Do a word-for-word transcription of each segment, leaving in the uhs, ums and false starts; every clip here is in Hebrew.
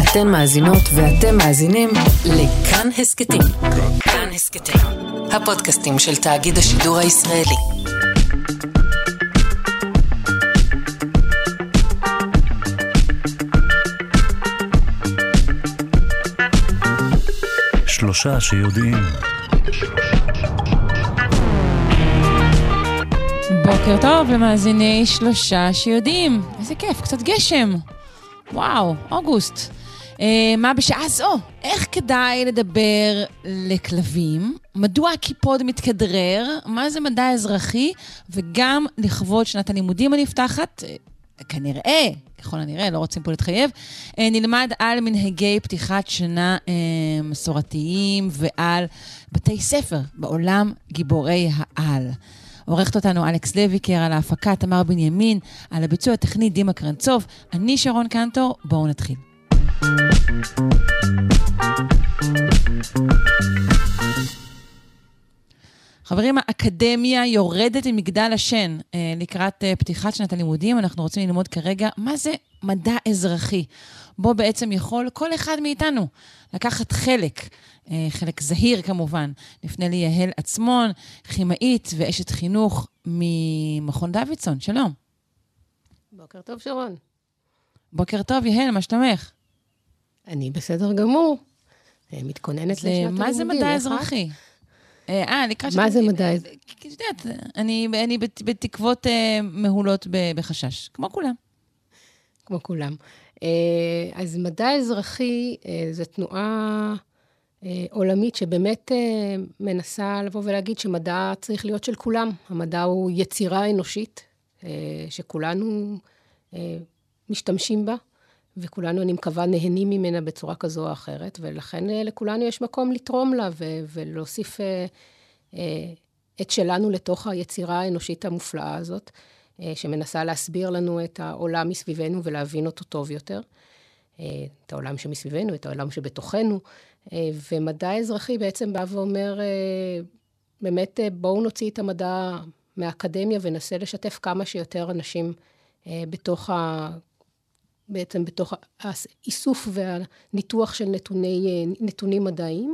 אתן מאזינות ואתם מאזינים לכאן הסקטים. כאן הסקטים, הפודקאסטים של תאגיד השידור הישראלי. שלושה שיודעים. בוקר טוב למאזיני שלושה שיודעים. איזה כיף, קצת גשם. וואו, אוגוסט. אה, מה בשעה זו? איך כדאי לדבר לכלבים? מדוע הקיפוד מתכדרר? מה זה מדע אזרחי? וגם לכבוד שנת הלימודים הנפתחת, אה, כנראה, ככל הנראה, לא רוצים פה להתחייב, אה, נלמד על מנהגי פתיחת שנה אה, מסורתיים ועל בתי ספר בעולם גיבורי העל. עורכת אותנו אלכס לויקר, על ההפקה תמר בנימין, על הביצוע הטכני דימה קרנצוב, אני שרון קנטור, בואו נתחיל. חברים, האקדמיה יורדת ממגדל השן אה, לקראת אה, פתיחת שנת הלימודים. אנחנו רוצים ללמוד כרגע מה זה מדע אזרחי. בו בעצם יכול כל אחד מאיתנו לקחת חלק, אה, חלק זהיר כמובן. נפנה לי יהל עצמון, כימאית ואשת חינוך ממכון דוידסון. שלום. בוקר טוב שרון. בוקר טוב יהל, מה שלומך? אני בסדר גמור. מתכוננת לשנת הלימודים. מה זה מדע אזרחי? אה, לקראת מה זה מדע? כי יודעת, אני בתקוות מהולות בחשש, כמו כולם. כמו כולם. אז מדע אזרחי זה תנועה עולמית שבאמת מנסה לבוא ולהגיד שמדע צריך להיות של כולם. המדע הוא יצירה אנושית, שכולנו משתמשים בה, וכולנו, אני מקווה, נהנים ממנה בצורה כזו או אחרת, ולכן לכולנו יש מקום לתרום לה, ו- ולהוסיף אה, אה, את שלנו לתוך היצירה האנושית המופלאה הזאת, אה, שמנסה להסביר לנו את העולם מסביבנו, ולהבין אותו טוב יותר, אה, את העולם שמסביבנו, את העולם שבתוכנו, אה, ומדע אזרחי בעצם בא ואומר, אה, באמת אה, בואו נוציא את המדע מהאקדמיה, וננסה לשתף כמה שיותר אנשים אה, בתוך ה... בעצם בתוך האיסוף והניתוח של נתוני, נתונים מדעיים,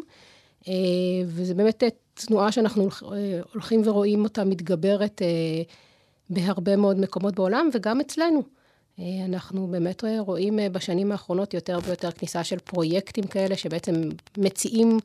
וזה באמת תנועה שאנחנו הולכים ורואים אותה מתגברת בהרבה מאוד מקומות בעולם, וגם אצלנו. אנחנו באמת רואים בשנים האחרונות יותר ויותר כניסה של פרויקטים כאלה, שבעצם מציעים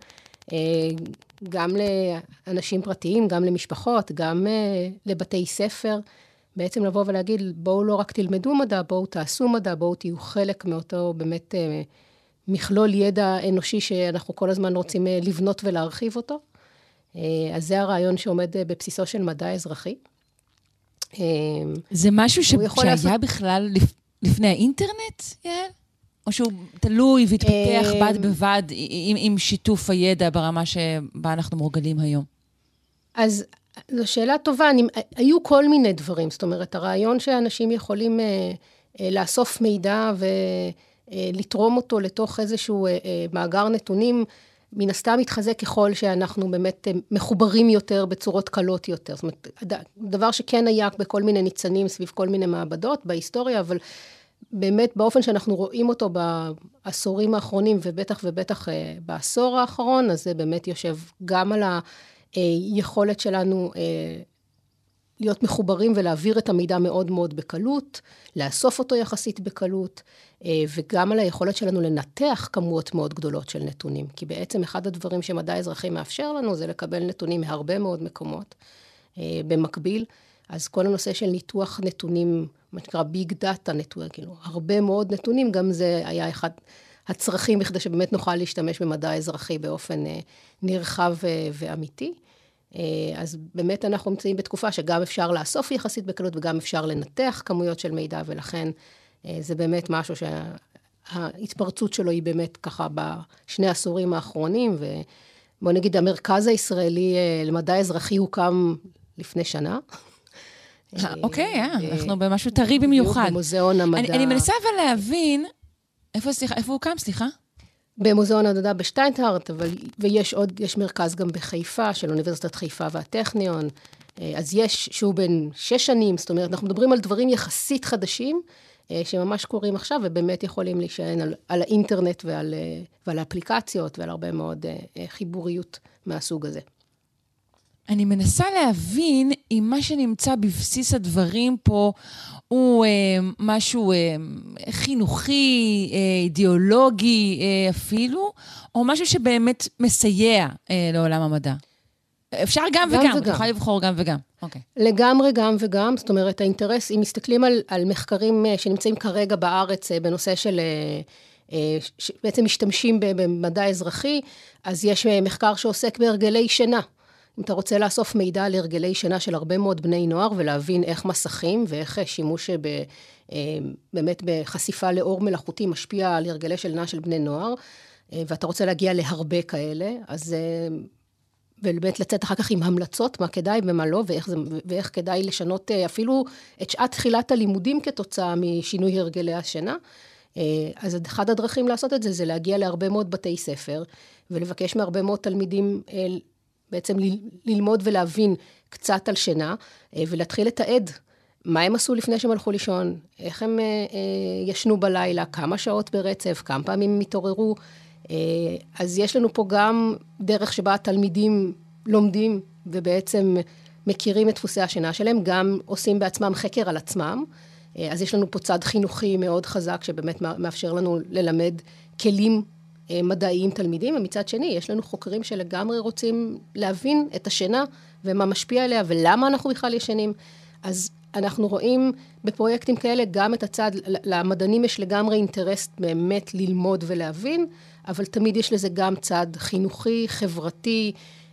גם לאנשים פרטיים, גם למשפחות, גם לבתי ספר, בעצם לבוא ולהגיד, בואו לא רק תלמדו מדע, בואו תעשו מדע, בואו תהיו חלק מאותו באמת אה, מכלול ידע אנושי שאנחנו כל הזמן רוצים אה, לבנות ולהרחיב אותו. אה, אז זה הרעיון שעומד אה, בבסיסו של מדע אזרחי. אה, זה משהו ש... שהיה לעשות... בכלל לפ... לפני האינטרנט, יעל? או שהוא תלוי והתפתח אה... בד בבד עם, עם שיתוף הידע ברמה שבה אנחנו מורגלים היום? אז... זו שאלה טובה, אני, היו כל מיני דברים, זאת אומרת, הרעיון שאנשים יכולים אה, אה, לאסוף מידע ולתרום אותו לתוך איזשהו אה, אה, מאגר נתונים, מן הסתם מתחזק ככל שאנחנו באמת אה, מחוברים יותר בצורות קלות יותר. זאת אומרת, דבר שכן היה בכל מיני ניצנים סביב כל מיני מעבדות בהיסטוריה, אבל באמת באופן שאנחנו רואים אותו בעשורים האחרונים, ובטח ובטח אה, בעשור האחרון, אז זה באמת יושב גם על ה... יכולת שלנו להיות מחוברים ולהעביר את המידע מאוד מאוד בקלות, לאסוף אותו יחסית בקלות, וגם על היכולת שלנו לנתח כמויות מאוד גדולות של נתונים. כי בעצם אחד הדברים שמדע אזרחי מאפשר לנו, זה לקבל נתונים מהרבה מאוד מקומות במקביל. אז כל הנושא של ניתוח נתונים, מה שנקרא ביג דאטה, נתונים, כאילו, הרבה מאוד נתונים, גם זה היה אחד הצרכים, בכדי שבאמת נוכל להשתמש במדע אזרחי באופן נרחב ואמיתי. אז באמת אנחנו נמצאים בתקופה שגם אפשר לאסוף יחסית בקלות, וגם אפשר לנתח כמויות של מידע, ולכן זה באמת משהו שההתפרצות שלו היא באמת ככה בשני עשורים האחרונים, ובוא נגיד, המרכז הישראלי למדע אזרחי הוקם לפני שנה. אוקיי, אנחנו במשהו טרי במיוחד. במוזיאון המדע. אני מנסה אבל להבין, איפה הוא הוקם, סליחה? במוזיאון המדע בשטיינהרט, אבל, ויש עוד, יש מרכז גם בחיפה, של אוניברסיטת חיפה והטכניון, אז יש, שהוא בין שש שנים, זאת אומרת, אנחנו מדברים על דברים יחסית חדשים, שממש קורים עכשיו, ובאמת יכולים להישען על, על האינטרנט ועל, ועל האפליקציות, ועל הרבה מאוד חיבוריות מהסוג הזה. אני מנסה להבין אם מה שנמצא בבסיס הדברים פה הוא אה, משהו אה, חינוכי, אה, אידיאולוגי אה, אפילו, או משהו שבאמת מסייע אה, לעולם המדע. אפשר גם, גם וגם, וגם. תוכל לבחור גם וגם. Okay. לגמרי גם וגם, זאת אומרת, האינטרס, אם מסתכלים על, על מחקרים שנמצאים כרגע בארץ בנושא של, שבעצם משתמשים במדע אזרחי, אז יש מחקר שעוסק בהרגלי שינה. אם אתה רוצה לאסוף מידע על הרגלי שינה של הרבה מאוד בני נוער, ולהבין איך מסכים ואיך שימוש ב, באמת בחשיפה לאור מלאכותי משפיע על הרגלי שינה של בני נוער, ואתה רוצה להגיע להרבה כאלה, אז ובאמת לצאת אחר כך עם המלצות, מה כדאי ומה לא, ואיך, זה, ואיך כדאי לשנות אפילו את שעת תחילת הלימודים כתוצאה משינוי הרגלי השינה. אז אחד הדרכים לעשות את זה, זה להגיע להרבה מאוד בתי ספר, ולבקש מהרבה מאוד תלמידים בעצם ללמוד ולהבין קצת על שינה, ולהתחיל לתעד מה הם עשו לפני שהם הלכו לישון, איך הם ישנו בלילה, כמה שעות ברצף, כמה פעמים הם התעוררו. אז יש לנו פה גם דרך שבה התלמידים לומדים ובעצם מכירים את דפוסי השינה שלהם, גם עושים בעצמם חקר על עצמם. אז יש לנו פה צד חינוכי מאוד חזק שבאמת מאפשר לנו ללמד כלים מדעיים תלמידים, ומצד שני יש לנו חוקרים שלגמרי רוצים להבין את השינה ומה משפיע עליה ולמה אנחנו בכלל ישנים. אז אנחנו רואים בפרויקטים כאלה גם את הצד, למדענים יש לגמרי אינטרס באמת ללמוד ולהבין, אבל תמיד יש לזה גם צד חינוכי, חברתי,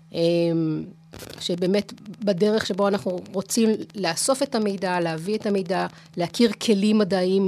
שבאמת בדרך שבו אנחנו רוצים לאסוף את המידע, להביא את המידע, להכיר כלים מדעיים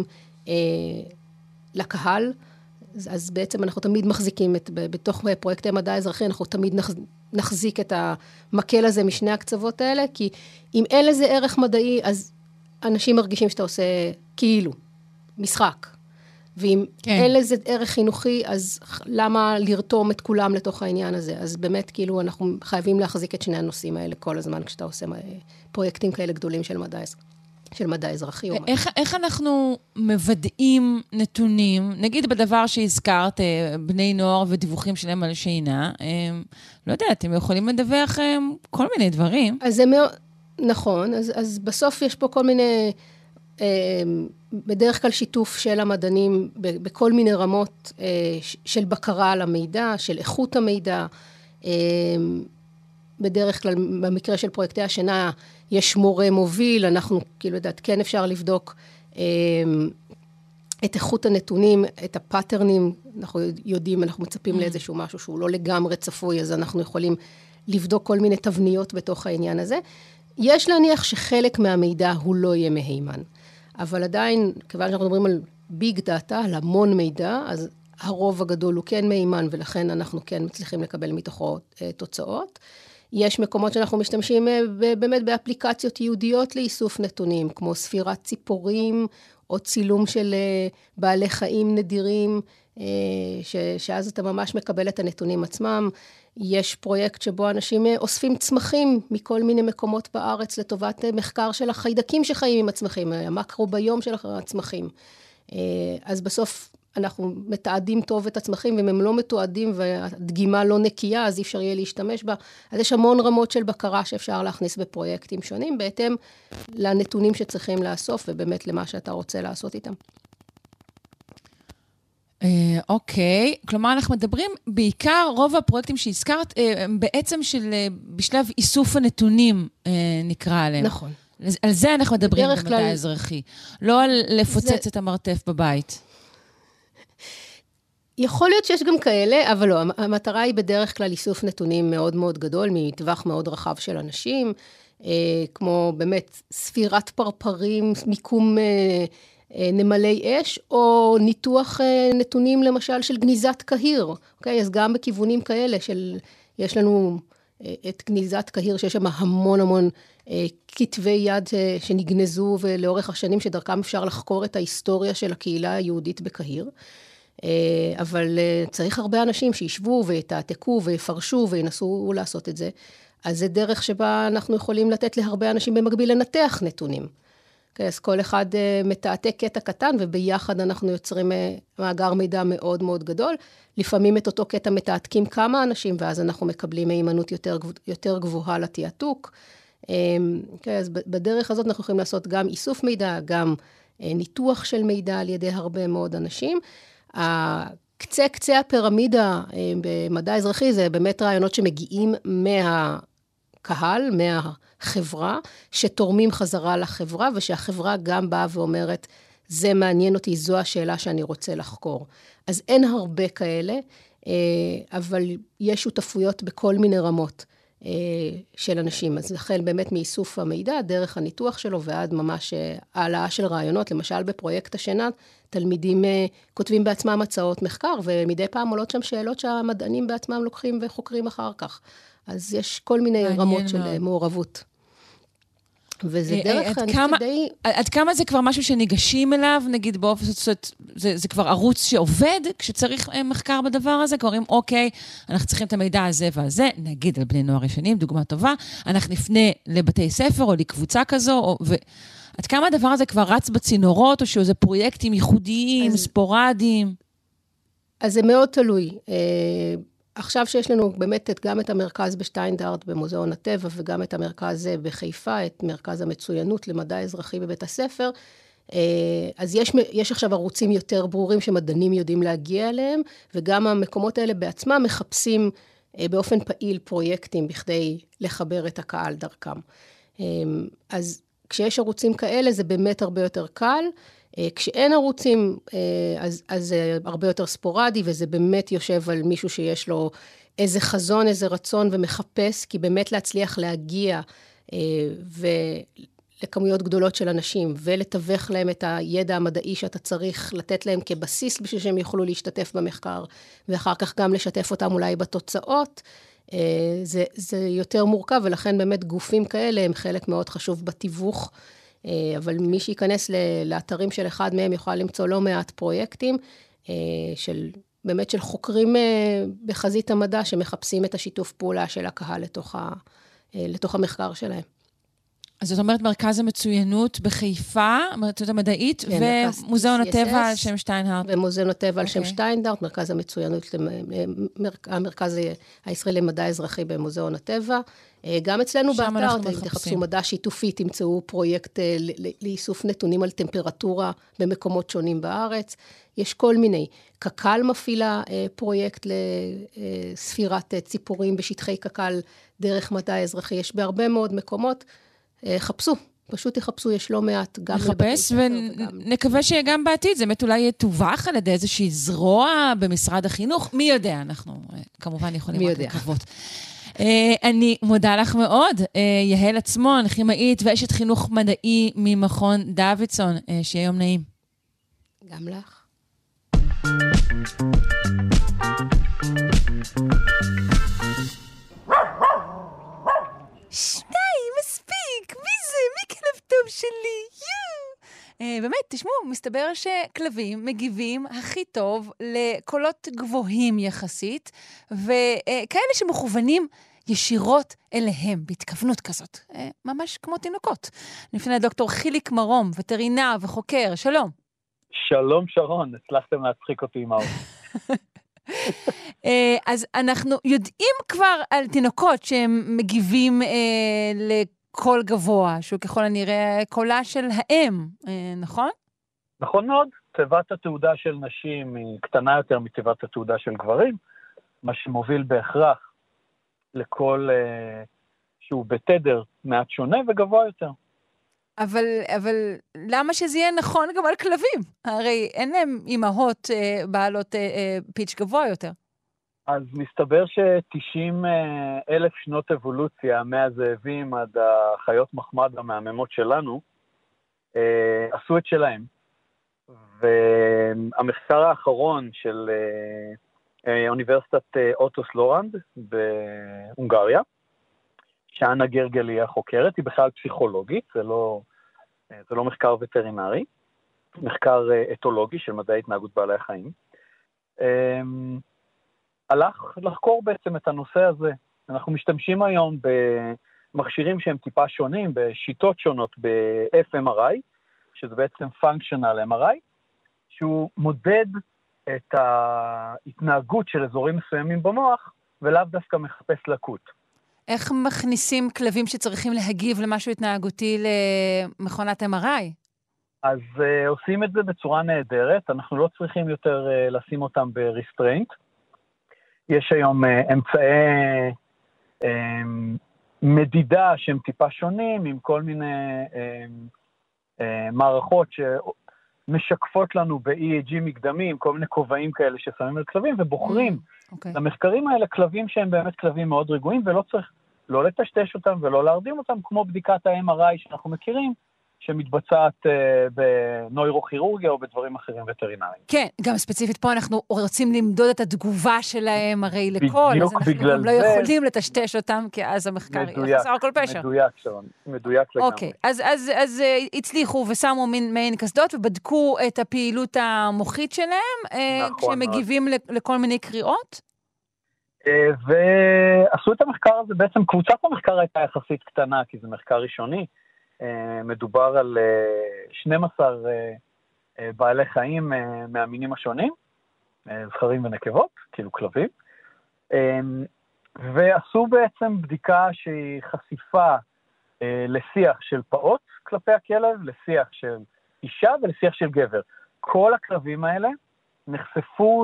לקהל, אז בעצם אנחנו תמיד מחזיקים את, בתוך פרויקטי מדע האזרחי, אנחנו תמיד נחזיק את המקל הזה משני הקצוות האלה, כי אם אין לזה ערך מדעי, אז אנשים מרגישים שאתה עושה כאילו משחק. ואם כן. אין לזה ערך חינוכי, אז למה לרתום את כולם לתוך העניין הזה? אז באמת כאילו אנחנו חייבים להחזיק את שני הנושאים האלה כל הזמן, כשאתה עושה פרויקטים כאלה גדולים של מדע אזרחי. של מדע אזרחי. איך, איך אנחנו מוודאים נתונים, נגיד בדבר שהזכרת, בני נוער ודיווחים שלהם על שינה, לא יודעת, הם יכולים לדווח כל מיני דברים. אז זה מאוד, נכון, אז, אז בסוף יש פה כל מיני, בדרך כלל שיתוף של המדענים, בכל מיני רמות של בקרה על המידע, של איכות המידע, בדרך כלל, במקרה של פרויקטי השינה, יש מורה מוביל, אנחנו, כאילו, יודעת, כן אפשר לבדוק אה, את איכות הנתונים, את הפאטרנים, אנחנו יודעים, אנחנו מצפים mm. לאיזשהו משהו שהוא לא לגמרי צפוי, אז אנחנו יכולים לבדוק כל מיני תבניות בתוך העניין הזה. יש להניח שחלק מהמידע הוא לא יהיה מהימן, אבל עדיין, כיוון שאנחנו מדברים על ביג דאטה, על המון מידע, אז הרוב הגדול הוא כן מהימן, ולכן אנחנו כן מצליחים לקבל מתוכו אה, תוצאות. יש מקומות שאנחנו משתמשים באמת באפליקציות ייעודיות לאיסוף נתונים, כמו ספירת ציפורים, או צילום של בעלי חיים נדירים, שאז אתה ממש מקבל את הנתונים עצמם. יש פרויקט שבו אנשים אוספים צמחים מכל מיני מקומות בארץ, לטובת מחקר של החיידקים שחיים עם הצמחים, המקרוביום של הצמחים. אז בסוף אנחנו מתעדים טוב את הצמחים, ואם הם לא מתועדים והדגימה לא נקייה, אז אי אפשר יהיה להשתמש בה. אז יש המון רמות של בקרה שאפשר להכניס בפרויקטים שונים, בהתאם לנתונים שצריכים לאסוף, ובאמת למה שאתה רוצה לעשות איתם. אוקיי, כלומר אנחנו מדברים בעיקר, רוב הפרויקטים שהזכרת, בעצם של בשלב איסוף הנתונים נקרא עליהם. נכון. על זה אנחנו מדברים במדע האזרחי, לא על לפוצץ את המרתף בבית. יכול להיות שיש גם כאלה, אבל לא, המטרה היא בדרך כלל איסוף נתונים מאוד מאוד גדול, מטווח מאוד רחב של אנשים, כמו באמת ספירת פרפרים, מיקום נמלי אש, או ניתוח נתונים למשל של גניזת קהיר, אוקיי? אז גם בכיוונים כאלה של, יש לנו את גניזת קהיר, שיש שם המון המון כתבי יד שנגנזו, ולאורך השנים שדרכם אפשר לחקור את ההיסטוריה של הקהילה היהודית בקהיר. אבל צריך הרבה אנשים שישבו ויתעתקו ויפרשו וינסו לעשות את זה. אז זה דרך שבה אנחנו יכולים לתת להרבה אנשים במקביל לנתח נתונים. אז כל אחד מתעתק קטע קטן, וביחד אנחנו יוצרים מאגר מידע מאוד מאוד גדול. לפעמים את אותו קטע מתעתקים כמה אנשים, ואז אנחנו מקבלים מהימנות יותר, יותר גבוהה לתיעתוק. אז בדרך הזאת אנחנו יכולים לעשות גם איסוף מידע, גם ניתוח של מידע על ידי הרבה מאוד אנשים. קצה קצה הפירמידה במדע האזרחי זה באמת רעיונות שמגיעים מהקהל, מהחברה, שתורמים חזרה לחברה, ושהחברה גם באה ואומרת, זה מעניין אותי, זו השאלה שאני רוצה לחקור. אז אין הרבה כאלה, אבל יש שותפויות בכל מיני רמות של אנשים. אז לכן באמת מאיסוף המידע, דרך הניתוח שלו, ועד ממש העלאה של רעיונות, למשל בפרויקט השנה, תלמידים כותבים בעצמם הצעות מחקר, ומדי פעם עולות שם שאלות שהמדענים בעצמם לוקחים וחוקרים אחר כך. אז יש כל מיני רמות של מעורבות. וזה דרך, אני כדי... עד כמה זה כבר משהו שניגשים אליו, נגיד באופן, זה כבר ערוץ שעובד, כשצריך מחקר בדבר הזה, קוראים, אוקיי, אנחנו צריכים את המידע הזה והזה, נגיד על בני נוער ראשונים, דוגמה טובה, אנחנו נפנה לבתי ספר או לקבוצה כזו, עד כמה הדבר הזה כבר רץ בצינורות, או שזה פרויקטים ייחודיים, ספורדיים? אז זה מאוד תלוי. עכשיו שיש לנו באמת גם את המרכז בשטיינדרט במוזיאון הטבע, וגם את המרכז בחיפה, את מרכז המצוינות למדע אזרחי בבית הספר, אז יש, יש עכשיו ערוצים יותר ברורים שמדענים יודעים להגיע אליהם, וגם המקומות האלה בעצמם מחפשים באופן פעיל פרויקטים בכדי לחבר את הקהל דרכם. אז כשיש ערוצים כאלה זה באמת הרבה יותר קל, כשאין ערוצים, אז, אז זה הרבה יותר ספורדי, וזה באמת יושב על מישהו שיש לו איזה חזון, איזה רצון, ומחפש, כי באמת להצליח להגיע ולכמויות גדולות של אנשים, ולתווך להם את הידע המדעי שאתה צריך לתת להם כבסיס, בשביל שהם יוכלו להשתתף במחקר, ואחר כך גם לשתף אותם אולי בתוצאות, זה, זה יותר מורכב, ולכן באמת גופים כאלה הם חלק מאוד חשוב בתיווך, אבל מי שייכנס לאתרים של אחד מהם יוכל למצוא לא מעט פרויקטים של, באמת של חוקרים בחזית המדע שמחפשים את השיתוף פעולה של הקהל לתוך, ה, לתוך המחקר שלהם. אז זאת אומרת מרכז המצוינות בחיפה, המרכז המדעית, כן, ומוזיאון הטבע על שם שטיינהרט. ומוזיאון הטבע על שם שטיינדרט, מרכז המצוינות, המרכז הישראלי למדע אזרחי במוזיאון הטבע. גם אצלנו באתר, תחפשו מדע שיתופי, תמצאו פרויקט לאיסוף נתונים על טמפרטורה במקומות שונים בארץ. יש כל מיני. קק"ל מפעילה פרויקט לספירת ציפורים בשטחי קק"ל דרך מדע אזרחי. יש בהרבה מאוד מקומות. חפשו, פשוט יחפשו, יש לא מעט גם... נחפש ונקווה שגם בעתיד, זה באמת אולי יתווך על ידי איזושהי זרוע במשרד החינוך, מי יודע, אנחנו כמובן יכולים רק לקוות. אני מודה לך מאוד, יהל עצמון, כימאית ואשת חינוך מדעי ממכון דוידסון, שיהיה יום נעים. גם לך. שני, מספיק, מי זה? מי כלב טוב שלי? יו! באמת, תשמעו, מסתבר שכלבים מגיבים הכי טוב לקולות גבוהים יחסית, וכאלה שמכוונים ישירות אליהם, בהתכוונות כזאת, ממש כמו תינוקות. לפני הדוקטור חיליק מרום, וטרינר וחוקר, שלום. שלום שרון, הצלחתם להצחיק אותי עם האור. אז אנחנו יודעים כבר על תינוקות שהם מגיבים לקול גבוה, שהוא ככל הנראה קולה של האם, נכון? נכון מאוד, תיבת התעודה של נשים היא קטנה יותר מתיבת התעודה של גברים, מה שמוביל בהכרח לקול שהוא בתדר מעט שונה וגבוה יותר. אבל, אבל למה שזה יהיה נכון גם על כלבים? הרי אין להם אימהות אה, בעלות אה, אה, פיץ' גבוה יותר. אז מסתבר ש-תשעים אלף שנות אבולוציה, מהזאבים עד החיות מחמד המהממות שלנו, אה, עשו את שלהם. והמחקר האחרון של אה, אוניברסיטת אה, אוטוס לורנד בהונגריה, שאנה גרגלי החוקרת, היא בכלל פסיכולוגית, זה לא, זה לא מחקר וטרינרי, מחקר אתולוגי של מדעי התנהגות בעלי החיים. הלך לחקור בעצם את הנושא הזה. אנחנו משתמשים היום במכשירים שהם טיפה שונים, בשיטות שונות ב-אף אם אר איי, שזה בעצם functional אם אר איי, שהוא מודד את ההתנהגות של אזורים מסוימים במוח, ולאו דווקא מחפש לקות. איך מכניסים כלבים שצריכים להגיב למשהו התנהגותי למכונת אם אר איי? אז uh, עושים את זה בצורה נהדרת, אנחנו לא צריכים יותר uh, לשים אותם ב-restraint. יש היום uh, אמצעי uh, מדידה שהם טיפה שונים, עם כל מיני uh, uh, מערכות שמשקפות לנו ב-אי אי ג'י מקדמים, כל מיני כובעים כאלה ששמים על כלבים, ובוחרים mm, okay. למחקרים האלה כלבים שהם באמת כלבים מאוד רגועים, ולא צריך לא לטשטש אותם ולא להרדים אותם, כמו בדיקת ה-אם אר איי שאנחנו מכירים, שמתבצעת uh, בנוירוכירורגיה או בדברים אחרים וטרינריים. כן, גם ספציפית פה אנחנו רוצים למדוד את התגובה שלהם הרי לכל, אז אנחנו גם לא יכולים לטשטש אותם, כי אז המחקר יחסר כל פשר. מדויק, שרון, מדויק לגמרי. אוקיי, אז, אז, אז הצליחו ושמו מין מעין קסדות, ובדקו את הפעילות המוחית שלהם, נכון, כשהם מגיבים לכל מיני קריאות? ועשו את המחקר הזה, בעצם קבוצת המחקר הייתה יחסית קטנה, כי זה מחקר ראשוני, מדובר על שנים עשר בעלי חיים מהמינים השונים, זכרים ונקבות, כאילו כלבים, ועשו בעצם בדיקה שהיא חשיפה לשיח של פעוט כלפי הכלב, לשיח של אישה ולשיח של גבר. כל הכלבים האלה נחשפו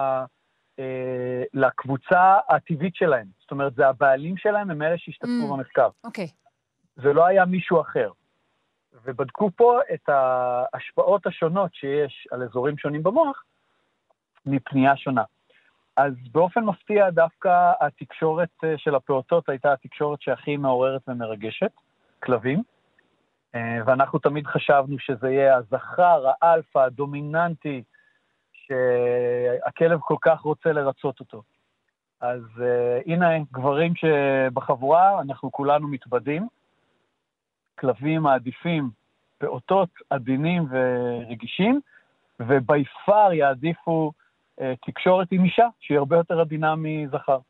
לקבוצה הטבעית שלהם, זאת אומרת, זה הבעלים שלהם, הם אלה שהשתתפו mm. במחקר. אוקיי. Okay. זה לא היה מישהו אחר. ובדקו פה את ההשפעות השונות שיש על אזורים שונים במוח, מפנייה שונה. אז באופן מפתיע, דווקא התקשורת של הפעוטות הייתה התקשורת שהכי מעוררת ומרגשת, כלבים, ואנחנו תמיד חשבנו שזה יהיה הזכר, האלפא, הדומיננטי, שהכלב כל כך רוצה לרצות אותו. אז הנה, גברים שבחבורה, אנחנו כולנו מתבדים, כלבים מעדיפים פעוטות עדינים ורגישים, ובייפר יעדיפו אה, תקשורת עם אישה, שהיא הרבה יותר עדינה מזכר.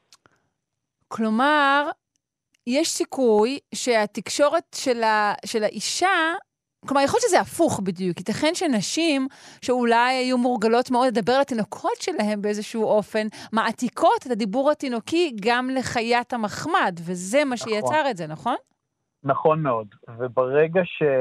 כלומר, יש סיכוי שהתקשורת של, ה, של האישה, כלומר, יכול להיות שזה הפוך בדיוק, ייתכן שנשים שאולי היו מורגלות מאוד לדבר לתינוקות שלהם באיזשהו אופן, מעתיקות את הדיבור התינוקי גם לחיית המחמד, וזה מה נכון. שיצר את זה, נכון? נכון מאוד, וברגע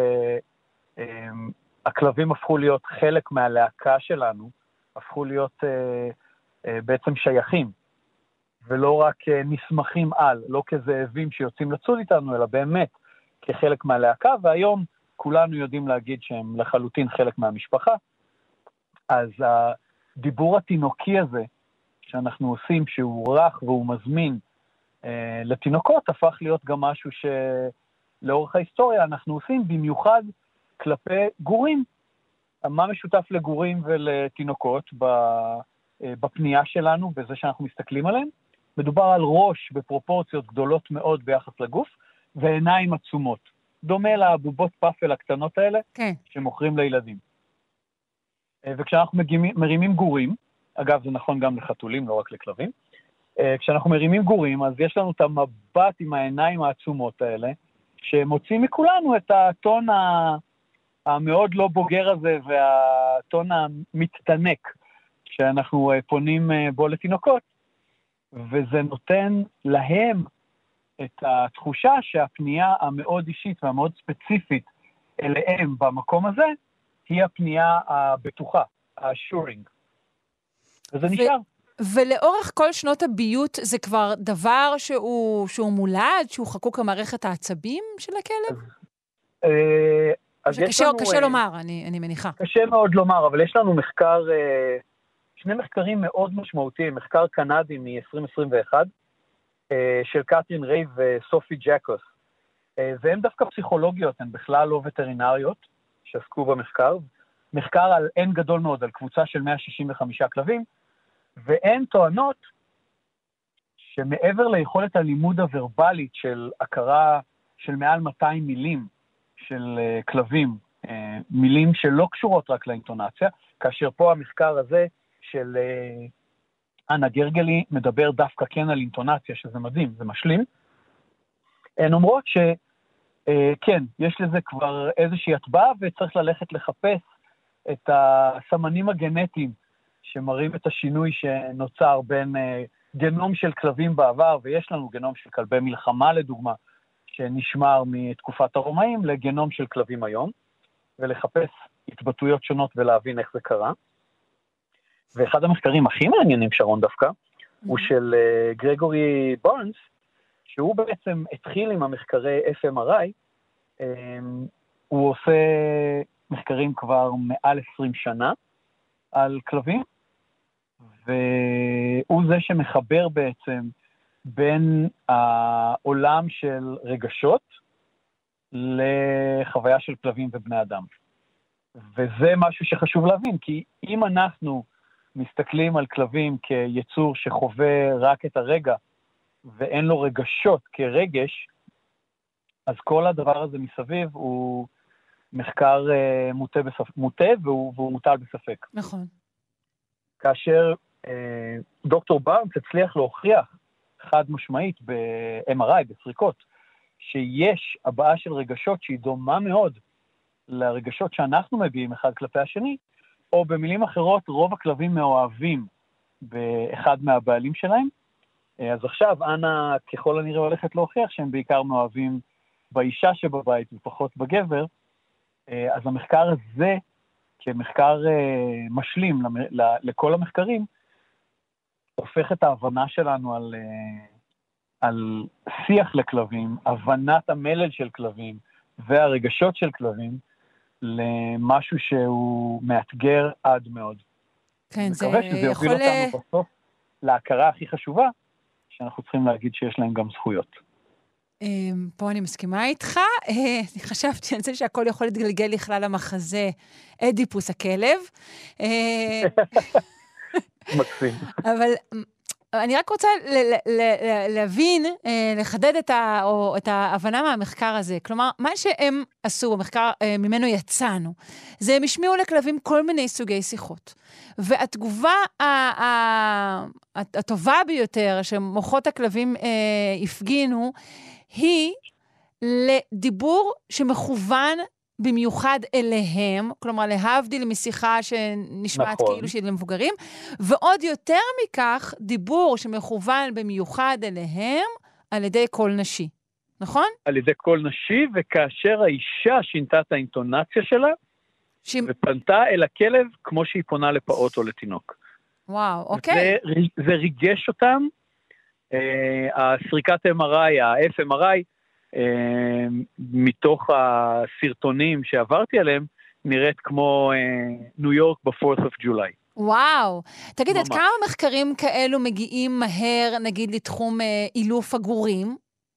שהכלבים הפכו להיות חלק מהלהקה שלנו, הפכו להיות בעצם שייכים, ולא רק נסמכים על, לא כזאבים שיוצאים לצוד איתנו, אלא באמת כחלק מהלהקה, והיום כולנו יודעים להגיד שהם לחלוטין חלק מהמשפחה, אז הדיבור התינוקי הזה, שאנחנו עושים, שהוא רך והוא מזמין לתינוקות, הפך להיות גם משהו ש... לאורך ההיסטוריה אנחנו עושים במיוחד כלפי גורים. מה משותף לגורים ולתינוקות בפנייה שלנו, בזה שאנחנו מסתכלים עליהם? מדובר על ראש בפרופורציות גדולות מאוד ביחס לגוף, ועיניים עצומות. דומה לבובות פאפל הקטנות האלה, okay. שמוכרים לילדים. וכשאנחנו מגיעים, מרימים גורים, אגב זה נכון גם לחתולים, לא רק לכלבים, כשאנחנו מרימים גורים, אז יש לנו את המבט עם העיניים העצומות האלה, שמוצאים מכולנו את הטון המאוד לא בוגר הזה, והטון המתתנק, שאנחנו פונים בו לתינוקות, וזה נותן להם את התחושה שהפנייה המאוד אישית והמאוד ספציפית אליהם במקום הזה, היא הפנייה הבטוחה, ה-assuring. וזה נשאר. ולאורך כל שנות הביות זה כבר דבר שהוא, שהוא מולד, שהוא חקוק המערכת העצבים של הכלב? אז קשה, לנו, קשה לומר, אני, אני מניחה. קשה מאוד לומר, אבל יש לנו מחקר, שני מחקרים מאוד משמעותיים, מחקר קנדי מ-עשרים עשרים ואחת, של קטרין ריי וסופי ג'קוס, והן דווקא פסיכולוגיות, הן בכלל לא וטרינריות, שעסקו במחקר, מחקר על N גדול מאוד, על קבוצה של מאה שישים וחמישה כלבים, והן טוענות שמעבר ליכולת הלימוד הוורבלית של הכרה של מעל מאתיים מילים של uh, כלבים, uh, מילים שלא קשורות רק לאינטונציה, כאשר פה המחקר הזה של uh, אנה גרגלי מדבר דווקא כן על אינטונציה, שזה מדהים, זה משלים. הן אומרות כן, יש לזה כבר איזושהי הטבעה, וצריך ללכת לחפש את הסמנים הגנטיים שמראים את השינוי שנוצר בין גנום של כלבים בעבר, ויש לנו גנום של כלבי מלחמה לדוגמה, שנשמר מתקופת הרומאים לגנום של כלבים היום, ולחפש התבטאויות שונות ולהבין איך זה קרה. ואחד המחקרים הכי מעניינים, שרון דווקא, mm-hmm. הוא של uh, גרגורי בורנס, שהוא בעצם התחיל עם המחקרי אף אם אר איי, um, הוא עושה מחקרים כבר מעל עשרים שנה על כלבים, והוא זה שמחבר בעצם בין העולם של רגשות לחוויה של כלבים ובני אדם. וזה משהו שחשוב להבין, כי אם אנחנו מסתכלים על כלבים כיצור שחווה רק את הרגע, ואין לו רגשות כרגש, אז כל הדבר הזה מסביב הוא מחקר uh, מוטה, בספ... מוטה והוא, והוא מוטל בספק. נכון. כאשר uh, דוקטור בארנס הצליח להוכיח חד משמעית ב-אם אר איי, בסריקות, שיש הבעה של רגשות שהיא דומה מאוד לרגשות שאנחנו מביאים אחד כלפי השני, או במילים אחרות, רוב הכלבים מאוהבים באחד מהבעלים שלהם. אז עכשיו, אנה ככל הנראה הולכת להוכיח שהם בעיקר מאוהבים באישה שבבית ופחות בגבר. אז המחקר הזה, כמחקר משלים לכל המחקרים, הופך את ההבנה שלנו על, על שיח לכלבים, הבנת המלל של כלבים והרגשות של כלבים, למשהו שהוא מאתגר עד מאוד. כן, זה מקווה שזה יכול... יוביל אותנו בסוף להכרה הכי חשובה, שאנחנו צריכים להגיד שיש להם גם זכויות. פה אני מסכימה איתך. אני חשבתי על זה שהכל יכול להתגלגל לכלל המחזה אדיפוס הכלב. מקסים. אבל אני רק רוצה להבין, לחדד את ההבנה מהמחקר הזה. כלומר, מה שהם עשו במחקר, ממנו יצאנו, זה הם השמיעו לכלבים כל מיני סוגי שיחות. והתגובה הטובה ביותר שמוחות הכלבים הפגינו, היא לדיבור שמכוון במיוחד אליהם, כלומר להבדיל משיחה שנשמעת נכון. כאילו שהיא למבוגרים, ועוד יותר מכך, דיבור שמכוון במיוחד אליהם על ידי קול נשי, נכון? על ידי קול נשי, וכאשר האישה שינתה את האינטונציה שלה, ש... ופנתה אל הכלב כמו שהיא פונה לפעוט או לתינוק. וואו, אוקיי. זה, זה ריגש אותם, הסריקת אם אר איי, ה-אף אם אר איי, מתוך הסרטונים שעברתי עליהם, נראית כמו ניו יורק ב-פורת' אוף ג'ולי. וואו. תגיד, עד כמה מחקרים כאלו מגיעים מהר, נגיד, לתחום אילוף הגורים?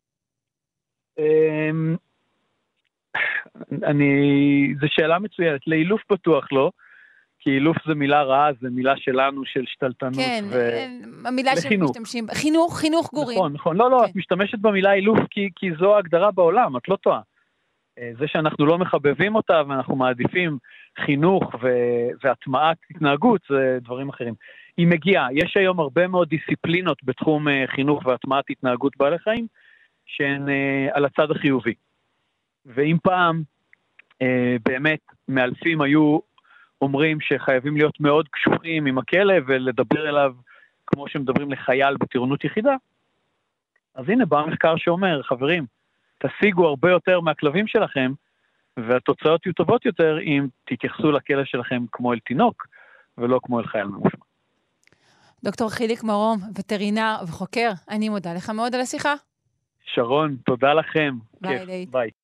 אני, זו שאלה מצוינת. לאילוף בטוח לא, כי אילוף זה מילה רעה, זה מילה שלנו של שתלטנות כן, ו... המילה שמשתמשים, חינוך, חינוך גורים. נכון, נכון, לא, לא, כן. את משתמשת במילה אילוף כי, כי זו ההגדרה בעולם, את לא טועה. זה שאנחנו לא מחבבים אותה ואנחנו מעדיפים חינוך ו- והטמעת התנהגות, זה דברים אחרים. היא מגיעה, יש היום הרבה מאוד דיסציפלינות בתחום חינוך והטמעת התנהגות בעלי חיים, שהן על הצד החיובי. ואם פעם באמת מאלפים היו אומרים שחייבים להיות מאוד קשוחים עם הכלב ולדבר אליו כמו שמדברים לחייל בטירונות יחידה, אז הנה בא המחקר שאומר, חברים, תשיגו הרבה יותר מהכלבים שלכם, והתוצאות יהיו טובות יותר אם תתייחסו לכלב שלכם כמו אל תינוק, ולא כמו אל חייל ממושמע. דוקטור חיליק מרום, וטרינר וחוקר, אני מודה לך מאוד על השיחה. שרון, תודה לכם. ביי, כיף. ליי. ביי.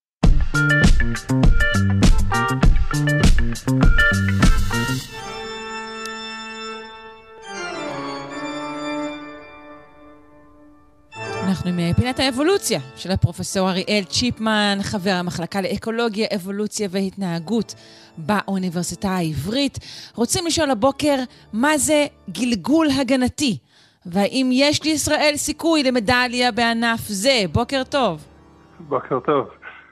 אנחנו עם פינת האבולוציה של הפרופסור אריאל צ'יפמן, חבר המחלקה לאקולוגיה, אבולוציה והתנהגות באוניברסיטה העברית. רוצים לשאול הבוקר מה זה גלגול הגנתי, והאם יש לישראל סיכוי למדליה בענף זה. בוקר טוב. בוקר טוב.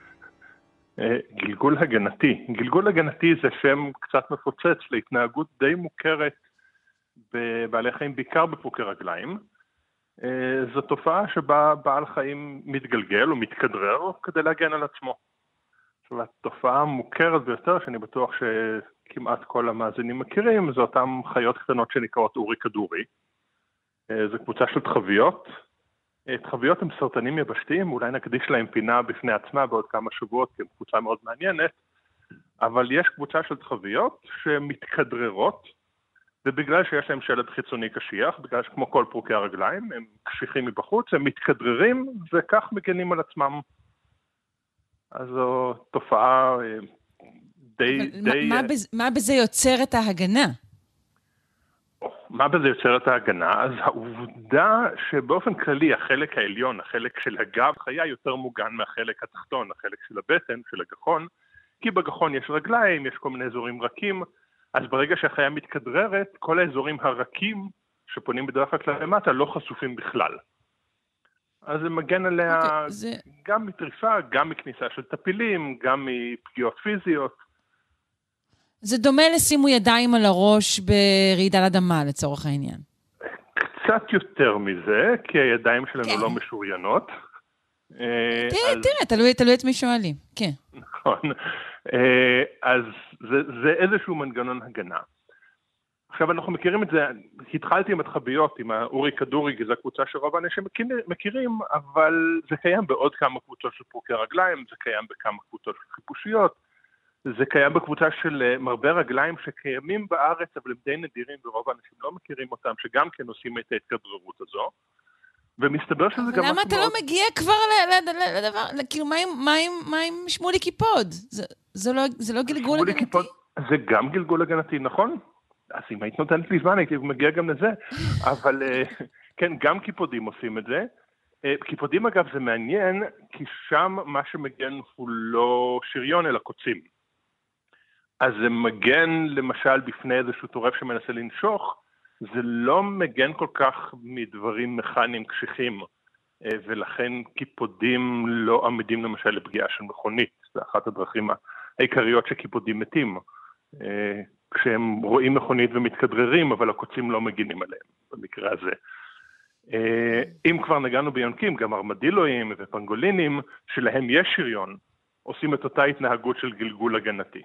גלגול הגנתי. גלגול הגנתי זה שם קצת מפוצץ להתנהגות די מוכרת בבעלי חיים, בעיקר בפרוקי רגליים. זו תופעה שבה בעל חיים מתגלגל או מתכדרר כדי להגן על עצמו. התופעה המוכרת ביותר, שאני בטוח שכמעט כל המאזינים מכירים, זה אותם חיות קטנות שנקראות אורי כדורי. זו קבוצה של תחביות. תחביות הם סרטנים יבשתיים, אולי נקדיש להם פינה בפני עצמה בעוד כמה שבועות, כי הם קבוצה מאוד מעניינת, אבל יש קבוצה של תחביות שמתכדררות, ובגלל שיש להם שלד חיצוני קשיח, בגלל שכמו כל פרוקי הרגליים, הם קשיחים מבחוץ, הם מתכדררים, וכך מגנים על עצמם. אז זו תופעה די... די... מה, בזה, מה בזה יוצר את ההגנה? מה בזה יוצר את ההגנה? אז העובדה שבאופן כללי החלק העליון, החלק של הגב, חיה יותר מוגן מהחלק התחתון, החלק של הבטן, של הגחון, כי בגחון יש רגליים, יש כל מיני אזורים רכים, אז ברגע שהחיה מתכדררת, כל האזורים הרכים שפונים בדרך כלל למטה לא חשופים בכלל. אז זה מגן עליה okay, זה... גם מטריפה, גם מכניסה של טפילים, גם מפגיעות פיזיות. זה דומה לשימו ידיים על הראש ברעידת אדמה לצורך העניין. קצת יותר מזה, כי הידיים שלנו כן. לא משוריינות. תראה, אז... תראה, תלוי, תלוי את מי שואלים. כן. נכון. אז זה, זה איזשהו מנגנון הגנה. עכשיו אנחנו מכירים את זה, התחלתי עם התחביות, עם האורי כדורי, כי זו הקבוצה שרוב האנשים מכירים, אבל זה קיים בעוד כמה קבוצות של פרוקי רגליים, זה קיים בכמה קבוצות של חיפושיות, זה קיים בקבוצה של מרבה רגליים שקיימים בארץ, אבל הם די נדירים, ורוב האנשים לא מכירים אותם, שגם כן עושים את ההתכדררות הזו, ומסתבר שזה גם... למה אתה לא מגיע כבר לדבר, כאילו מה עם שמולי קיפוד? זה לא גלגול הגנתי? זה גם גלגול הגנתי, נכון? אז אם היית נותנת לי זמן, הייתי מגיע גם לזה. אבל כן, גם קיפודים עושים את זה. קיפודים אגב זה מעניין, כי שם מה שמגן הוא לא שריון אלא קוצים. אז זה מגן למשל בפני איזשהו טורף שמנסה לנשוך, זה לא מגן כל כך מדברים מכניים קשיחים, ולכן קיפודים לא עמידים למשל לפגיעה של מכונית. זה אחת הדרכים העיקריות שקיפודים מתים. כשהם רואים מכונית ומתכדררים, אבל הקוצים לא מגינים עליהם, במקרה הזה. אם כבר נגענו ביונקים, גם ארמדילואים ופנגולינים, שלהם יש שריון, עושים את אותה התנהגות של גלגול הגנתי.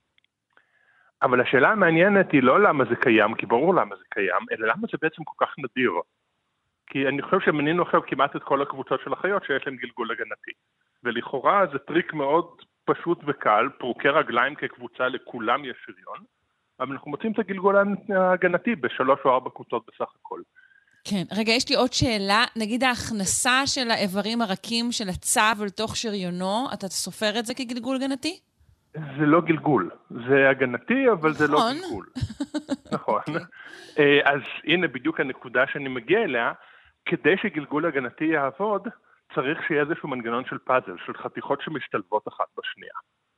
אבל השאלה המעניינת היא לא למה זה קיים, כי ברור למה זה קיים, אלא למה זה בעצם כל כך נדיר. כי אני חושב שמנינו עכשיו כמעט את כל הקבוצות של החיות שיש להם גלגול הגנתי. ולכאורה זה טריק מאוד פשוט וקל, פרוקי רגליים כקבוצה לכולם יש שריון, אבל אנחנו מוצאים את הגלגול ההגנתי בשלוש או ארבע קבוצות בסך הכל. כן, רגע, יש לי עוד שאלה. נגיד ההכנסה של האיברים הרכים של הצב לתוך שריונו, אתה סופר את זה כגלגול הגנתי? זה לא גלגול. זה הגנתי, אבל זה לא גלגול. נכון. אז הנה בדיוק הנקודה שאני מגיע אליה, כדי שגלגול הגנתי יעבוד, צריך שיהיה איזשהו מנגנון של פאזל, של חתיכות שמשתלבות אחת בשנייה.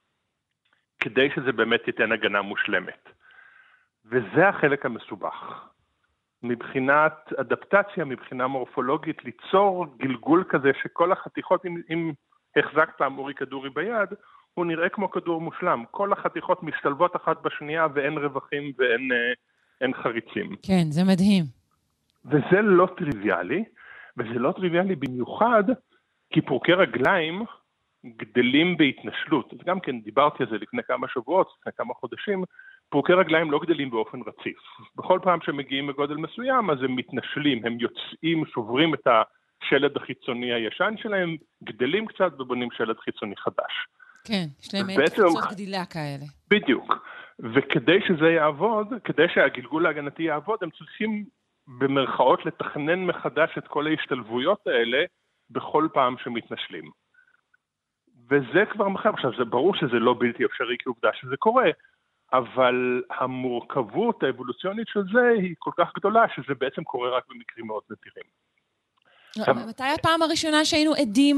כדי שזה באמת ייתן הגנה מושלמת. וזה החלק המסובך. מבחינת אדפטציה, מבחינה מורפולוגית, ליצור גלגול כזה שכל החתיכות, אם, אם החזקת פעם אורי כדורי ביד, הוא נראה כמו כדור מושלם. כל החתיכות משתלבות אחת בשנייה ואין רווחים ואין אין חריצים. כן, זה מדהים. וזה לא טריוויאלי, וזה לא טריוויאלי במיוחד, כי פרוקי רגליים גדלים בהתנשלות. אז גם כן דיברתי על זה לפני כמה שבועות, לפני כמה חודשים, פרוקי רגליים לא גדלים באופן רציף. בכל פעם שמגיעים בגודל מסוים, אז הם מתנשלים, הם יוצאים, שוברים את השלד החיצוני הישן שלהם, גדלים קצת ובונים שלד חיצוני חדש. כן, יש להם אין קבוצות גדילה כאלה. בדיוק. וכדי שזה יעבוד, כדי שהגלגול ההגנתי יעבוד, הם צריכים במרכאות לתכנן מחדש את כל ההשתלבויות האלה בכל פעם שמתנשלים. וזה כבר מחר. עכשיו, זה ברור שזה לא בלתי אפשרי כעובדה שזה קורה, אבל המורכבות האבולוציונית של זה היא כל כך גדולה, שזה בעצם קורה רק במקרים מאוד נדירים. מתי הפעם הראשונה שהיינו עדים,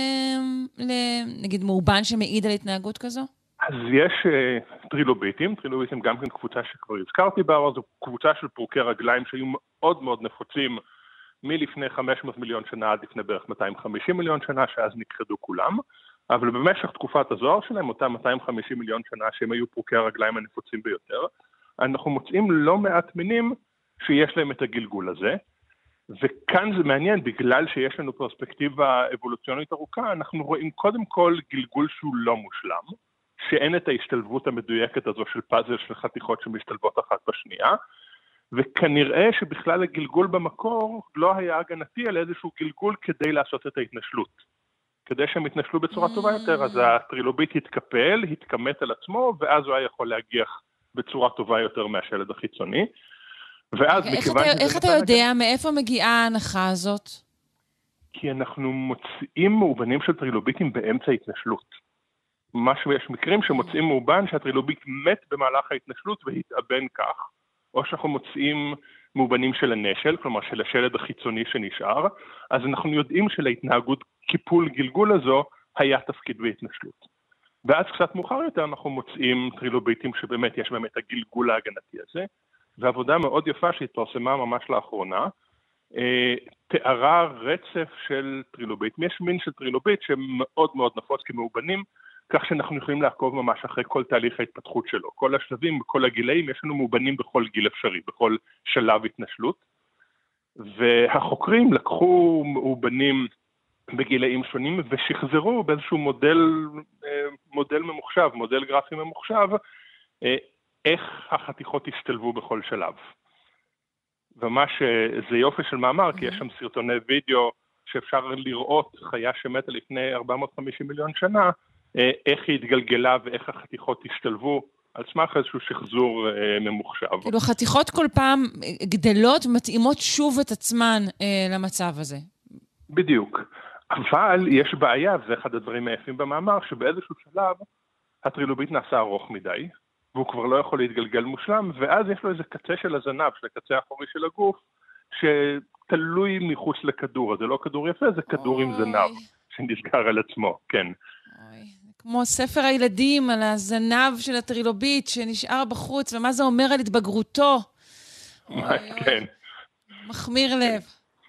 נגיד, מאובן שמעיד על התנהגות כזו? אז יש טרילוביטים, טרילוביטים גם כן קבוצה שכבר הזכרתי בה, זו קבוצה של פרוקי רגליים שהיו מאוד מאוד נפוצים מלפני חמש מאות מיליון שנה עד לפני בערך מאתיים וחמישים מיליון שנה, שאז נכחדו כולם, אבל במשך תקופת הזוהר שלהם, אותם מאתיים וחמישים מיליון שנה שהם היו פרוקי הרגליים הנפוצים ביותר, אנחנו מוצאים לא מעט מינים שיש להם את הגלגול הזה, וכאן זה מעניין, בגלל שיש לנו פרספקטיבה אבולוציונית ארוכה, אנחנו רואים קודם כל גלגול שהוא לא מושלם, שאין את ההשתלבות המדויקת הזו של פאזל של חתיכות שמשתלבות אחת בשנייה, וכנראה שבכלל הגלגול במקור לא היה הגנתי, אלא איזשהו גלגול כדי לעשות את ההתנשלות. כדי שהם יתנשלו בצורה טובה יותר, אז הטרילוביט התקפל, התקמת על עצמו, ואז הוא היה יכול להגיח בצורה טובה יותר מהשלד החיצוני. ואז איך אתה, איך אתה יודע מאיפה מגיעה ההנחה הזאת? כי אנחנו מוצאים מאובנים של טרילוביטים באמצע התנשלות. משהו, יש מקרים שמוצאים מאובן שהטרילוביט מת במהלך ההתנשלות והתאבן כך, או שאנחנו מוצאים מאובנים של הנשל, כלומר של השלד החיצוני שנשאר, אז אנחנו יודעים שלהתנהגות קיפול גלגול הזו היה תפקיד בהתנשלות. ואז קצת מאוחר יותר אנחנו מוצאים טרילוביטים שבאמת יש בהם את הגלגול ההגנתי הזה, ועבודה מאוד יפה שהתפרסמה ממש לאחרונה, אה, תיארה רצף של טרילוביט, יש מין של טרילוביט שמאוד מאוד נפוץ כמאובנים, כך שאנחנו יכולים לעקוב ממש אחרי כל תהליך ההתפתחות שלו. כל השלבים, בכל הגילאים, יש לנו מאובנים בכל גיל אפשרי, בכל שלב התנשלות. והחוקרים לקחו מאובנים בגילאים שונים ושחזרו באיזשהו מודל, מודל ממוחשב, מודל גרפי ממוחשב, איך החתיכות השתלבו בכל שלב. ומה שזה יופי של מאמר, כי יש שם סרטוני וידאו שאפשר לראות חיה שמתה לפני ארבע מאות וחמישים מיליון שנה, איך היא התגלגלה ואיך החתיכות השתלבו על סמך איזשהו שחזור ממוחשב. כאילו, החתיכות כל פעם גדלות ומתאימות שוב את עצמן למצב הזה. בדיוק. אבל יש בעיה, וזה אחד הדברים היפים במאמר, שבאיזשהו שלב הטרילוביט נעשה ארוך מדי, והוא כבר לא יכול להתגלגל מושלם, ואז יש לו איזה קצה של הזנב, של הקצה האחורי של הגוף, שתלוי מחוץ לכדור. אז זה לא כדור יפה, זה כדור אוי. עם זנב, שנסגר על עצמו, כן. אוי. כמו ספר הילדים על הזנב של הטרילוביט שנשאר בחוץ, ומה זה אומר על התבגרותו. כן. מחמיר לב.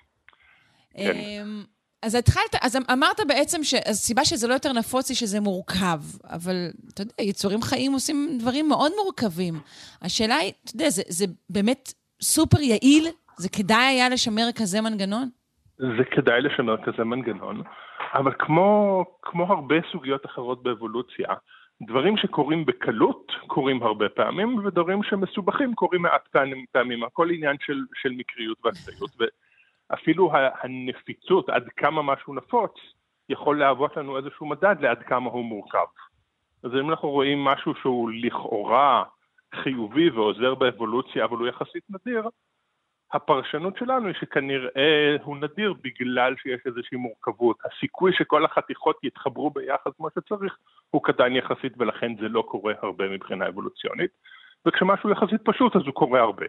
כן. אז התחלת, אז אמרת בעצם שהסיבה שזה לא יותר נפוץ היא שזה מורכב, אבל אתה יודע, יצורים חיים עושים דברים מאוד מורכבים. השאלה היא, אתה יודע, זה, זה באמת סופר יעיל? זה כדאי היה לשמר כזה מנגנון? זה כדאי לשמר כזה מנגנון, אבל כמו, כמו הרבה סוגיות אחרות באבולוציה, דברים שקורים בקלות קורים הרבה פעמים, ודברים שמסובכים קורים מעט פעמים, פעמים. הכל עניין של, של מקריות והקטעיות, ואפילו הנפיצות, עד כמה משהו נפוץ, יכול להוות לנו איזשהו מדד לעד כמה הוא מורכב. אז אם אנחנו רואים משהו שהוא לכאורה חיובי ועוזר באבולוציה, אבל הוא יחסית נדיר, הפרשנות שלנו היא שכנראה הוא נדיר בגלל שיש איזושהי מורכבות. הסיכוי שכל החתיכות יתחברו ביחד כמו שצריך הוא קטן יחסית, ולכן זה לא קורה הרבה מבחינה אבולוציונית. וכשמשהו יחסית פשוט אז הוא קורה הרבה.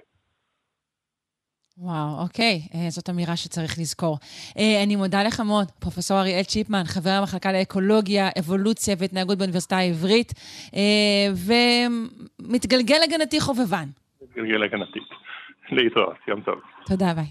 וואו, אוקיי. זאת אמירה שצריך לזכור. אני מודה לך מאוד, פרופסור אריאל צ'יפמן, חבר המחלקה לאקולוגיה, אבולוציה והתנהגות באוניברסיטה העברית, ומתגלגל הגנתי חובבן. מתגלגל הגנתי. להתראות, יום טוב. תודה, ביי.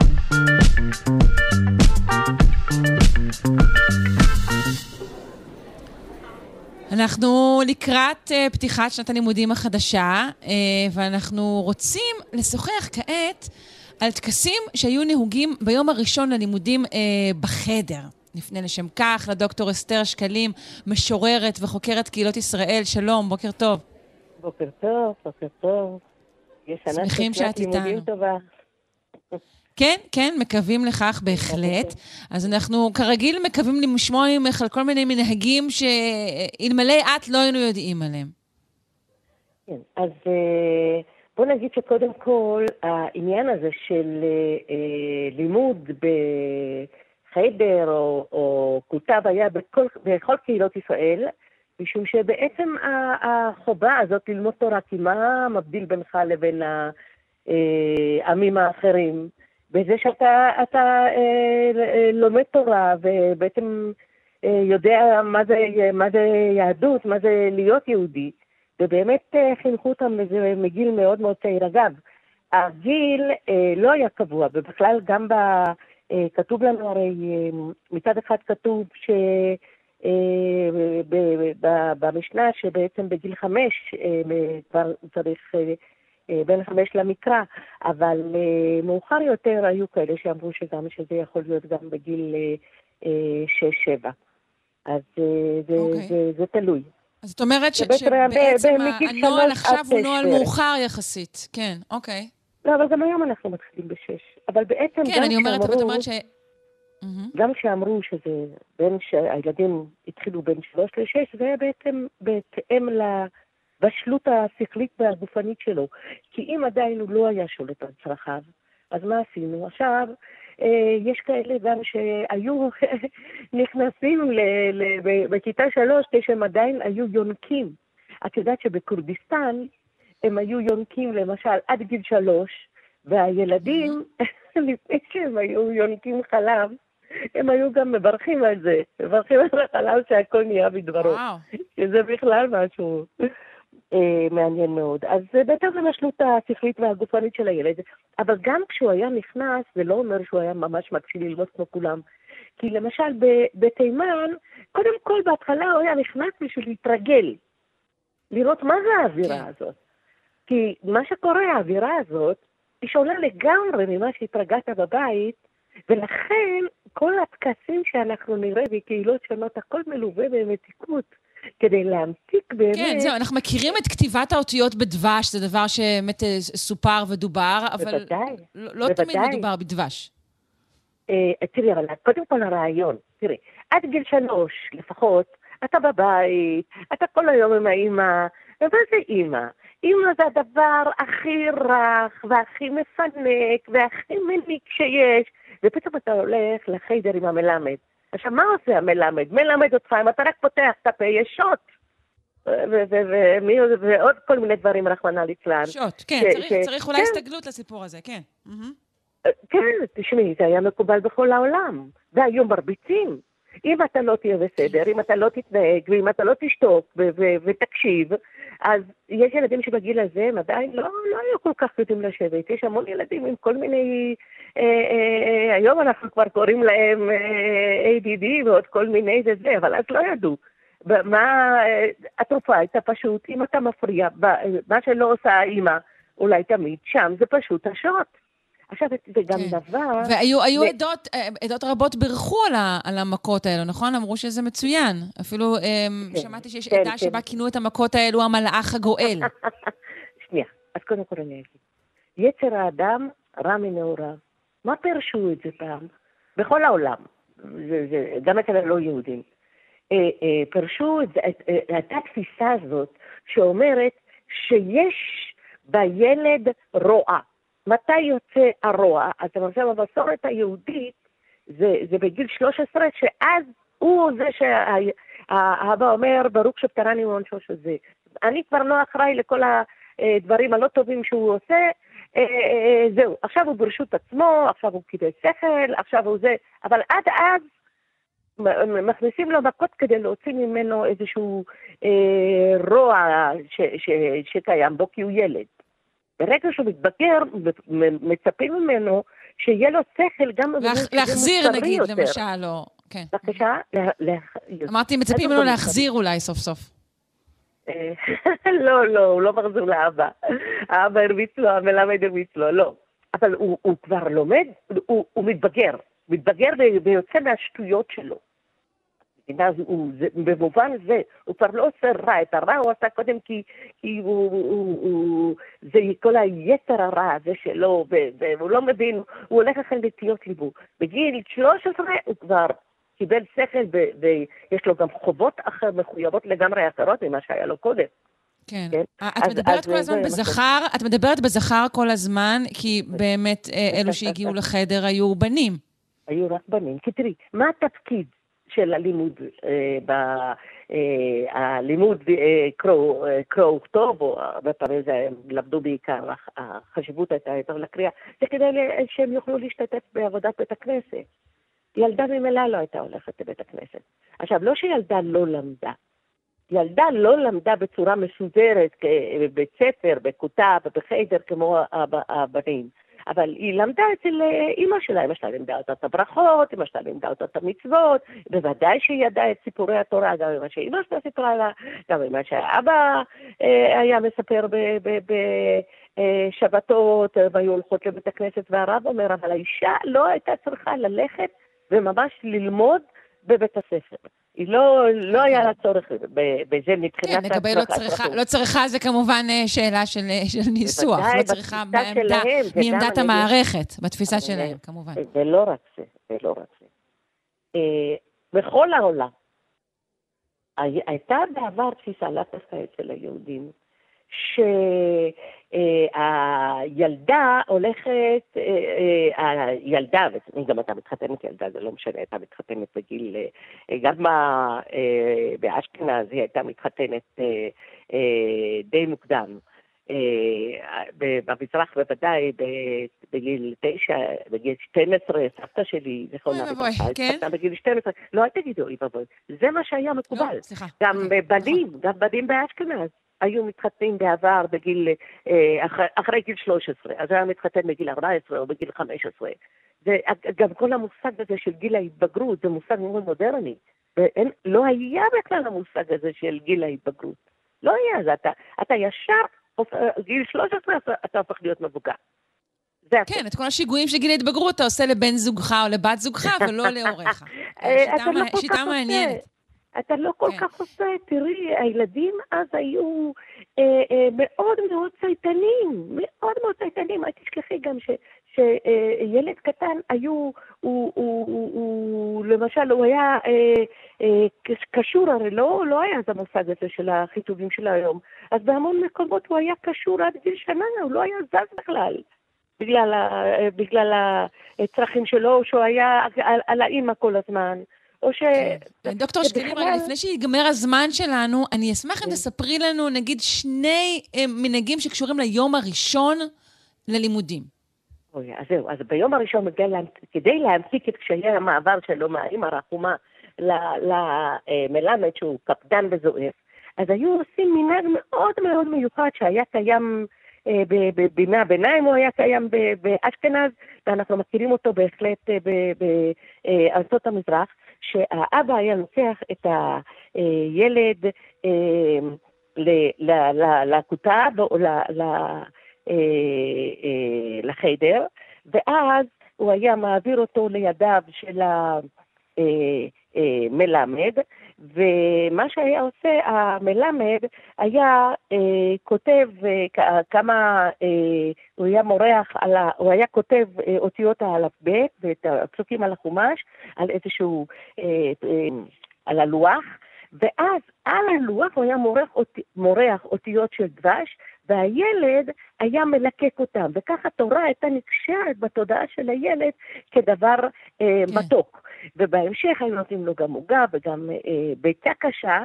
אנחנו לקראת uh, פתיחת שנת הלימודים החדשה, uh, ואנחנו רוצים לשוחח כעת על טקסים שהיו נהוגים ביום הראשון ללימודים uh, בחדר. נפנה לשם כך לדוקטור אסתר שקלים, משוררת וחוקרת קהילות ישראל. שלום, בוקר טוב. בוקר טוב, בוקר טוב. שמחים שאת איתנו. טובה. כן, כן, מקווים לכך בהחלט. אז אנחנו כרגיל מקווים לשמוע ממך על כל מיני מנהגים שאלמלא את לא היינו יודעים עליהם. כן, אז בוא נגיד שקודם כל העניין הזה של לימוד בחדר או כותב היה בכל קהילות ישראל, משום שבעצם החובה הזאת ללמוד תורה, כי מה מבדיל בינך לבין העמים האחרים? בזה שאתה אתה, לומד תורה ובעצם יודע מה זה, מה זה יהדות, מה זה להיות יהודי, ובאמת חינכו אותם לזה מגיל מאוד מאוד צעיר. אגב, הגיל לא היה קבוע, ובכלל גם ב, כתוב לנו, הרי מצד אחד כתוב ש... במשנה שבעצם בגיל חמש כבר צריך בין חמש למקרא, אבל מאוחר יותר היו כאלה שאמרו שגם שזה יכול להיות גם בגיל שש שבע. אז זה, אוקיי. זה, זה תלוי. אז זאת אומרת ש- זה בעצם- שבעצם ב- מגיל הנוהל שלוש עכשיו עד הוא שש נוהל בערך. מאוחר יחסית. כן, אוקיי. לא, אבל גם היום אנחנו מתחילים בשש. אבל בעצם כן, גם אני אומרת, אבל את שאמרו, אומרת ש... מהמם. גם שאמרו שזה בין שהילדים התחילו בין שלוש לשש, זה היה בעצם בהתאם לבשלות השכלית והגופנית שלו. כי אם עדיין הוא לא היה שולט על צרכיו, אז מה עשינו? עכשיו, אה, יש כאלה גם שהיו נכנסים ל- ל- ב- בכיתה שלוש, כשהם עדיין היו יונקים. את יודעת שבקורדיסטן הם היו יונקים למשל עד גיל שלוש, והילדים, לפני שהם היו יונקים חלב, הם היו גם מברכים על זה, מברכים על החלב שהכל נהיה בדברו. וואו. שזה בכלל משהו אה, מעניין מאוד. אז זה בטח למשלות השכלית והגופנית של הילד, אבל גם כשהוא היה נכנס, זה לא אומר שהוא היה ממש מתחיל ללמוד כמו כולם. כי למשל ב- בתימן, קודם כל בהתחלה הוא היה נכנס בשביל להתרגל, לראות מה זה האווירה כן. הזאת. כי מה שקורה, האווירה הזאת, היא שונה לגמרי ממה שהתרגלת בבית, ולכן כל הטקסים שאנחנו נראה בקהילות שונות, הכל מלווה במתיקות, כדי להמתיק באמת. כן, זהו, אנחנו מכירים את כתיבת האותיות בדבש, זה דבר שבאמת אה, סופר ודובר, אבל בוודאי, לא, לא תמיד בוודאי. מדובר בדבש. אה, תראי, אבל קודם כל הרעיון, תראי, עד גיל שלוש לפחות, אתה בבית, אתה כל היום עם האמא, ומה זה אמא? אמא זה הדבר הכי רך, והכי מפנק, והכי מניק שיש, ופתאום אתה הולך לחדר עם המלמד. עכשיו, מה עושה המלמד? מלמד אותך, אם אתה רק פותח את הפה, יש שוט. ו- ו- ו- מי- ועוד כל מיני דברים, רחמנא ליצלן. שוט, כן, ש- צריך, ש- צריך אולי כן. הסתגלות לסיפור הזה, כן. מהמם. כן, תשמעי, זה היה מקובל בכל העולם. והיו מרביצים. אם אתה לא תהיה בסדר, אם אתה לא תתנהג, ואם אתה לא תשתוק ו- ו- ותקשיב, אז יש ילדים שבגיל הזה הם עדיין לא, לא היו כל כך יודעים לשבת. יש המון ילדים עם כל מיני, אה, אה, אה, היום אנחנו כבר קוראים להם אה, איי די די ועוד כל מיני זה זה, אבל אז לא ידעו. מה, אה, התרופה הייתה פשוט, אם אתה מפריע, מה שלא עושה האמא, אולי תמיד שם, זה פשוט השוט. עכשיו, זה גם כן. דבר... והיו היו ו- עדות, אה, עדות רבות בירכו על, ה, על המכות האלו, נכון? אמרו שזה מצוין. אפילו אמ, כן, שמעתי שיש כן, עדה כן. שבה כינו את המכות האלו המלאך הגואל. שנייה, אז קודם כל אני אגיד. יצר האדם רע מנעוריו. מה פרשו את זה פעם? בכל העולם, זה, זה, גם אצל הלא יהודים. אה, אה, פרשו את זה, את, אה, הייתה תפיסה הזאת שאומרת שיש בילד רוע. מתי יוצא הרוע? אז למשל במסורת היהודית, זה, זה בגיל שלוש עשרה, שאז הוא זה שהאבא אומר, ברוך שפטרני מעונשו שזה. אני כבר לא אחראי לכל הדברים הלא טובים שהוא עושה, זהו, עכשיו הוא ברשות עצמו, עכשיו הוא קיבל שכל, עכשיו הוא זה, אבל עד אז מכניסים לו מכות כדי להוציא ממנו איזשהו אה, רוע ש, ש, שקיים בו, כי הוא ילד. ברגע שהוא מתבגר, מצפים ממנו שיהיה לו שכל גם... להחזיר נגיד, למשל, לא. כן. בבקשה? אמרתי, מצפים ממנו להחזיר אולי סוף סוף. לא, לא, הוא לא מחזיר לאבא. האבא הרביץ לו, המלמד הרביץ לו, לא. אבל הוא כבר לומד, הוא מתבגר. מתבגר ויוצא מהשטויות שלו. במובן זה, הוא כבר לא עושה רע, את הרע הוא עשה קודם כי, כי הוא, הוא, הוא, זה כל היתר הרע הזה שלו, והוא לא מבין, הוא הולך אחרי נטיות ליבו. בגיל שלוש עשרה הוא כבר קיבל שכל, ויש לו גם חובות אחר, מחויבות לגמרי אחרות ממה שהיה לו קודם. כן. כן? את אז, מדברת אז כל הזמן בזכר, את מדברת בזכר כל הזמן, כי באמת אלו שהגיעו לחדר היו בנים. היו רק בנים. כי תראי, מה התפקיד של הלימוד, הלימוד קרוא וכתוב, או הרבה פעמים הם למדו בעיקר, החשיבות הייתה יותר לקריאה, זה כדי שהם יוכלו להשתתף בעבודת בית הכנסת. ילדה ממילא לא הייתה הולכת לבית הכנסת. עכשיו, לא שילדה לא למדה, ילדה לא למדה בצורה מסודרת, בבית ספר, בכיתה ובחדר כמו הבנים, אבל היא למדה אצל אמא שלה, אמא שלה לימדה אותה את הברכות, אמא שלה לימדה אותה את המצוות, בוודאי שהיא ידעה את סיפורי התורה, גם אמא שאמא שלה סיפרה לה, גם אמא שהאבא אה, היה מספר בשבתות, והיו הולכות לבית הכנסת, והרב אומר, אבל האישה לא הייתה צריכה ללכת וממש ללמוד בבית הספר. היא לא, לא היה לה צורך בזה מבחינת... כן, לגבי לא צריכה, לא צריכה זה כמובן שאלה של, של ניסוח, לא צריכה בעמדה, מעמדת המערכת, בתפיסה שלהם, כמובן. ולא רק זה, ולא רק זה. בכל העולם, הייתה בעבר תפיסה, לא דווקא אצל היהודים, שהילדה הולכת, הילדה, וגם אתה מתחתנת ילדה, זה לא משנה, הייתה מתחתנת בגיל, גם באשכנז היא הייתה מתחתנת די מוקדם, במזרח בוודאי בגיל תשע, בגיל שתים עשרה, סבתא שלי, זכרונה לברכה, התחתנה בגיל שתים עשרה, לא אל תגידו, זה מה שהיה מקובל, גם בנים, גם בנים באשכנז. היו מתחתנים בעבר בגיל, אחרי, אחרי גיל שלוש עשרה, אז היה מתחתן בגיל ארבע עשרה או בגיל חמש עשרה. זה, גם כל המושג הזה של גיל ההתבגרות, זה מושג מאוד מודרני. ואין, לא היה בכלל המושג הזה של גיל ההתבגרות. לא היה, זה אתה, אתה ישר, גיל שלוש עשרה אתה הופך להיות מבוגר. כן, את כל השיגועים של גיל ההתבגרות אתה עושה לבן זוגך או לבת זוגך, ולא להוריך. שיטה מעניינת. אתה לא כל כך עושה, תראי, הילדים אז היו אה, אה, מאוד מאוד צייתנים, מאוד מאוד צייתנים, אל תשכחי גם ש, שילד קטן היו, הוא, הוא, הוא, הוא, למשל, הוא היה אה, אה, קשור, הרי לא, לא היה את המושג הזה של החיתובים של היום, אז בהמון מקומות הוא היה קשור עד גיל שנה, הוא לא היה זז בכלל, בגלל, ה, בגלל הצרכים שלו, שהוא היה על, על האמא כל הזמן. ש... דוקטור שקלים, לפני שיגמר הזמן שלנו, אני אשמח אם תספרי לנו, נגיד, שני מנהגים שקשורים ליום הראשון ללימודים. אוי, אז זהו, אז ביום הראשון, כדי להמשיג את קשיי המעבר שלו מהאמא הרחומה למלמד, שהוא קפדן וזועף, אז היו עושים מנהג מאוד מאוד מיוחד, שהיה קיים בימי הביניים, הוא היה קיים באשכנז, ואנחנו מכירים אותו בהחלט בארצות המזרח, שהאבא היה לוקח את הילד לכותב או לחדר, ואז הוא היה מעביר אותו לידיו של המלמד, ומה שהיה עושה המלמד היה כותב כמה, הוא היה מורח, הוא היה כותב אותיות האלף-בית ואת הפסוקים על החומש, על איזשהו, על הלוח, ואז על הלוח הוא היה מורח, מורח אותיות של דבש, והילד היה מלקק אותם, וככה התורה הייתה נקשרת בתודעה של הילד כדבר אה, מתוק. ובהמשך היו נותנים לו גם עוגה וגם אה, ביצה קשה,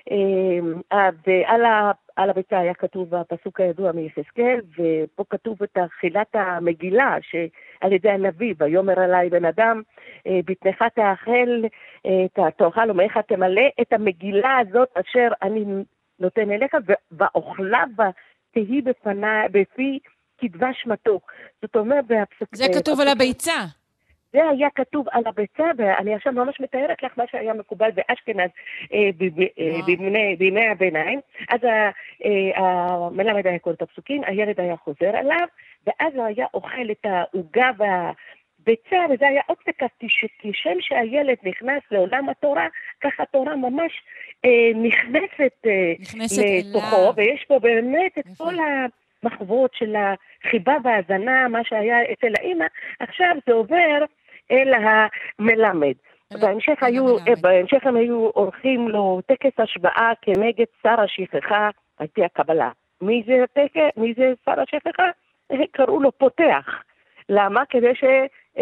אה, ועל ה, על הביצה היה כתוב הפסוק הידוע מיחזקאל, ופה כתוב את תחילת המגילה שעל ידי הנביא, ויאמר עלי בן אדם, אה, בטנך תאכל, אה, תאכל ומאיך תמלא את המגילה הזאת אשר אני נותן אליך, ואוכלה בה תהי בפנה, בפי כדבש מתוק. זאת אומרת, בהפסק... זה כתוב על הביצה. זה היה כתוב על הביצה, ואני עכשיו ממש מתארת לך מה שהיה מקובל באשכנז אה, ב- אה, בימי, בימי הביניים. אז המלמד היה קורא את הפסוקים, הילד היה חוזר עליו, ואז הוא היה אוכל את העוגה והביצה, וזה היה עוד כסתי, שכשם שהילד נכנס לעולם התורה, ככה התורה ממש אה, נכנסת, אה, נכנסת לתוכו, אליו. ויש פה באמת את יפה. כל המחוות של החיבה והזנה, מה שהיה אצל האמא, עכשיו זה עובר אל המלמד. אל... בהמשך, אל היו, המלמד. בהמשך הם היו עורכים לו טקס השבעה כנגד שר השכחה, על פי הקבלה. מי זה, טקס, מי זה שר השכחה? קראו לו פותח. למה? כדי ששר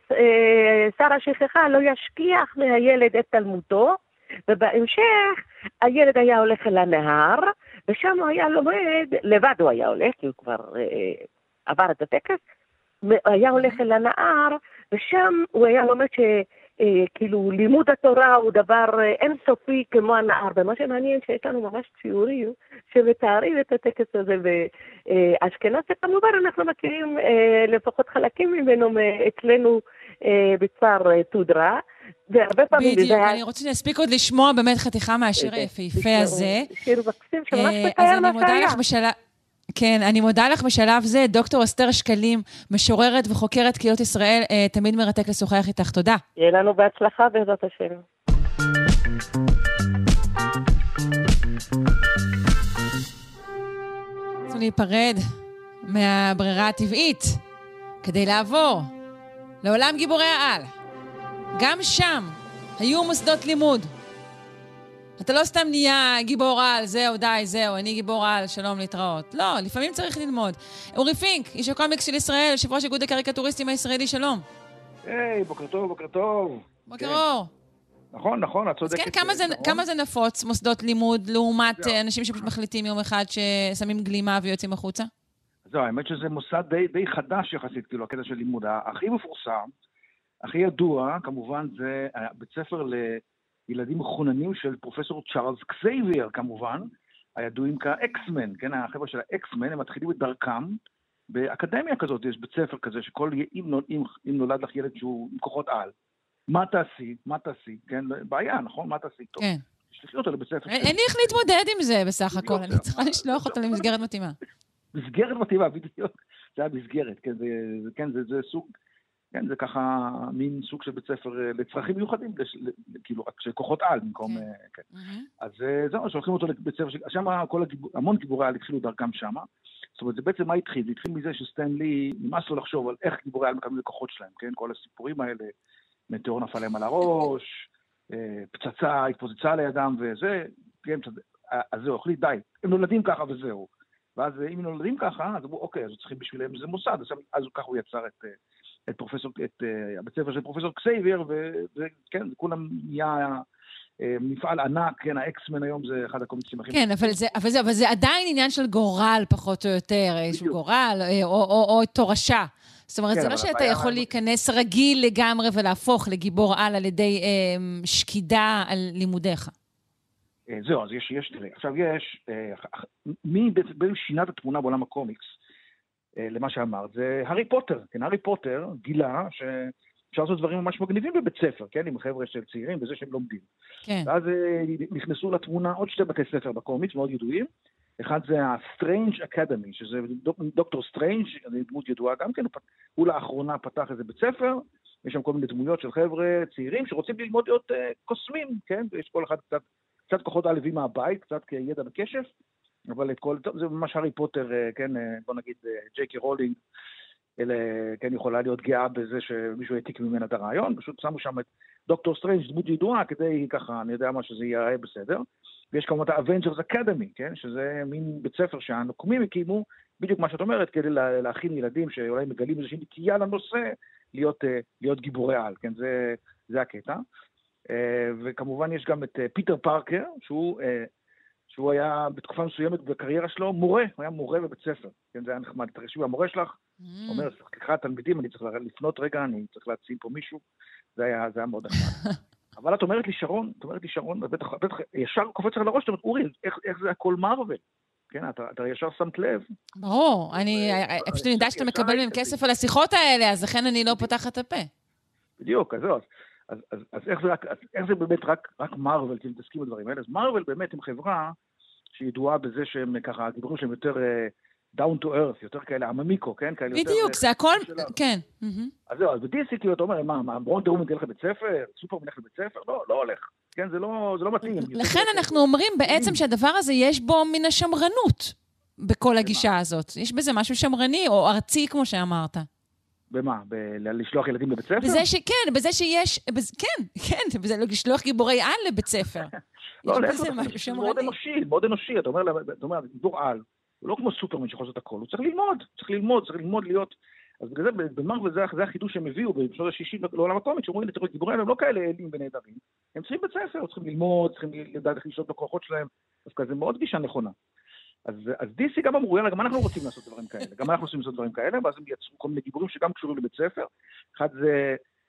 השכחה לא ישכיח מהילד את תלמודו, ובהמשך הילד היה הולך אל הנהר, ושם הוא היה לומד, לבד הוא היה הולך, כי הוא כבר אה, עבר את הטקס, היה הולך אל הנהר, ושם הוא היה לומד אה, כאילו לימוד התורה הוא דבר אה, אינסופי כמו הנער, ומה שמעניין שיש לנו ממש ציורים שמתארים את הטקס הזה באשכנז, וכמובן אנחנו מכירים אה, לפחות חלקים ממנו אצלנו אה, בכפר אה, תודרה, והרבה פעמים... בדיוק, אני רוצה להספיק עוד לשמוע באמת חתיכה מהשיר היפהפה הזה. שיר מקסים שממש מתאר מה שהיה. כן, אני מודה לך בשלב זה, דוקטור אסתר שקלים, משוררת וחוקרת קהילות ישראל, תמיד מרתק לשוחח איתך, תודה. יהיה לנו בהצלחה בעזרת השם. רוצים להיפרד מהברירה הטבעית, כדי לעבור לעולם גיבורי העל. גם שם היו מוסדות לימוד. אתה לא סתם נהיה גיבור על, זהו, די, זהו, אני גיבור על, שלום, להתראות. לא, לפעמים צריך ללמוד. אורי פינק, איש הקומיקס של ישראל, יושב ראש איגוד הקריקטוריסטים הישראלי, שלום. היי, בוקר טוב, בוקר טוב. בוקר אור. נכון, נכון, את צודקת. אז כן, כמה זה, כמה זה נפוץ, מוסדות לימוד, לעומת אנשים שפשוט מחליטים יום אחד ששמים גלימה ויוצאים החוצה? זהו, האמת שזה מוסד די, די חדש יחסית, כאילו, הקטע של לימוד. הכי מפורסם, הכי ידוע, כמובן, זה בית ספר ל... ילדים מחוננים של פרופסור צ'ארלס קזייביר, כמובן, הידועים כאקסמן, כן, החבר'ה של האקסמן, הם מתחילים את דרכם באקדמיה כזאת, יש בית ספר כזה, שכל, אם, אם, אם נולד לך ילד שהוא עם כוחות על, מה תעשי, מה תעשי, כן, בעיה, נכון, מה תעשי, טוב. כן. תשלחי אותו לבית ספר. אין לי איך להתמודד עם זה בסך הכל, אני צריכה לשלוח אותו למסגרת מתאימה. מסגרת מתאימה, בדיוק, זה המסגרת, כן, זה, כן, זה, זה סוג, כן, זה ככה מין סוג של בית ספר לצרכים מיוחדים, כאילו, רק של כוחות על, במקום, כן. אז זהו, שולחים אותו לבית ספר, שם המון גיבורי על התחילו דרכם שם, זאת אומרת, זה בעצם מה התחיל? זה התחיל מזה שסטן לי, נמאס לו לחשוב על איך גיבורי על מקבלים לכוחות שלהם, כן? כל הסיפורים האלה, מטאור נפל להם על הראש, פצצה, התפוצצה לידם וזה, כן, אז זהו, החליט, די, הם נולדים ככה וזהו. ואז אם הם נולדים ככה, אז אמרו, אוקיי, אז צריכים בשבילם איזה מוסד, אז ככה הוא יצר את... את פרופסור, את uh, הבית ספר של פרופסור קזייביר, וכן, זה כולם נהיה uh, מפעל ענק, כן, האקסמן היום זה אחד הקומיקסים הכי... כן, אבל זה, אבל, זה, אבל זה עדיין עניין של גורל, פחות או יותר, איזשהו גורל, או, או, או, או תורשה. זאת אומרת, כן, זה לא שאתה יכול מה... להיכנס רגיל לגמרי ולהפוך לגיבור על על ידי um, שקידה על לימודיך. זהו, אז יש, יש, תראה, עכשיו יש, uh, מי בעצם שינה את התמונה בעולם הקומיקס, למה שאמרת, זה הארי פוטר, כן, הארי פוטר גילה שאפשר לעשות דברים ממש מגניבים בבית ספר, כן, עם חבר'ה של צעירים, וזה שהם לומדים. כן. ואז נכנסו לתמונה עוד שתי בתי ספר בקומיקס, מאוד ידועים, אחד זה ה-Strange Academy, שזה דוקטור סטרנג', דמות ידועה גם כן, הוא לאחרונה פתח איזה בית ספר, יש שם כל מיני דמויות של חבר'ה צעירים שרוצים ללמוד להיות uh, קוסמים, כן, ויש כל אחד קצת, קצת כוחות עלבי מהבית, קצת כידע בקשף, אבל את כל, טוב, זה ממש הארי פוטר, כן, בוא נגיד, ג'יי קיי רולינג, אלה, כן, יכולה להיות גאה בזה שמישהו העתיק ממנה את הרעיון, פשוט שמו שם את דוקטור סטרנג' דמות ידועה, כדי ככה, אני יודע מה שזה יהיה בסדר, ויש כמובן את ה-Avengers Academy, כן, שזה מין בית ספר שהנוקמים הקימו, בדיוק מה שאת אומרת, כדי להכין ילדים שאולי מגלים איזושהי נטייה לנושא, להיות, להיות גיבורי על, כן, זה, זה הקטע. וכמובן יש גם את פיטר פארקר, שהוא... שהוא היה בתקופה מסוימת בקריירה שלו מורה, הוא היה מורה בבית ספר, כן, זה היה נחמד, תרשיבי המורה שלך, mm. אומר, סליחה, תלמידים, אני צריך לפנות רגע, אני צריך להציל פה מישהו, זה היה, זה היה מאוד נחמד. אבל את אומרת לי, שרון, את אומרת לי, שרון, בטח, בטח, ישר קופץ לך לראש, את אומרת, אורי, איך, איך זה הכל מרוול? כן, אתה, אתה ישר שמת לב. ברור, אני, פשוט אני יודע שאתה מקבל מהם כסף על השיחות האלה, אז לכן אני לא פותחת את הפה. בדיוק, אז זהו, אז, אז, אז איך זה, רק, איך זה באמת רק, רק מרוול, כי מתעסקים בדברים האלה? אז מרוול באמת עם חברה שידועה בזה שהם ככה, הדיבורים שהם יותר uh, down to earth, יותר כאלה עממיקו, כן? כאלה בדיוק, יותר, זה הכל, כן. אז זהו, אז ב-די סי כאילו אתה אומר, מה, מה, ברונדר וומן ילך לבית ספר, סופרמן ילך לבית ספר? לא, לא הולך. כן, זה לא, זה לא מתאים. לכן אנחנו אומרים בעצם שהדבר הזה יש בו מן השמרנות בכל הגישה הזאת. יש בזה משהו שמרני או ארצי, כמו שאמרת. במה? לשלוח ילדים לבית ספר? בזה שכן, בזה שיש, כן, כן, בזה לשלוח גיבורי על לבית ספר. לא, זה מאוד אנושי, מאוד אנושי. אתה אומר, גיבור על, הוא לא כמו סופרמן שיכול לעשות הכל, הוא צריך ללמוד, צריך ללמוד, צריך ללמוד להיות... אז בגלל זה, במרוול זה החידוש שהם הביאו בשנות ה-שישים לעולם הקומיקס, שאומרים, גיבורי על הם לא כאלה אלים ונהדרים, הם צריכים בית ספר, צריכים ללמוד, צריכים לדעת איך לשלוט בכוחות שלהם, אז זה מאוד גישה נכונה. אז, אז די סי גם אמרו, יאללה, גם אנחנו רוצים לעשות דברים כאלה, גם אנחנו רוצים לעשות דברים כאלה, ואז הם יצרו כל מיני גיבורים שגם קשורים לבית ספר. אחד זה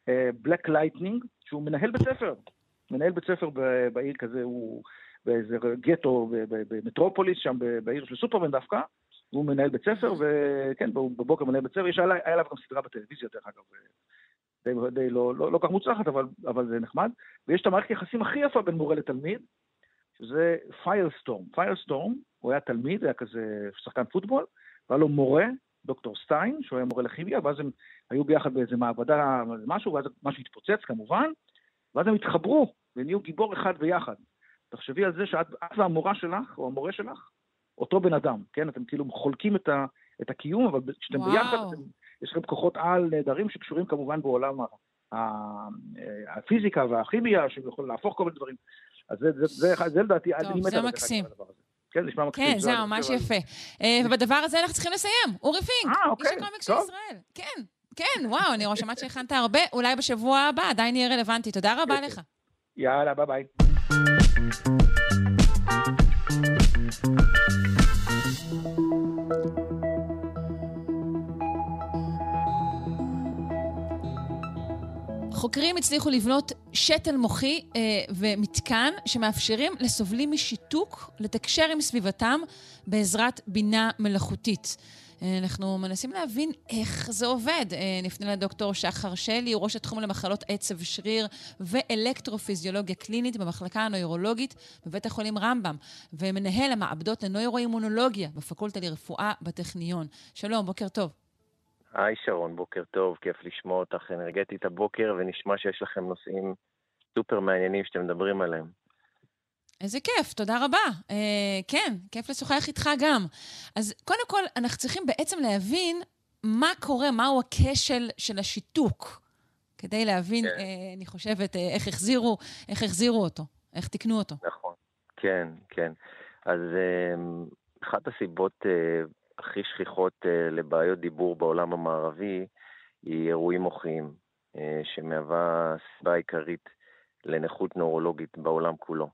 בלק לייטנינג, שהוא מנהל בית ספר, מנהל בית ספר בעיר כזה, הוא באיזה גטו במטרופוליס, שם בעיר של סופרמן דווקא, הוא מנהל בית ספר, וכן, בבוקר מנהל בית ספר, יש עליו גם סדרה בטלוויזיה, דרך אגב, די, די לא, לא, לא כך מוצלחת, אבל, אבל זה נחמד, ויש את המערכת יחסים הכי יפה בין מורה לתלמיד, שזה פיירסטורם. פיירסטורם, הוא היה תלמיד, היה כזה שחקן פוטבול, והיה לו מורה, דוקטור סטיין, שהוא היה מורה לכימיה, ואז הם היו ביחד באיזה מעבדה, משהו, ואז משהו התפוצץ כמובן, ואז הם התחברו, ונהיו גיבור אחד ביחד. תחשבי על זה שאת והמורה שלך, או המורה שלך, אותו בן אדם, כן? אתם כאילו חולקים את, ה, את הקיום, אבל כשאתם ביחד, אתם, יש לכם כוחות על נהדרים שקשורים כמובן בעולם ה, ה, הפיזיקה והכימיה, שיכול להפוך כל מיני דברים. אז זה, זה, זה, זה, זה לדעתי, טוב, זה מקסים. כן, נשמע מקסים. כן, זה ממש יפה. ובדבר הזה אנחנו צריכים לסיים. אורי פינק, איש הקומיקס של ישראל. כן, כן, וואו, אני רואה שמעת שהכנת הרבה, אולי בשבוע הבא, עדיין יהיה רלוונטי. תודה רבה לך. יאללה, ביי ביי. חוקרים הצליחו לבנות שתל מוחי אה, ומתקן שמאפשרים לסובלים משיתוק לתקשר עם סביבתם בעזרת בינה מלאכותית. אה, אנחנו מנסים להבין איך זה עובד. אה, נפנה לדוקטור שחר שלי, הוא ראש התחום למחלות עצב שריר ואלקטרופיזיולוגיה קלינית במחלקה הנוירולוגית בבית החולים רמב"ם, ומנהל המעבדות לנוירואימונולוגיה בפקולטה לרפואה בטכניון. שלום, בוקר טוב. היי שרון, בוקר טוב, כיף לשמוע אותך אנרגטית הבוקר, ונשמע שיש לכם נושאים סופר מעניינים שאתם מדברים עליהם. איזה כיף, תודה רבה. אה, כן, כיף לשוחח איתך גם. אז קודם כל, אנחנו צריכים בעצם להבין מה קורה, מהו הכשל של השיתוק, כדי להבין, כן. אה, אני חושבת, אה, איך החזירו, איך החזירו אותו, איך תקנו אותו. נכון, כן, כן. אז אה, אחת הסיבות... אה, הכי שכיחות uh, לבעיות דיבור בעולם המערבי היא אירועים מוחיים, uh, שמהווה סיבה עיקרית לנכות נוירולוגית בעולם כולו.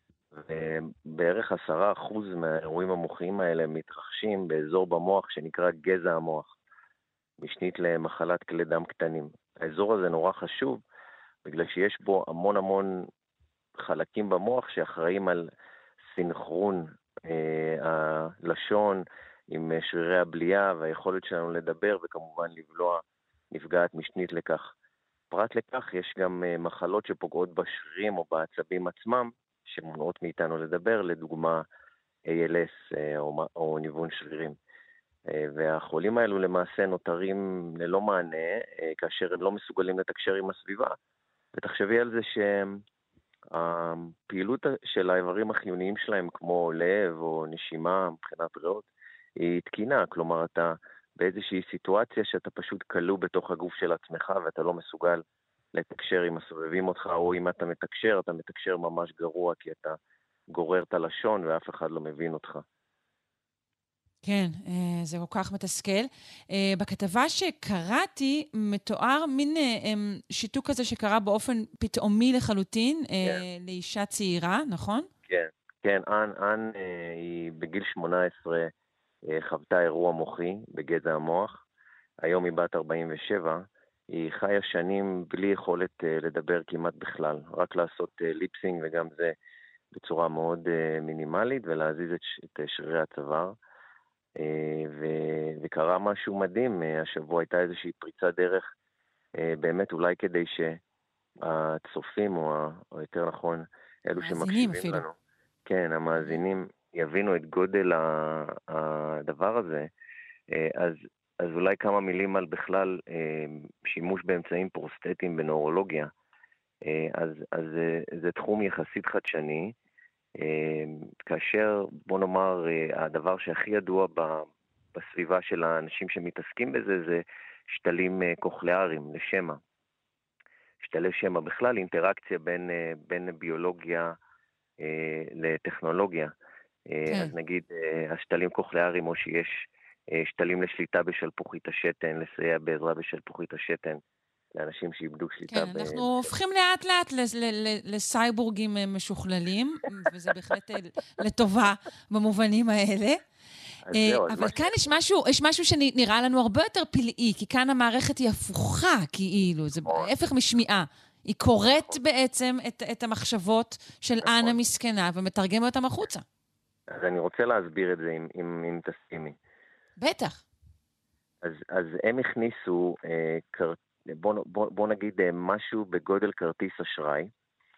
ובערך עשרה אחוז מהאירועים המוחיים האלה מתרחשים באזור במוח שנקרא גזע המוח, משנית למחלת כלי דם קטנים. האזור הזה נורא חשוב, בגלל שיש בו המון המון חלקים במוח שאחראים על סינכרון uh, הלשון, עם שרירי הבליעה והיכולת שלנו לדבר, וכמובן לבלוע נפגעת משנית לכך. פרט לכך, יש גם מחלות שפוגעות בשרירים או בעצבים עצמם, שמונעות מאיתנו לדבר, לדוגמה איי אל אס או, או ניוון שרירים. והחולים האלו למעשה נותרים ללא מענה, כאשר הם לא מסוגלים לתקשר עם הסביבה. ותחשבי על זה שהפעילות של האיברים החיוניים שלהם, כמו לב או נשימה מבחינת ריאות, היא תקינה, כלומר אתה באיזושהי סיטואציה שאתה פשוט כלוא בתוך הגוף של עצמך ואתה לא מסוגל לתקשר עם הסובבים אותך, או אם אתה מתקשר, אתה מתקשר ממש גרוע כי אתה גורר את הלשון ואף אחד לא מבין אותך. כן, זה כל כך מתסכל. בכתבה שקראתי מתואר מין שיתוק כזה שקרה באופן פתאומי לחלוטין כן. לאישה צעירה, נכון? כן, כן, אן, אן היא בגיל שמונה עשרה חוותה אירוע מוחי בגזע המוח. היום היא בת ארבעים ושבע, היא חיה שנים בלי יכולת לדבר כמעט בכלל, רק לעשות ליפסינג, וגם זה בצורה מאוד מינימלית, ולהזיז את שרירי הצוואר. ו- וקרה משהו מדהים, השבוע הייתה איזושהי פריצת דרך, באמת אולי כדי שהצופים, או, או יותר נכון, אלו שמקשיבים אפילו. לנו, כן, המאזינים יבינו את גודל הדבר הזה, אז, אז אולי כמה מילים על בכלל שימוש באמצעים פרוסטטיים בנוירולוגיה. אז, אז זה, זה תחום יחסית חדשני, כאשר בוא נאמר הדבר שהכי ידוע בסביבה של האנשים שמתעסקים בזה זה שתלים קוכליאריים לשמע. שתלי שמע בכלל אינטראקציה בין, בין ביולוגיה לטכנולוגיה. כן. אז נגיד השתלים קוכליאריים, או שיש שתלים לשליטה בשלפוחית השתן, לסייע בעזרה בשלפוחית השתן לאנשים שאיבדו שליטה. כן, ב... אנחנו הופכים לאט לאט לסייבורגים משוכללים, וזה בהחלט לטובה במובנים האלה. אבל כאן יש משהו, יש משהו שנראה לנו הרבה יותר פלאי, כי כאן המערכת היא הפוכה, כאילו, זה הפך משמיעה. היא קוראת בעצם את המחשבות של אנה מסכנה, ומתרגמת אותם החוצה. אז אני רוצה להסביר את זה, אם תסכימי. בטח. אז הם הכניסו, בוא נגיד משהו בגודל כרטיס אשראי,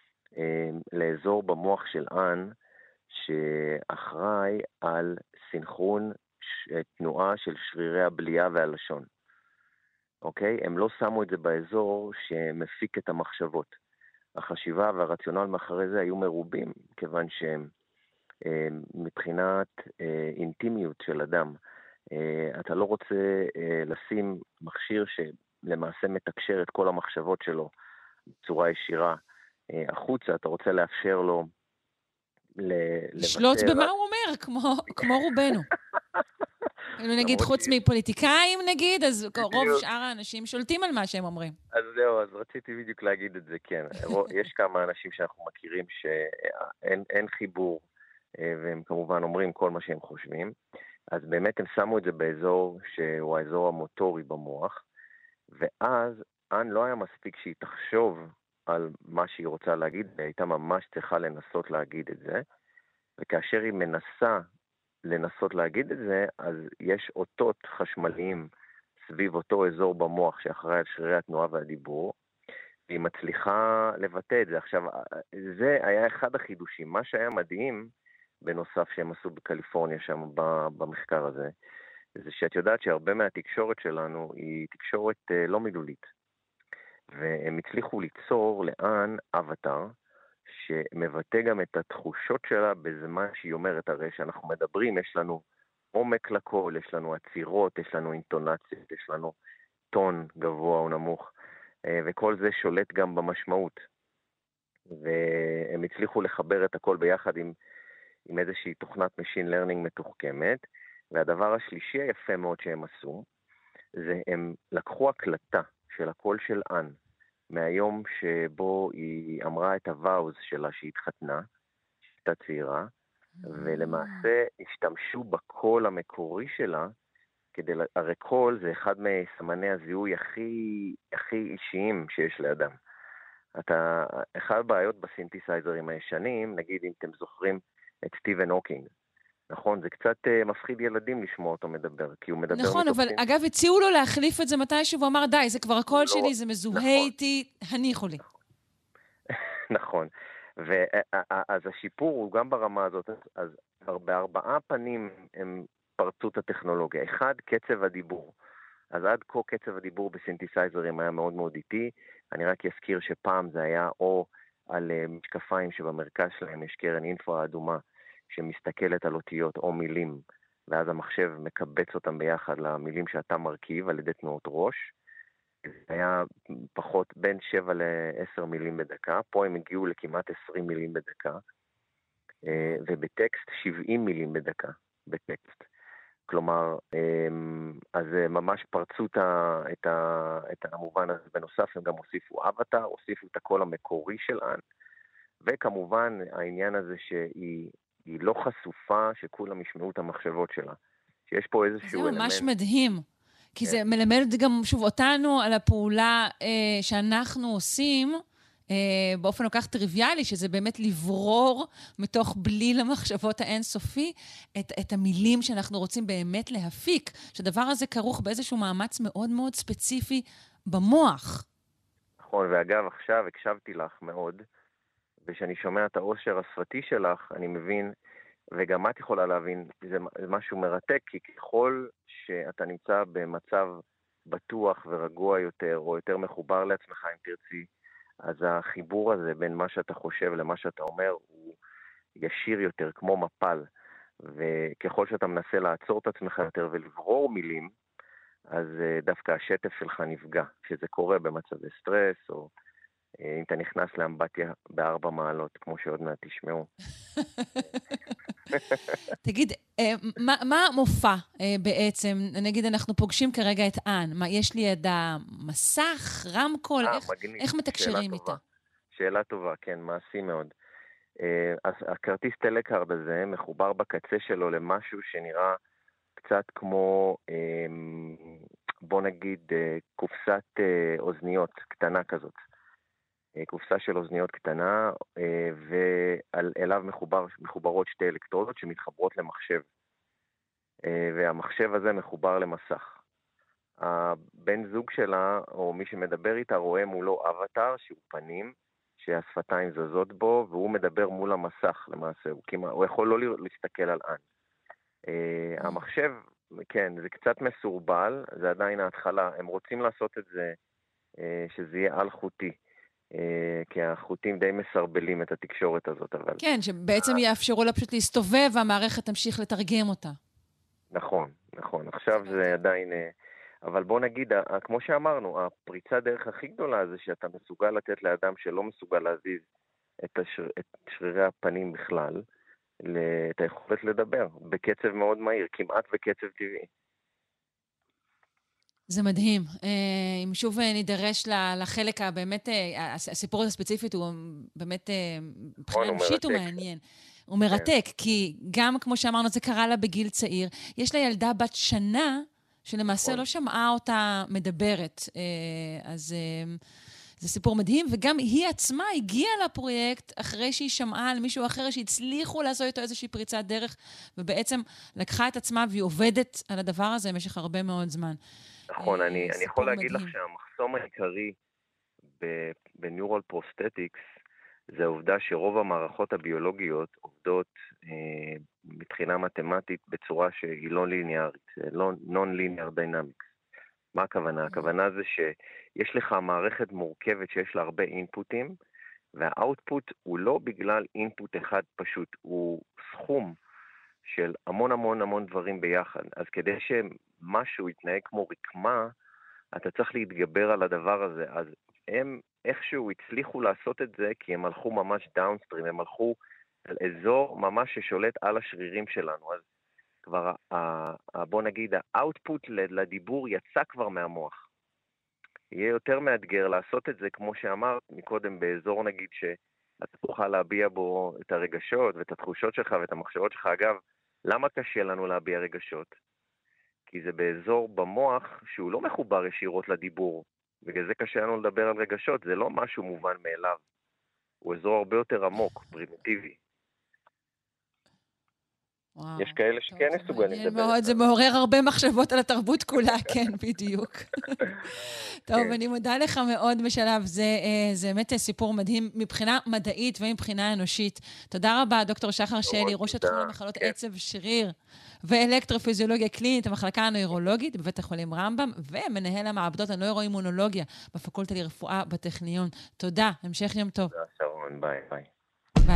לאזור במוח של אן, שאחראי על סינכרון תנועה של שרירי הבליעה והלשון. אוקיי? הם לא שמו את זה באזור שמפיק את המחשבות. החשיבה והרציונל מאחורי זה היו מרובים, כיוון שהם מבחינת אינטימיות של אדם, אתה לא רוצה לשים מכשיר שלמעשה מתקשר את כל המחשבות שלו בצורה ישירה החוצה, אתה רוצה לאפשר לו לשלוט במה הוא אומר, כמו רובנו. נגיד חוץ מפוליטיקאים נגיד, אז רוב שאר האנשים שולטים על מה שהם אומרים. אז זהו, אז רציתי בדיוק להגיד את זה, כן. יש כמה אנשים שאנחנו מכירים שאין חיבור, והם כמובן אומרים כל מה שהם חושבים. אז באמת הם שמו את זה באזור שהוא האזור המוטורי במוח, ואז אן לא היה מספיק שהיא תחשוב על מה שהיא רוצה להגיד, והיא הייתה ממש צריכה לנסות להגיד את זה, וכאשר היא מנסה לנסות להגיד את זה, אז יש אותות חשמליים סביב אותו אזור במוח שאחראי על שרירי התנועה והדיבור, והיא מצליחה לבטא את זה. עכשיו, זה היה אחד החידושים. מה שהיה מדהים, בנוסף שהם עשו בקליפורניה שם במחקר הזה, זה שאת יודעת שהרבה מהתקשורת שלנו היא תקשורת לא מילולית. והם הצליחו ליצור לאן אבטר, שמבטא גם את התחושות שלה בזמן שהיא אומרת. הרי שאנחנו מדברים, יש לנו עומק לקול, יש לנו עצירות, יש לנו אינטונציות, יש לנו טון גבוה או נמוך, וכל זה שולט גם במשמעות. והם הצליחו לחבר את הכל ביחד עם, עם איזושהי תוכנת Machine Learning מתוחכמת, והדבר השלישי היפה מאוד שהם עשו, זה הם לקחו הקלטה של הקול של אן, מהיום שבו היא אמרה את הוואוז שלה שהיא התחתנה, שהייתה צעירה, ולמעשה השתמשו בקול המקורי שלה, כדי, הרי קול זה אחד מסמני הזיהוי הכי, הכי אישיים שיש לאדם. אתה, אחד הבעיות בסינתסייזרים הישנים, נגיד אם אתם זוכרים את סטיבן הוקינג, נכון, זה קצת uh, מפחיד ילדים לשמוע אותו מדבר, כי הוא מדבר... נכון, אבל סינט... אגב, הציעו לו להחליף את זה מתישהו, והוא אמר, די, זה כבר הקול לא, שלי, זה מזוהה נכון. איתי, הניחו לי. נכון, ואז השיפור הוא גם ברמה הזאת, אז בארבעה פנים הם פרצו את הטכנולוגיה. אחד, קצב הדיבור. אז עד כה קצב הדיבור בסינתסייזרים היה מאוד מאוד איטי, אני רק אזכיר שפעם זה היה או על uh, משקפיים שבמרכז שלהם יש קרן אינפרה אדומה, שמסתכלת על אותיות או מילים, ואז המחשב מקבץ אותם ביחד למילים שאתה מרכיב על ידי תנועות ראש. זה היה פחות בין שבע לעשר מילים בדקה, פה הם הגיעו לכמעט עשרים מילים בדקה, ובטקסט שבעים מילים בדקה, בטקסט. כלומר, אז ממש פרצו את, את המובן הזה. בנוסף הם גם הוסיפו אבטר, הוסיפו את הקול המקורי של אן, וכמובן העניין הזה שהיא היא לא חשופה שכולם ישמעו את המחשבות שלה. שיש פה איזשהו אלמנט... זה ממש מדהים. כי זה מלמד גם, שוב, אותנו על הפעולה אה, שאנחנו עושים, אה, באופן כל כך טריוויאלי, שזה באמת לברור מתוך בליל המחשבות האינסופי, את, את המילים שאנחנו רוצים באמת להפיק. שהדבר הזה כרוך באיזשהו מאמץ מאוד מאוד ספציפי במוח. נכון, ואגב, עכשיו הקשבתי לך מאוד, ושאני שומע את העושר השפתי שלך, אני מבין, וגם את יכולה להבין, זה משהו מרתק, כי ככל שאתה נמצא במצב בטוח ורגוע יותר, או יותר מחובר לעצמך אם תרצי, אז החיבור הזה בין מה שאתה חושב למה שאתה אומר, הוא ישיר יותר, כמו מפל. וככל שאתה מנסה לעצור את עצמך יותר ולברור מילים, אז דווקא השטף שלך נפגע, שזה קורה במצבי סטרס, או... אם אתה נכנס לאמבטיה בארבע מעלות, כמו שעוד מעט תשמעו. תגיד, מה, מה המופע בעצם? נגיד, אנחנו פוגשים כרגע את אן. מה, יש לי יד המסך, רמקול? איך, איך מתקשרים איתה? שאלה טובה, כן, מעשי מאוד. אז הכרטיס טלקארד הזה מחובר בקצה שלו למשהו שנראה קצת כמו, בוא נגיד, קופסת אוזניות קטנה כזאת. קופסה של אוזניות קטנה, ואליו מחובר, מחוברות שתי אלקטרודות שמתחברות למחשב. והמחשב הזה מחובר למסך. הבן זוג שלה, או מי שמדבר איתה, רואה מולו אבטר שהוא פנים, שהשפתיים זזות בו, והוא מדבר מול המסך למעשה. הוא, כמעט, הוא יכול לא להסתכל על אן. Uh, המחשב, כן, זה קצת מסורבל, זה עדיין ההתחלה. הם רוצים לעשות את זה, uh, שזה יהיה על-חוטי, uh, כי החוטים די מסרבלים את התקשורת הזאת. אבל... כן, שבעצם יאפשרו לה פשוט להסתובב, והמערכת תמשיך לתרגם אותה. נכון, נכון. עכשיו זה עדיין... אבל בוא נגיד, כמו שאמרנו, הפריצה דרך הכי גדולה זה שאתה מסוגל לתת לאדם שלא מסוגל להזיז את, השר... את שרירי הפנים בכלל, את היכולת לדבר, בקצב מאוד מהיר, כמעט בקצב טבעי. זה מדהים. אם שוב נידרש לחלק הבאמת, הסיפור הזה הספציפית הוא באמת מבחינה אנושית הוא מעניין. הוא מרתק, כי גם כמו שאמרנו, זה קרה לה בגיל צעיר. יש לה ילדה בת שנה, שלמעשה לא שמעה אותה מדברת. אז זה סיפור מדהים, וגם היא עצמה הגיעה לפרויקט אחרי שהיא שמעה על מישהו אחר שהצליחו לעשות איתו איזושהי פריצת דרך, ובעצם לקחה את עצמה והיא עובדת על הדבר הזה במשך הרבה מאוד זמן. נכון, אני, אני יכול להגיד לך שהמחסום העיקרי בניורל פרוסטטיקס, זה העובדה שרוב המערכות הביולוגיות עובדות אה, מבחינה מתמטית בצורה שהיא לא ליניארית, לא non-linear dynamics. מה הכוונה? הכוונה זה שיש לך מערכת מורכבת שיש לה הרבה אינפוטים, והאוטפוט הוא לא בגלל אינפוט אחד פשוט, הוא סכום של המון המון המון דברים ביחד. אז כדי שמשהו יתנהג כמו רקמה, אתה צריך להתגבר על הדבר הזה. אז הם איכשהו הצליחו לעשות את זה, כי הם הלכו ממש דאונסטרים, הם הלכו על אזור ממש ששולט על השרירים שלנו. אז כבר, בוא נגיד, האוטפוט לדיבור יצא כבר מהמוח. יהיה יותר מאתגר לעשות את זה, כמו שאמרת מקודם, באזור נגיד שאתה תוכל להביע בו את הרגשות ואת התחושות שלך ואת המחשבות שלך. אגב, למה קשה לנו להביע רגשות? כי זה באזור במוח שהוא לא מחובר ישירות לדיבור. בגלל זה קשה לנו לדבר על רגשות, זה לא משהו מובן מאליו. הוא אזור הרבה יותר עמוק, פרימיטיבי. וואו, יש כאלה שכן מסוגלים לדבר. מאוד, זה מעורר הרבה מחשבות על התרבות כולה, כן, בדיוק. טוב, אני מודה לך מאוד בשלב זה, זה באמת סיפור מדהים מבחינה מדעית ומבחינה אנושית. תודה רבה, דוקטור שחר שלי, ראש התחום למחלות עצב שריר ואלקטרופיזיולוגיה קלינית, המחלקה הנוירולוגית בבית החולים רמב"ם, ומנהל המעבדות הנוירואימונולוגיה בפקולטה לרפואה בטכניון. תודה, המשך יום טוב. תודה, שרון, ביי, ביי. ביי.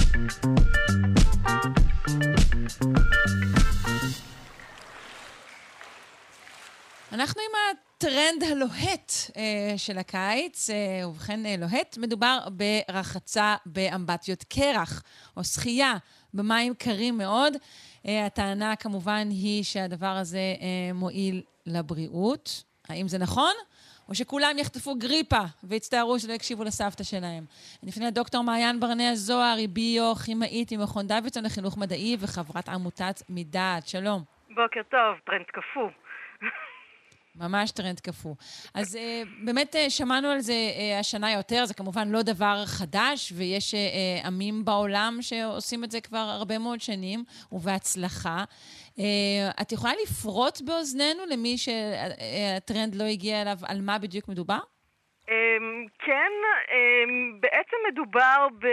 אנחנו עם הטרנד הלוהט אה, של הקיץ, אה, ובכן אה, לוהט, מדובר ברחצה באמבטיות קרח, או שחייה במים קרים מאוד. אה, הטענה כמובן היא שהדבר הזה אה, מועיל לבריאות. האם זה נכון? או שכולם יחטפו גריפה והצטערו שלא יקשיבו לסבתא שלהם. לפני הדוקטור מעיין ברנע זוהר, היא ביו-כימאית ממכון דוידסון לחינוך מדעי וחברת עמותת מדעת. שלום. בוקר טוב, טרנד קפוא. ממש טרנד קפוא. אז uh, באמת uh, שמענו על זה uh, השנה יותר, זה כמובן לא דבר חדש, ויש uh, עמים בעולם שעושים את זה כבר הרבה מאוד שנים, ובהצלחה. Uh, את יכולה לפרוט באוזנינו למי שהטרנד לא הגיע אליו, על מה בדיוק מדובר? Um, כן, um, בעצם מדובר ב...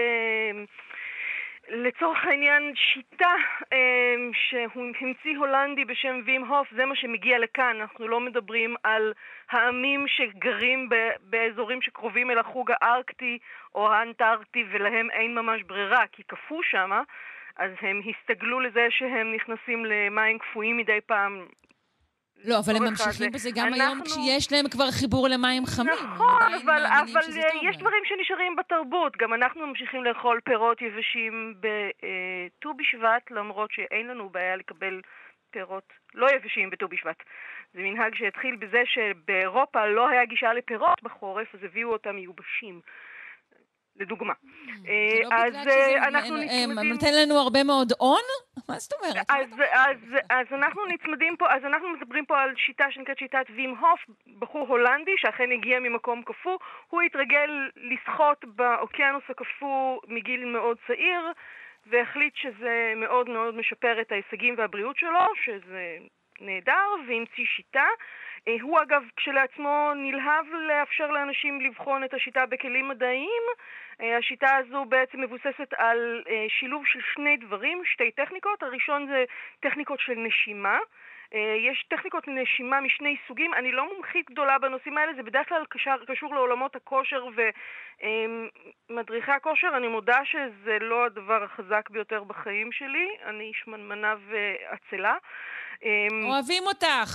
לצורך העניין שיטה um, שהוא המציא הולנדי בשם וים הוף, זה מה שמגיע לכאן. אנחנו לא מדברים על העמים שגרים ב- באזורים שקרובים אל החוג הארקטי או האנטארקטי ולהם אין ממש ברירה כי קפוא שמה, אז הם הסתגלו לזה שהם נכנסים למים קפואים מדי פעם. לא, אבל הם ממשיכים בזה גם היום כשיש להם כבר חיבור למים חמים. נכון, אבל, אבל יש דברים שנשארים בתרבות. גם אנחנו ממשיכים לאכול פירות יבשים בט"ו בשבט, למרות שאין לנו בעיה לקבל פירות לא יבשים בט"ו בשבט. זה מנהג שהתחיל בזה שבאירופה לא היה גישה לפירות בחורף, אז הביאו אותם מיובשים. לדוגמה. זה לא אז בגלל שזה נותן לנו הרבה מאוד און? מה זאת אומרת? אז אנחנו נצמדים פה, אז אנחנו מדברים פה על שיטה שנקראת שיטת וים הוף, בחור הולנדי שאכן הגיע ממקום קפוא, הוא התרגל לשחות באוקיינוס הקפוא מגיל מאוד צעיר, והחליט שזה מאוד מאוד משפר את ההישגים והבריאות שלו, שזה נהדר, והמציא שיטה. הוא אגב כשלעצמו נלהב לאפשר לאנשים לבחון את השיטה בכלים מדעיים. השיטה הזו בעצם מבוססת על שילוב של שני דברים, שתי טכניקות. הראשון זה טכניקות של נשימה. יש טכניקות לנשימה משני סוגים, אני לא מומחית גדולה בנושאים האלה, זה בדרך כלל קשור, קשור לעולמות הכושר ומדריכי הכושר. אני מודה שזה לא הדבר החזק ביותר בחיים שלי, אני שמנמנה ועצלה. אוהבים אותך.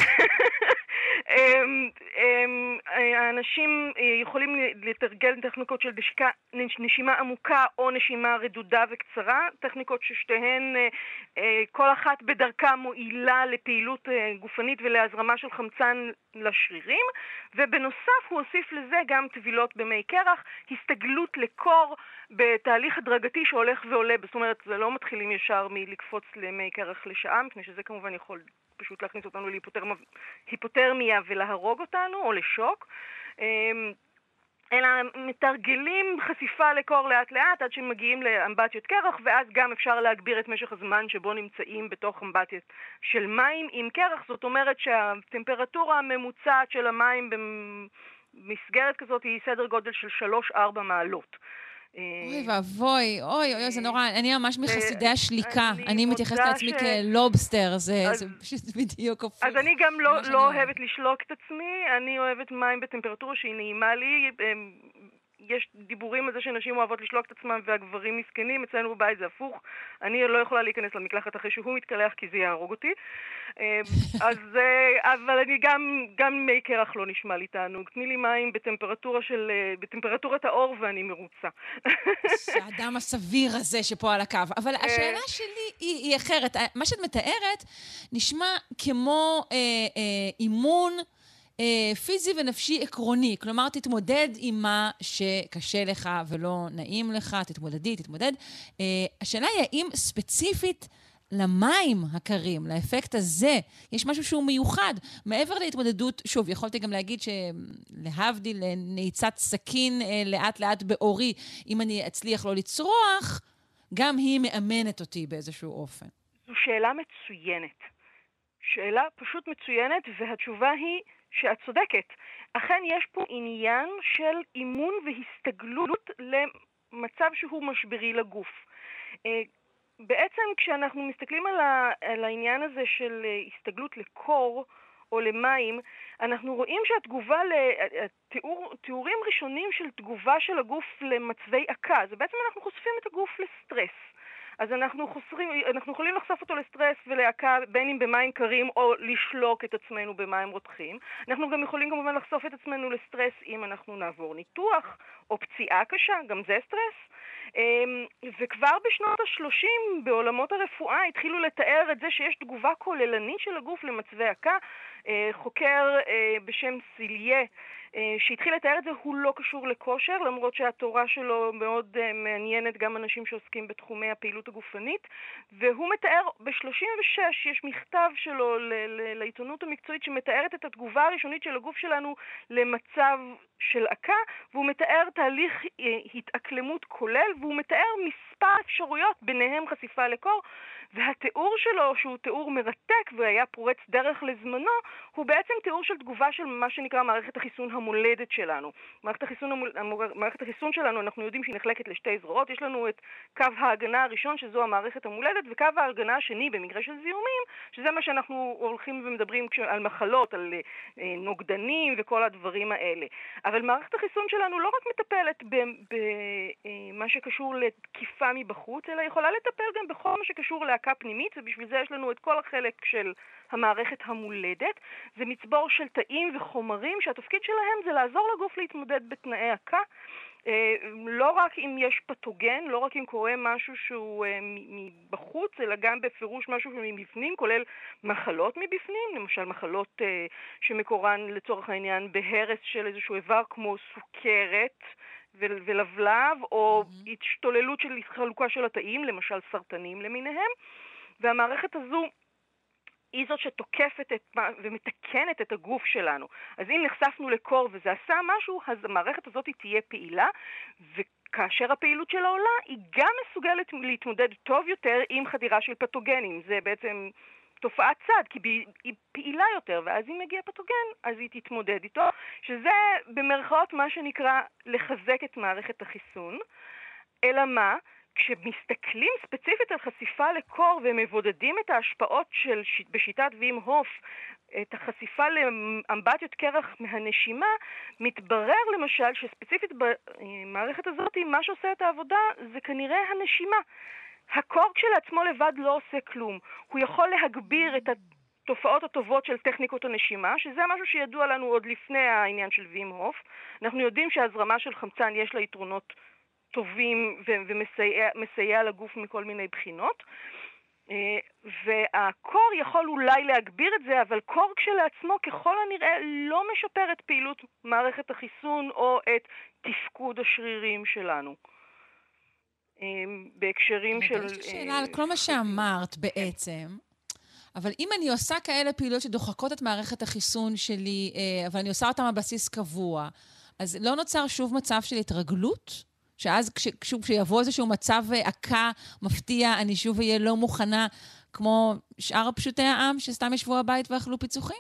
האנשים יכולים לתרגל טכניקות של נשימה עמוקה או נשימה רדודה וקצרה, טכניקות ששתיהן כל אחת בדרכה מועילה לפעילות גופנית ולהזרמה של חמצן לשרירים, ובנוסף הוא הוסיף לזה גם טבילות במי קרח, הסתגלות לקור בתהליך הדרגתי שהולך ועולה, זאת אומרת זה לא מתחילים ישר מלקפוץ למי קרח לשעה, מפני שזה כמובן יכול פשוט להכניס אותנו להיפותרמיה ולהרוג אותנו או לשוק, אלא מתרגלים חשיפה לקור לאט לאט עד שמגיעים לאמבטיות קרח, ואז גם אפשר להגביר את משך הזמן שבו נמצאים בתוך אמבטיות של מים עם קרח. זאת אומרת שהטמפרטורה הממוצעת של המים במסגרת כזאת היא סדר גודל של שלוש ארבע מעלות. אוי ואבוי, אוי, אוי, זה נורא, אני ממש מחסידי השליקה, אני מתייחסת לעצמי כלובסטר, זה פשוט בדיוק הפוך. אז אני גם לא אוהבת לשלוק את עצמי, אני אוהבת מים בטמפרטורה שהיא נעימה לי, יש דיבורים על זה שנשים אוהבות לשלוק את עצמם והגברים מסכנים, אצלנו בבית זה הפוך, אני לא יכולה להיכנס למקלחת אחרי שהוא מתקלח כי זה יהרוג אותי, אז, אבל אני גם, גם מי קרח לא נשמע לי תענוג, תני לי מים בטמפרטורה של, בטמפרטורת האור ואני מרוצה. האדם הסביר הזה שפה על הקו, אבל השאלה שלי היא, היא אחרת, מה שאת מתארת נשמע כמו אה, אה, אימון, פיזי ונפשי עקרוני, כלומר תתמודד עם מה שקשה לך ולא נעים לך, תתמודדי, תתמודד. השאלה היא האם ספציפית למים הקרים, לאפקט הזה, יש משהו שהוא מיוחד, מעבר להתמודדות, שוב, יכולתי גם להגיד שלהבדיל לנעיצת סכין לאט לאט באורי, אם אני אצליח לא לצרוח, גם היא מאמנת אותי באיזשהו אופן. זו שאלה מצוינת. שאלה פשוט מצוינת, והתשובה היא שאת צודקת. אכן יש פה עניין של אימון והסתגלות למצב שהוא משברי לגוף. בעצם כשאנחנו מסתכלים על העניין הזה של הסתגלות לקור או למים, אנחנו רואים שהתגובה, לתיאור, תיאורים ראשונים של תגובה של הגוף למצבי עקה, זה בעצם אנחנו חושפים את הגוף לסטרס. אז אנחנו, חוסרים, אנחנו יכולים לחשוף אותו לסטרס ולהקה בין אם במים קרים או לשלוק את עצמנו במים רותחים. אנחנו גם יכולים כמובן לחשוף את עצמנו לסטרס אם אנחנו נעבור ניתוח או פציעה קשה, גם זה סטרס. וכבר בשנות ה-שלושים בעולמות הרפואה התחילו לתאר את זה שיש תגובה כוללנית של הגוף למצבי עקה. חוקר בשם סיליה שהתחיל לתאר את זה, הוא לא קשור לכושר, למרות שהתורה שלו מאוד מעניינת גם אנשים שעוסקים בתחומי הפעילות הגופנית, והוא מתאר ב-שלושים ושש, יש מכתב שלו לעיתונות המקצועית שמתארת את התגובה הראשונית של הגוף שלנו למצב של עקה, והוא מתאר תהליך התאקלמות כולל, והוא מתאר מספר אפשרויות, ביניהם חשיפה לקור, והתיאור שלו, שהוא תיאור מרתק והיה פורץ דרך לזמנו, הוא בעצם תיאור של תגובה של מה שנקרא מערכת החיסון המולדת שלנו. מערכת החיסון, מערכת החיסון שלנו, אנחנו יודעים שהיא נחלקת לשתי זרועות. יש לנו את קו ההגנה הראשון, שזו המערכת המולדת, וקו ההגנה השני במקרה של זיהומים, שזה מה שאנחנו הולכים ומדברים על מחלות, על נוגדנים וכל הדברים האלה. אבל מערכת החיסון שלנו לא רק מטפלת במה שקשור לתקיפה מבחוץ, אלא יכולה לטפל גם בכל מה שקשור להקה פנימית, ובשביל זה יש לנו את כל החלק של המערכת המולדת. זה מצבור של תאים וחומרים שהתפקיד שלהם זה לעזור לגוף להתמודד בתנאי עקה, לא רק אם יש פתוגן, לא רק אם קורה משהו שהוא מבחוץ, אלא גם בפירוש משהו מבפנים, כולל מחלות מבפנים, למשל מחלות שמקורן לצורך העניין בהרס של איזשהו איבר כמו סוכרת, ולבלב, או השתוללות של חלוקה של התאים, למשל סרטנים למיניהם, והמערכת הזו היא זאת שתוקפת את, ומתקנת את הגוף שלנו. אז אם נחשפנו לקור וזה עשה משהו, אז המערכת הזאת תהיה פעילה, וכאשר הפעילות שלה עולה, היא גם מסוגלת להתמודד טוב יותר עם חדירה של פתוגנים. זה בעצם תופעת צד, כי היא פעילה יותר, ואז אם מגיע פתוגן, אז היא תתמודד איתו, שזה במרכאות מה שנקרא לחזק את מערכת החיסון. אלא מה? כשמסתכלים ספציפית על חשיפה לקור ומבודדים את ההשפעות של, בשיטת וים הוף, את החשיפה לאמבטיות קרח מהנשימה, מתברר למשל שספציפית במערכת הזאת, מה שעושה את העבודה זה כנראה הנשימה. הקור כשלעצמו לבד לא עושה כלום. הוא יכול להגביר את התופעות הטובות של טכניקות הנשימה, שזה משהו שידוע לנו עוד לפני העניין של וים הוף. אנחנו יודעים שהזרמה של חמצן יש לה יתרונות טובים ומסייע לגוף מכל מיני בחינות. והקור יכול אולי להגביר את זה, אבל קור כשלעצמו ככל הנראה לא משפר את פעילות מערכת החיסון או את תפקוד השרירים שלנו. בהקשרים של... יש לי שאלה על כל מה שאמרת בעצם, אבל אם אני עושה כאלה פעילות שדוחקות את מערכת החיסון שלי, אבל אני עושה אותם על בסיס קבוע, אז לא נוצר שוב מצב של התרגלות? שאז כשיבוא איזשהו מצב עקה מפתיע, אני שוב אהיה לא מוכנה כמו שאר פשוטי העם שסתם ישבו הבית ואכלו פיצוחים?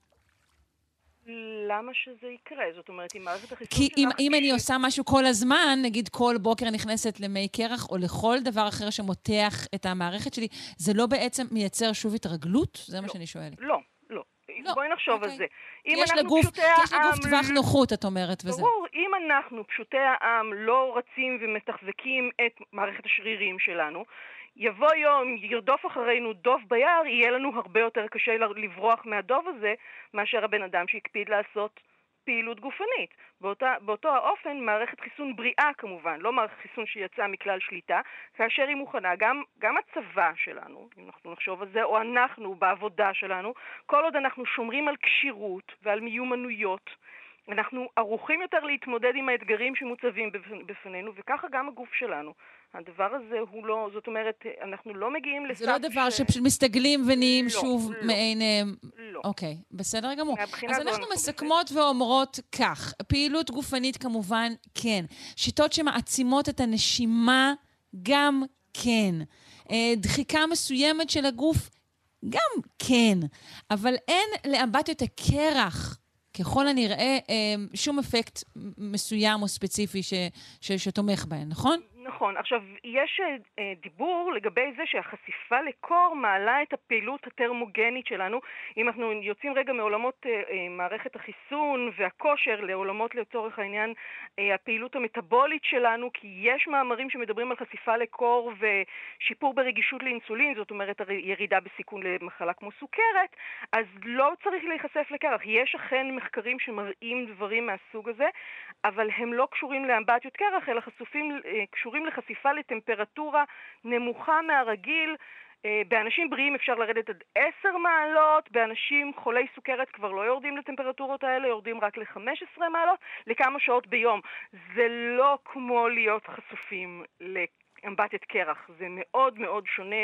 למה שזה יקרה? זאת אומרת, אם מערכת החיסון כי אם, שלך... אם אני עושה משהו כל הזמן, נגיד כל בוקר נכנסת למי קרח, או לכל דבר אחר שמותח את המערכת שלי, זה לא בעצם מייצר שוב התרגלות? זה מה שאני שואלת. לא, לא. בואי נחשוב על זה. כי יש לגוף טווח נוחות, את אומרת, וזה. ברור, אם אנחנו, פשוטי העם, לא רצים ומתחזקים את מערכת השרירים שלנו, יבוא יום, ירדוף אחרינו דוב ביער, יהיה לנו הרבה יותר קשה לברוח מהדוב הזה, מאשר הבן אדם שהקפיד לעשות פעילות גופנית. באותה, באותו האופן, מערכת חיסון בריאה כמובן, לא מערכת חיסון שיצאה מכלל שליטה, כאשר היא מוכנה, גם, גם הצבא שלנו, אם אנחנו נחשוב על זה, או אנחנו בעבודה שלנו, כל עוד אנחנו שומרים על קשירות ועל מיומנויות, אנחנו ערוכים יותר להתמודד עם האתגרים שמוצבים בפנינו, וככה גם הגוף שלנו. הדבר הזה הוא לא, זאת אומרת, אנחנו לא מגיעים לסף ש... זה לא דבר ש... שפשוט מסתגלים ונהיים לא, שוב לא, מעין... לא. אוקיי, בסדר גמור. אז אנחנו לא מסכמות ואומרות כך, פעילות גופנית כמובן כן, שיטות שמעצימות את הנשימה גם כן, דחיקה מסוימת של הגוף גם כן, אבל אין לאמבטיות הקרח, ככל הנראה, שום אפקט מסוים או ספציפי ש... ש... שתומך בהן, נכון? נכון. עכשיו, יש דיבור לגבי זה שהחשיפה לקור מעלה את הפעילות הטרמוגנית שלנו. אם אנחנו יוצאים רגע מעולמות מערכת החיסון והכושר לעולמות לצורך העניין הפעילות המטאבולית שלנו, כי יש מאמרים שמדברים על חשיפה לקור ושיפור ברגישות לאינסולין, זאת אומרת ירידה בסיכון למחלה כמו סוכרת, אז לא צריך להיחשף לקרח. יש אכן מחקרים שמראים דברים מהסוג הזה, אבל הם לא קשורים לאמבטיות קרח, אלא חשופים, קשורים לחשיפה לטמפרטורה נמוכה מהרגיל. באנשים בריאים אפשר לרדת עד עשר מעלות, באנשים חולי סוכרת כבר לא יורדים לטמפרטורות האלה, יורדים רק ל-חמש עשרה מעלות, לכמה שעות ביום. זה לא כמו להיות חשופים לאמבטיית קרח, זה מאוד מאוד שונה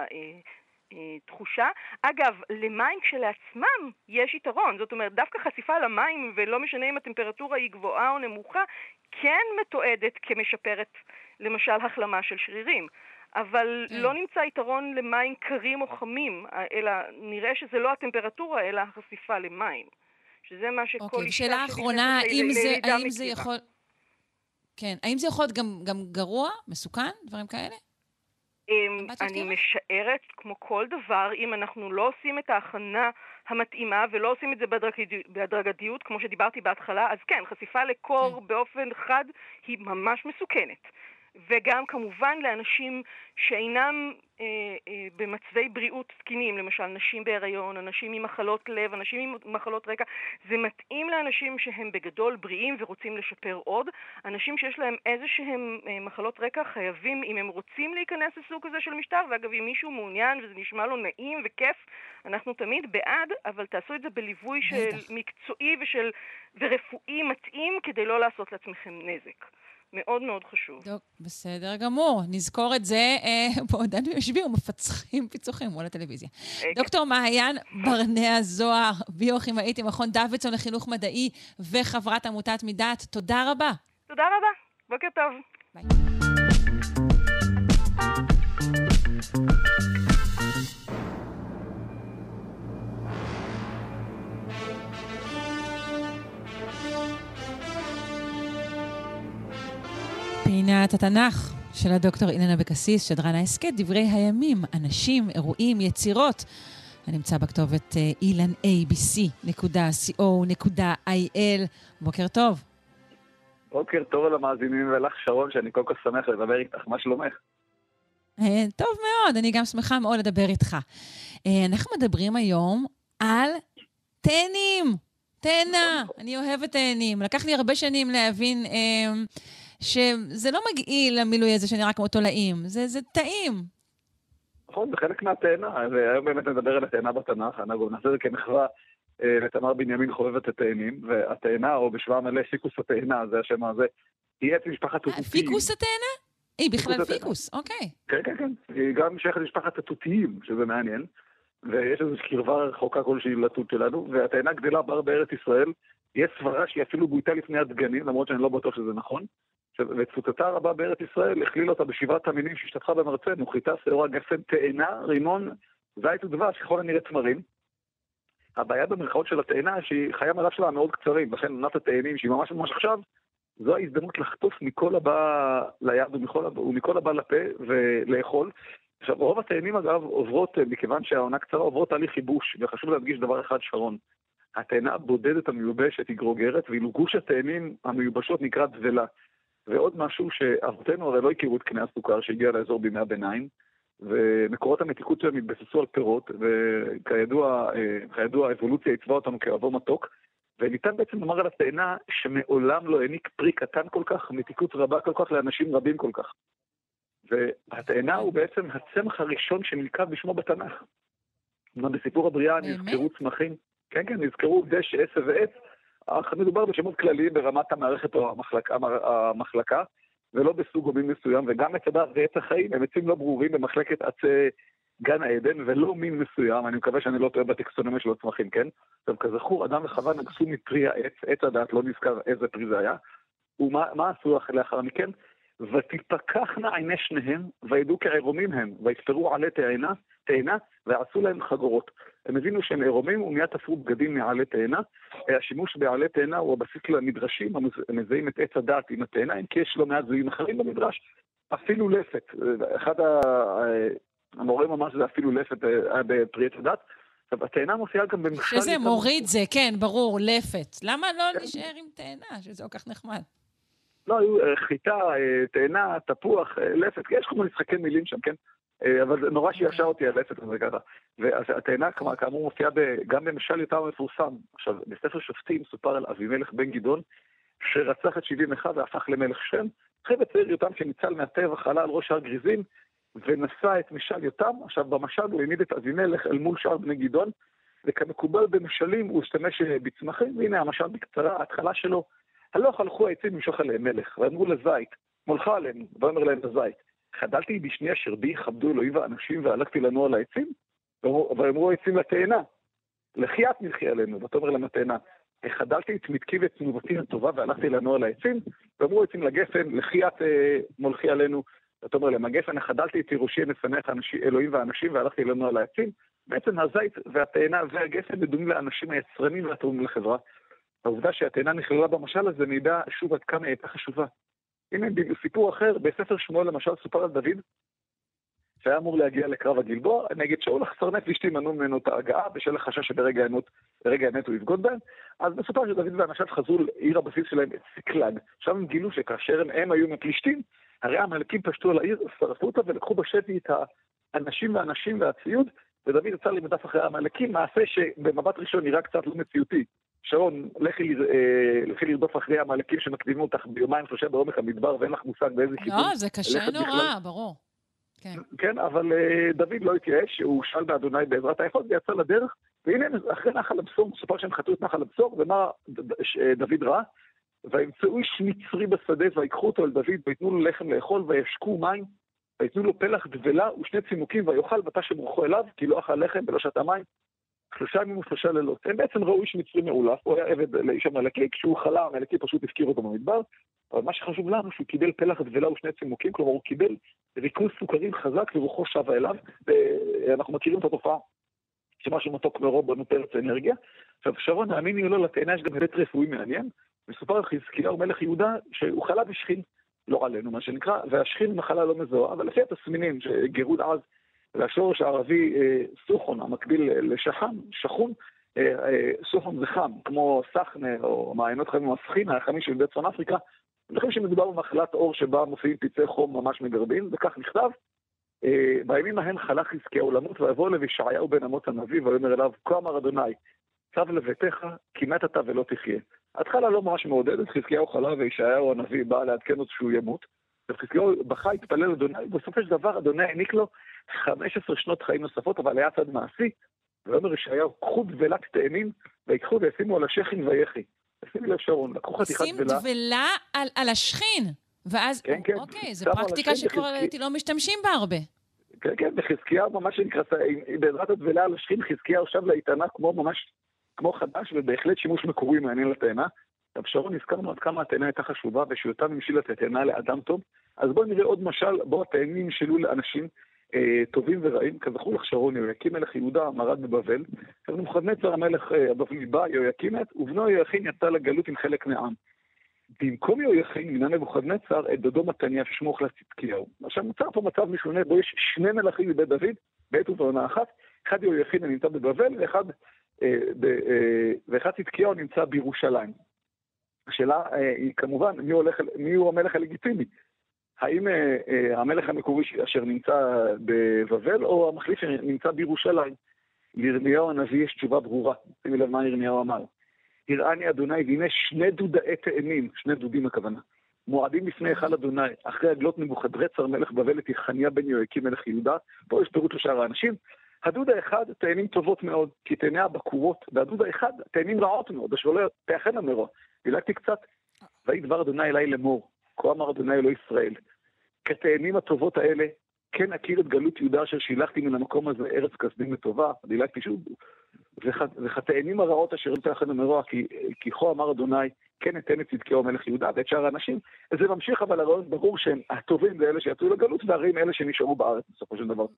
בתחושה. אגב, למים כשלעצמם יש יתרון, זאת אומרת, דווקא חשיפה למים, ולא משנה אם הטמפרטורה היא גבוהה או נמוכה, כן מתועדת כמשפרת, למשל, החלמה של שרירים. אבל כן. לא נמצא יתרון למים קרים או חמים, אלא נראה שזה לא הטמפרטורה, אלא החשיפה למים. שזה מה שכל אוקיי, אישה... שאלה האחרונה, האם זה, האם זה יכול... כן, האם זה יכול להיות גם, גם גרוע, מסוכן, דברים כאלה? אני משערת, כמו כל דבר, אם אנחנו לא עושים את ההכנה המתאימה ולא עושים את זה בהדרגתיות, כמו שדיברתי בהתחלה, אז כן, חשיפה לקור כן. באופן חד היא ממש מסוכנת. וגם כמובן לאנשים שאינם אה, אה, במצבי בריאות תקינים, למשל נשים בהיריון, אנשים עם מחלות לב, אנשים עם מחלות רקע, זה מתאים לאנשים שהם בגדול בריאים ורוצים לשפר עוד. אנשים שיש להם איזה שהם אה, מחלות רקע חייבים, אם הם רוצים להיכנס לסוג הזה של משטר, ואגב אם מישהו מעוניין וזה נשמע לו נעים וכיף, אנחנו תמיד בעד, אבל תעשו את זה בליווי של מקצועי ושל, ורפואי מתאים כדי לא לעשות לעצמכם נזק. מאוד מאוד חשוב. דוק, בסדר גמור, נזכור את זה בעודנו יושבים ומפצחים פיצוחים מול הטלוויזיה. דוקטור מעיין ברנע זוהר, ביוכימאית עם מכון דוידסון לחינוך מדעי וחברת עמותת מידת, תודה רבה. תודה רבה, בוקר טוב. ביי. פינת התנ"ך של הדוקטור אילנה בקסיס, שדרן ההסכת, דברי הימים, אנשים, אירועים, יצירות. הנמצא בכתובת אילן איי בי סי נקודה סי או נקודה איי אל. בוקר טוב. בוקר טוב למאזינים ולך שרון, שאני כל כך שמח לדבר איתך. מה שלומך? טוב מאוד, אני גם שמחה מאוד לדבר איתך. אנחנו מדברים היום על תאנים. תאנה, אני אוהבת תאנים. לקח לי הרבה שנים להבין שזה לא מגעיל למילוי הזה שנראה כמו תולעים, זה, זה טעים. נכון, זה חלק מהתאנה. היום באמת נדבר על התאנה בתנ"ך, אנחנו נעשה זה כמחווה לתמר בנימין חובבת התאנים, והתאנה, או בשמה מלא פיקוס התאנה, זה השם הזה, היא את משפחת התותיים. פיקוס התאנה? היא בכלל פיקוס, אוקיי. כן, כן, כן. היא גם שייכת משפחת התותיים, שזה מעניין, ויש איזו קרבה רחוקה כלשהי לתות שלנו, והתאנה גדלה בר בארץ ישראל, יש סברה שהיא אפילו בויתה לפני הדגנים, למרות שאני לא בטוח שזה נכון, ותפוצתה רבה בארץ ישראל, הכליל אותה בשבעת המינים שהשתתחה במרצנו, חיטה, שעורה, גפן, תאנה, רימון, זית ודבש, ככל הנראה תמרים. הבעיה במרכאות של התאנה, שהיא חיי המדף שלה מאוד קצרים, לכן עונת התאנים, שהיא ממש ממש עכשיו, זו ההזדמנות לחטוף מכל הבא ליד ומכל, ומכל הבא לפה ולאכול. עכשיו, רוב התאנים אגב עוברות, מכיוון שהעונה קצרה, עוברות תהליך ייבוש, וחשוב להדגיש דבר אחד שרון. התאנה הבודדת המיובשת היא גרוגרת, ואילו גוש התאנים המיובשות נקרא דבלה. ועוד משהו שאבותינו הרי לא הכירו את קנה הסוכר שהגיע לאזור בימי הביניים, ומקורות המתיקות שלהם התבססו על פירות, וכידוע, כידוע, האבולוציה עיצבה אותנו כאבו מתוק, וניתן בעצם לומר על התאנה שמעולם לא העניק פרי קטן כל כך, מתיקות רבה כל כך לאנשים רבים כל כך. והתאנה הוא בעצם הצמח הראשון שנלקב בשמו בתנ"ך. בסיפור הבריאה נזכרו צמחים, כן כן, נזכרו דש, עשב ועץ, אך מדובר בשמות כלליים ברמת המערכת או המחלקה, המחלקה ולא בסוג או מין מסוים, וגם עץ הדת ועץ החיים הם עצים לא ברורים במחלקת עצי גן העדן, ולא מין מסוים, אני מקווה שאני לא טועה בטקסטונומיה של הצמחים, כן? עכשיו, כזכור, אדם וחווה נגסו מפרי העץ, עץ הדת, לא נזכר איזה פרי זה היה, ומה מה עשו לאחר מכן? ותפקחנה עיני שניהם, וידעו כעירומים הם, ויתפרו עלי תאנה, תאנה, ועשו להם חגורות. הם הבינו שהם עירומים ומיד תפרו בגדים מעלי תאנה. השימוש בעלי תאנה הוא הבסיס למדרשים, המזהים את עץ הדת עם התאנה, אם כי יש לא מעט זוהים אחרים במדרש, אפילו לפת. אחד המורים אמר שזה אפילו לפת בפרי עץ הדת. עכשיו, התאנה מופיעה גם במשל... שזה מוריד זה, כן, ברור, לפת. למה לא נשאר עם תאנה, שזה כל כך נחמד? לא, היו חיטה, תאנה, תפוח, לפת, יש כל מיני משחקי מילים שם, כן? אבל זה נורא שישר אותי על לפת הזה ככה. והתאנה, כאמור, מופיעה גם במשל יותר מפורסם. עכשיו, בספר שופטים סופר על אבימלך בן גדעון, שרצח את שבעים אחד והפך למלך שם. אחרי בצעיר יותם שניצל מהטבח עלה על ראש הר גריזים, ונשא את משל יותם. עכשיו, במשל הוא העמיד את אבימלך אל מול שאר בני גדעון, וכמקובל במשלים הוא השתמש בצמחים, והנה המשל בקצרה, ההתחלה שלו, הלוך הלכו העצים למשוך עליהם מלך, ואמרו לזית, מולכה עליהם, ואומר להם לזית, חדלתי בשני אשר בי, כבדו אלוהים ואנשים, והלכתי לנוע על העצים, ואמרו העצים לתאנה, לכי את מלכי עלינו, ותאמר להם לתאנה, חדלתי את מתקי ואת תנובתי הטובה, והלכתי לנוע על העצים, ואמרו העצים לגפן, לכי את מולכי עלינו, ותאמר להם, הגפן, חדלתי את ירושי לפניך אלוהים ואנשים, והלכתי לנוע על העצים. בעצם הזית והתאנה והגפן מדומים לאנשים היצרנים והתאומים לחברה. העובדה שהתאנה נכללה במשל הזה מעידה שוב עד כמה הייתה חשובה. הנה בסיפור אחר, בספר שמואל למשל סופר על דוד, שהיה אמור להגיע לקרב הגלבוע, נגד שאול החסרנט ואשתי מנעו ממנו את ההגעה, בשל החשש שברגע האמת הוא יבגוד בהם, אז בסופר שדוד ואנשיו חזרו לעיר הבסיס שלהם את סיקלג, שם הם גילו שכאשר הם, הם היו מפלישתים, הרי המלכים פשטו על העיר, שרפו אותה ולקחו בשבי את האנשים והאנשים והציוד, ודוד יצא למדף אחרי המלכים, מעשה שבמבט ראשון נראה קצת לא מציאותי. שרון, לכי, אה, לכי לרדוף אחרי המלכים שמקדימים אותך ביומיים שלושה בעומק המדבר, ואין לך מושג באיזה כיוון. לא, זה קשה נורא, בכלל. ברור. כן, כן אבל אה, דוד לא התייאש, הוא שאל באדוני בעזרת היכולת, ויצא לדרך, והנה אחרי נחל הבשור, סופר שהם חטאו את נחל הבשור, ומה ד, ד, ש, דוד ראה? וימצאו איש מצרי בשדה, ויקחו אותו אל דוד, ויתנו לו לחם לאכול, וישקו מים, ויתנו לו פלח דבלה ושני צימוקים, ויאכל בתש ברוחו אליו, כי לא אכל לחם ולא שתה מים. שלושה ימים ושלושה לילות. הם בעצם ראו איש מצרי מעולף, הוא היה עבד לאיש המלאקי, כשהוא חלה, המלאקי פשוט הפקיר אותו במדבר, אבל מה שחשוב לנו, שהוא קיבל פלח דבלה ושני צימוקים, כלומר הוא קיבל ריכוז סוכרים חזק ורוחו שווה אליו, ואנחנו מכירים את התופעה, שמשהו מתוק מרוב בנותרת אנרגיה. עכשיו, שרון, האמיני או לא, לתאנה יש גם היבט רפואי מעניין, מסופר על חזקיהו מלך יהודה, שהוא חלה בשכין, לא עלינו מה שנקרא, והשכין מחלה לא מזוהה, אבל לפי התסמינים שגירוד עז, והשורש הערבי סוחון, המקביל לשחם, שחון, סוחון זה חם, כמו סחנה או מעיינות חמים או הסחינה, החמים של בית צפון אפריקה, ולכן שמדובר במחלת אור שבה מופיעים פצעי חום ממש מגרבים, וכך נכתב, בימים ההם חלה חזקיהו למות, ויבוא אליו ישעיהו בן אמוץ הנביא, ויאמר אליו, כה אמר אדוני, צב לביתך, כי מת אתה ולא תחיה. התחלה לא ממש מעודדת, חזקיהו חלה וישעיהו הנביא בא לעדכן אותו שהוא ימות, וחזקיהו בכה, התפלל אדוני, ובסופו של דבר אדוני העניק לו חמש עשרה שנות חיים נוספות, אבל היה צד מעשי, ואומר ישעיהו, קחו דבלת תאנים, ויקחו וישימו על השכין ויחי. שימי לב שרון, לקחו חתיכת דבלה. שים דבלה על, על השכין, ואז, כן, כן, אוקיי, זו פרקטיקה שכבר חזקי... לא משתמשים בה הרבה. כן, כן, וחזקיהו ממש שנקרא, בעזרת הדבלה על השכין, חזקיהו שב לאיתנה כמו ממש, כמו חדש, ובהחלט שימוש מקורי מעניין לתאנה. עכשיו שרון, הזכרנו עד כמה התאנה הייתה חשובה, ושהיותה ממשילת התאנה לאדם טוב, אז בואו נראה עוד משל, בו התאנים נמשלו לאנשים אה, טובים ורעים, כזכור לך שרון, יהויקים מלך יהודה מרד בבבל, עכשיו נבוכדנצר המלך אה, הבבלי בא, יהויקים מת, ובנו יהויכין יצא לגלות עם חלק מהעם. במקום יהויכין, מינה נבוכדנצר, את דודו מתניה ששמו אוכלס צדקיהו. עכשיו נוצר פה מצב משונה, בו יש שני מלכים מבית דוד, בעת ובעונה אחת, אחד יהויכין נמצא בבבל, ואחד, אה, ב, אה, ואחד צדקיהו נמצא בירושלים. השאלה היא כמובן, מי, הולך, מי הוא המלך הלגיטימי? האם אה, אה, המלך המקורי אשר נמצא בבבל, או המחליף שנמצא בירושלים? לירמיהו הנביא יש תשובה ברורה. שימי לב מה ירמיהו אמר. יראני אדוני, והנה שני דודאי תאנים, שני דודים הכוונה, מועדים לפני היכל אדוני, אחרי הגלות נבוכדנצר מלך בבל את יחניה בן יהויקים מלך יהודה, פה יש פירוט לשאר האנשים, הדוד האחד תאנים טובות מאוד, כי תאני הבקורות, והדוד האחד תאנים רעות מאוד, אשר לא תאחנה מרוע. דילגתי קצת, ויהי דבר אדוני אליי לאמור, כה אמר אדוני אלוהי ישראל, כתאנים הטובות האלה, כן אכיר את גלות יהודה אשר שילחתי מן המקום הזה ארץ כסדים וטובה, דילגתי שוב, וכתאנים הרעות אשר לא תאחנה מרוע, כי, כי כה אמר אדוני, כן אתן את צדקיהו מלך יהודה, ואת שאר האנשים, זה ממשיך אבל הרעיון ברור שהם הטובים זה אלה שיצאו לגלות, והרעים אלה שנשארו בארץ בסופו של דבר.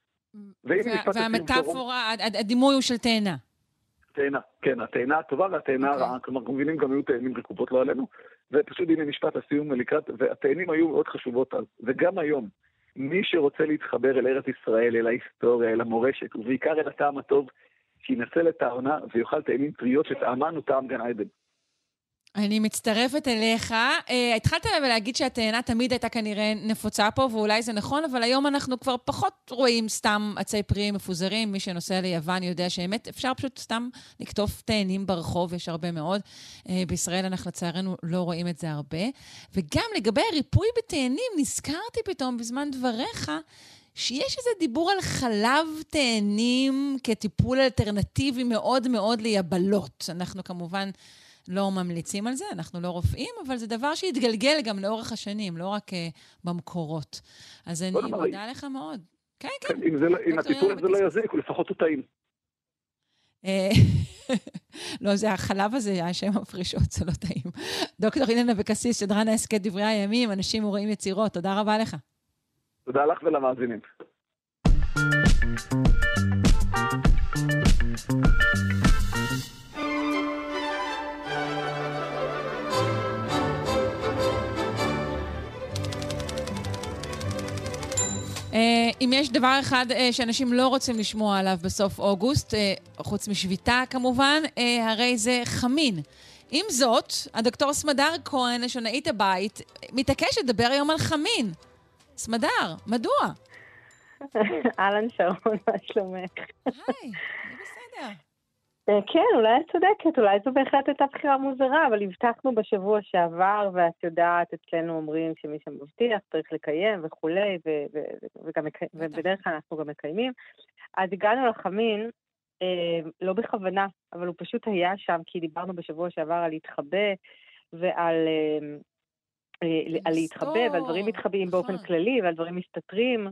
והמטאפורה, הדימוי הוא של תאנה. תאנה, כן, התאנה הטובה והתאנה הרעה, כלומר, אנחנו מבינים גם היו תאנים רקובות לא עלינו, ופשוט הנה משפט הסיום לקראת, והתאנים היו מאוד חשובות אז, וגם היום, מי שרוצה להתחבר אל ארץ ישראל, אל ההיסטוריה, אל המורשת, ובעיקר אל הטעם הטוב, שינצל את העונה ויוכל תאנים טריות שטעמן הוא טעם גן עדן. אני מצטרפת אליך. Uh, התחלת להגיד שהתאנה תמיד הייתה כנראה נפוצה פה, ואולי זה נכון, אבל היום אנחנו כבר פחות רואים סתם עצי פרי מפוזרים. מי שנוסע ליוון יודע שאמת אפשר פשוט סתם לקטוף תאנים ברחוב, יש הרבה מאוד. Uh, בישראל אנחנו לצערנו לא רואים את זה הרבה. וגם לגבי הריפוי בתאנים, נזכרתי פתאום בזמן דבריך, שיש איזה דיבור על חלב תאנים כטיפול אלטרנטיבי מאוד מאוד ליבלות. אנחנו כמובן לא ממליצים על זה, אנחנו לא רופאים, אבל זה דבר שהתגלגל גם לאורך השנים, לא רק uh, במקורות. אז אני מודה לך מאוד. כן, כן. אם, זה, אם הטיפול הזה לא יזיק, הוא לפחות הוא טעים. לא, זה החלב הזה, השם הפרישות, זה לא טעים. דוקטור אילן אבקסיס, שדרן ההסכת דברי הימים, אנשים ורואים יצירות, תודה רבה לך. תודה לך ולמאזינים. אם יש דבר אחד שאנשים לא רוצים לשמוע עליו בסוף אוגוסט, חוץ משביתה כמובן, הרי זה חמין. עם זאת, הדוקטור סמדר כהן, לשונאית הבית, מתעקש לדבר היום על חמין. סמדר, מדוע? אהלן שרון, מה שלומך? היי, זה בסדר. כן, אולי את צודקת, אולי זו בהחלט הייתה בחירה מוזרה, אבל הבטחנו בשבוע שעבר, ואת יודעת, אצלנו אומרים שמי שמבטיח צריך לקיים וכולי, ובדרך כלל אנחנו גם מקיימים. אז הגענו לחמין, לא בכוונה, אבל הוא פשוט היה שם, כי דיברנו בשבוע שעבר על להתחבא, ועל על להתחבא, ועל דברים מתחבאים באופן כללי, ועל דברים מסתתרים.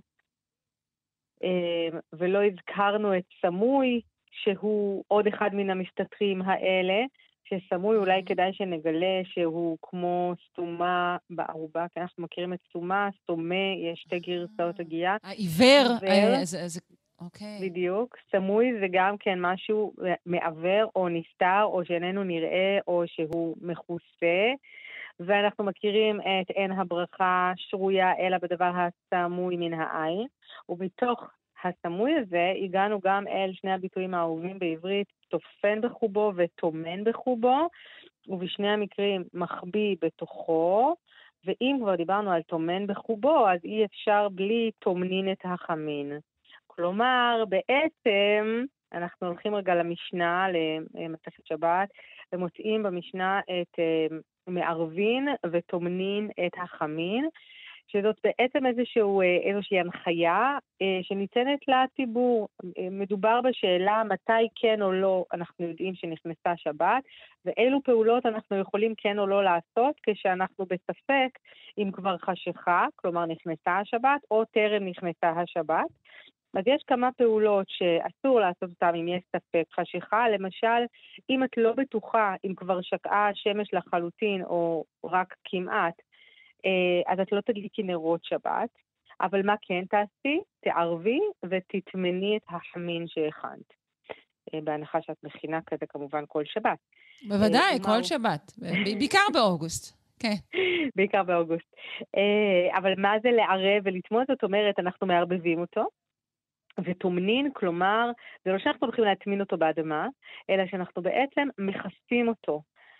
ולא הזכרנו את סמוי, שהוא עוד אחד מן המסתתרים האלה, שסמוי אולי כדאי שנגלה שהוא כמו סתומה בערובה, כי אנחנו מכירים את סתומה, סתומה, יש שתי גרסאות הגיעה. העיוור, אוקיי. בדיוק. סמוי זה גם כן משהו מעבר או נסתר, או שאיננו נראה, או שהוא מכוסה. ואנחנו מכירים את אין הברכה שרויה אלא בדבר הסמוי מן העין. ומתוך הסמוי הזה הגענו גם אל שני הביטויים האהובים בעברית, תופן בחובו וטומן בחובו, ובשני המקרים מחביא בתוכו, ואם כבר דיברנו על טומן בחובו, אז אי אפשר בלי טומנין את החמין. כלומר, בעצם, אנחנו הולכים רגע למשנה, למסכת שבת, ומוצאים במשנה את מערבין וטומנין את החמין, שזאת בעצם איזשהו, איזושהי הנחיה שניתנת לציבור. מדובר בשאלה מתי כן או לא אנחנו יודעים שנכנסה שבת, ואילו פעולות אנחנו יכולים כן או לא לעשות כשאנחנו בספק אם כבר חשיכה, כלומר נכנסה השבת, או טרם נכנסה השבת. אז יש כמה פעולות שאסור לעשות אותן אם יש ספק חשיכה, למשל, אם את לא בטוחה אם כבר שקעה השמש לחלוטין או רק כמעט, אז את לא תדליקי נרות שבת, אבל מה כן תעשי? תערבי ותתמני את החמין שהכנת. בהנחה שאת מכינה כזה כמובן כל שבת. בוודאי, כל שבת. בעיקר באוגוסט. כן. בעיקר באוגוסט. אבל מה זה לערב ולתמות? זאת אומרת, אנחנו מערבבים אותו, וטומנין, כלומר, זה לא שאנחנו הולכים להטמין אותו באדמה, אלא שאנחנו בעצם מכסים אותו.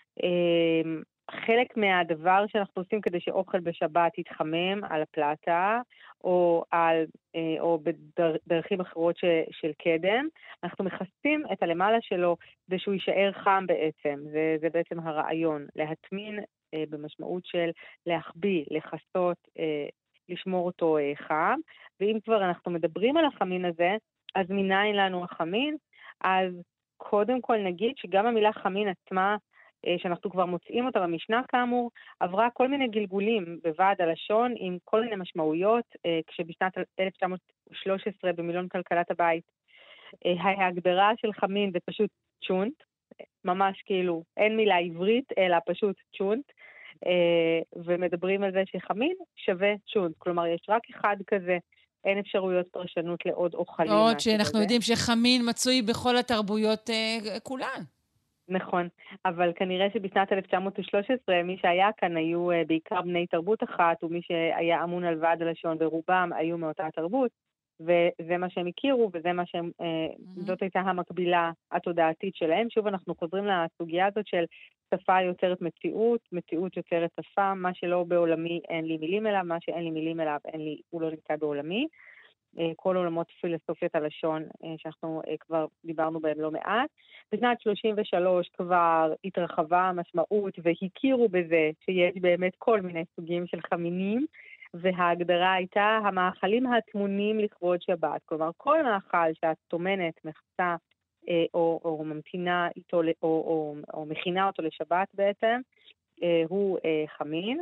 חלק מהדבר שאנחנו עושים כדי שאוכל בשבת יתחמם על הפלטה, או, על, או בדרכים אחרות ש, של קדם, אנחנו מכסים את הלמעלה שלו כדי שהוא יישאר חם בעצם. זה, זה בעצם הרעיון, להטמין במשמעות של להחביא, לחסות, לשמור אותו חם. ואם כבר אנחנו מדברים על החמין הזה, אז מניין לנו החמין? אז קודם כל נגיד שגם המילה חמין עצמה, שאנחנו כבר מוצאים אותה במשנה כאמור, עברה כל מיני גלגולים בוועד הלשון עם כל מיני משמעויות, כשבשנת אלף תשע מאות ושלוש עשרה במילון כלכלת הבית, ההגדרה של חמין זה פשוט צ'ונט, ממש כאילו אין מילה עברית אלא פשוט צ'ונט, ומדברים על זה שחמין שווה צ'ונט, כלומר יש רק אחד כזה, אין אפשרויות פרשנות לעוד אוכלים. עוד שאנחנו יודעים שחמין מצוי בכל התרבויות כולן. נכון, אבל כנראה שבשנת אלף תשע מאות ושלוש עשרה מי שהיה כאן היו בעיקר בני תרבות אחת, ומי שהיה אמון על ועד הלשון ורובם היו מאותה תרבות, וזה מה שהם הכירו, וזה מה שהם, mm-hmm. זאת הייתה המקבילה התודעתית שלהם. שוב אנחנו חוזרים לסוגיה הזאת של שפה יוצרת מציאות, מציאות יוצרת שפה, מה שלא בעולמי אין לי מילים אליו, מה שאין לי מילים אליו אין לי, הוא לא נמצא בעולמי. כל עולמות פילוסופיית הלשון שאנחנו כבר דיברנו בהם לא מעט. בשנת שלושים ושלוש כבר התרחבה המשמעות והכירו בזה שיש באמת כל מיני סוגים של חמינים, וההגדרה הייתה המאכלים הטמונים לכבוד שבת. כלומר, כל מאכל שאת טומנת, מכסה או, או ממתינה איתו, או, או, או מכינה אותו לשבת בעצם, הוא חמין.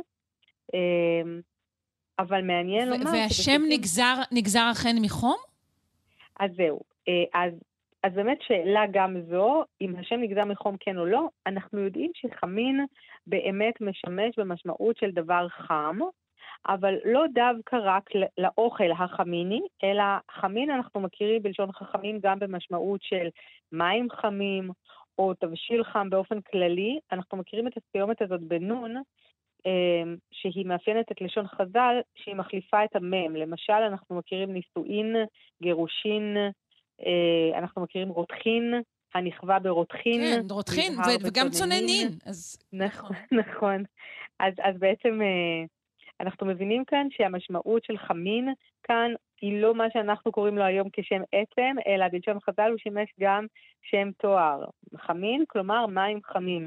אבל מעניין לומר... והשם נגזר, נגזר אכן מחום? אז זהו. אז, אז באמת שאלה גם זו, אם השם נגזר מחום כן או לא, אנחנו יודעים שחמין באמת משמש במשמעות של דבר חם, אבל לא דווקא רק לאוכל החמיני, אלא חמין אנחנו מכירים בלשון חכמים גם במשמעות של מים חמים, או תבשיל חם באופן כללי. אנחנו מכירים את הסיומת הזאת בנון, שהיא מאפיינת את לשון חז"ל, שהיא מחליפה את המם. למשל, אנחנו מכירים נישואין, גירושין, אנחנו מכירים רותחין, הנכווה ברותחין. כן, רותחין, וגם צוננין. נכון, נכון. אז, אז בעצם אנחנו מבינים כאן שהמשמעות של חמין כאן היא לא מה שאנחנו קוראים לו היום כשם עצם, אלא בלשון חז"ל הוא שימש גם שם תואר. חמין, כלומר מים חמים.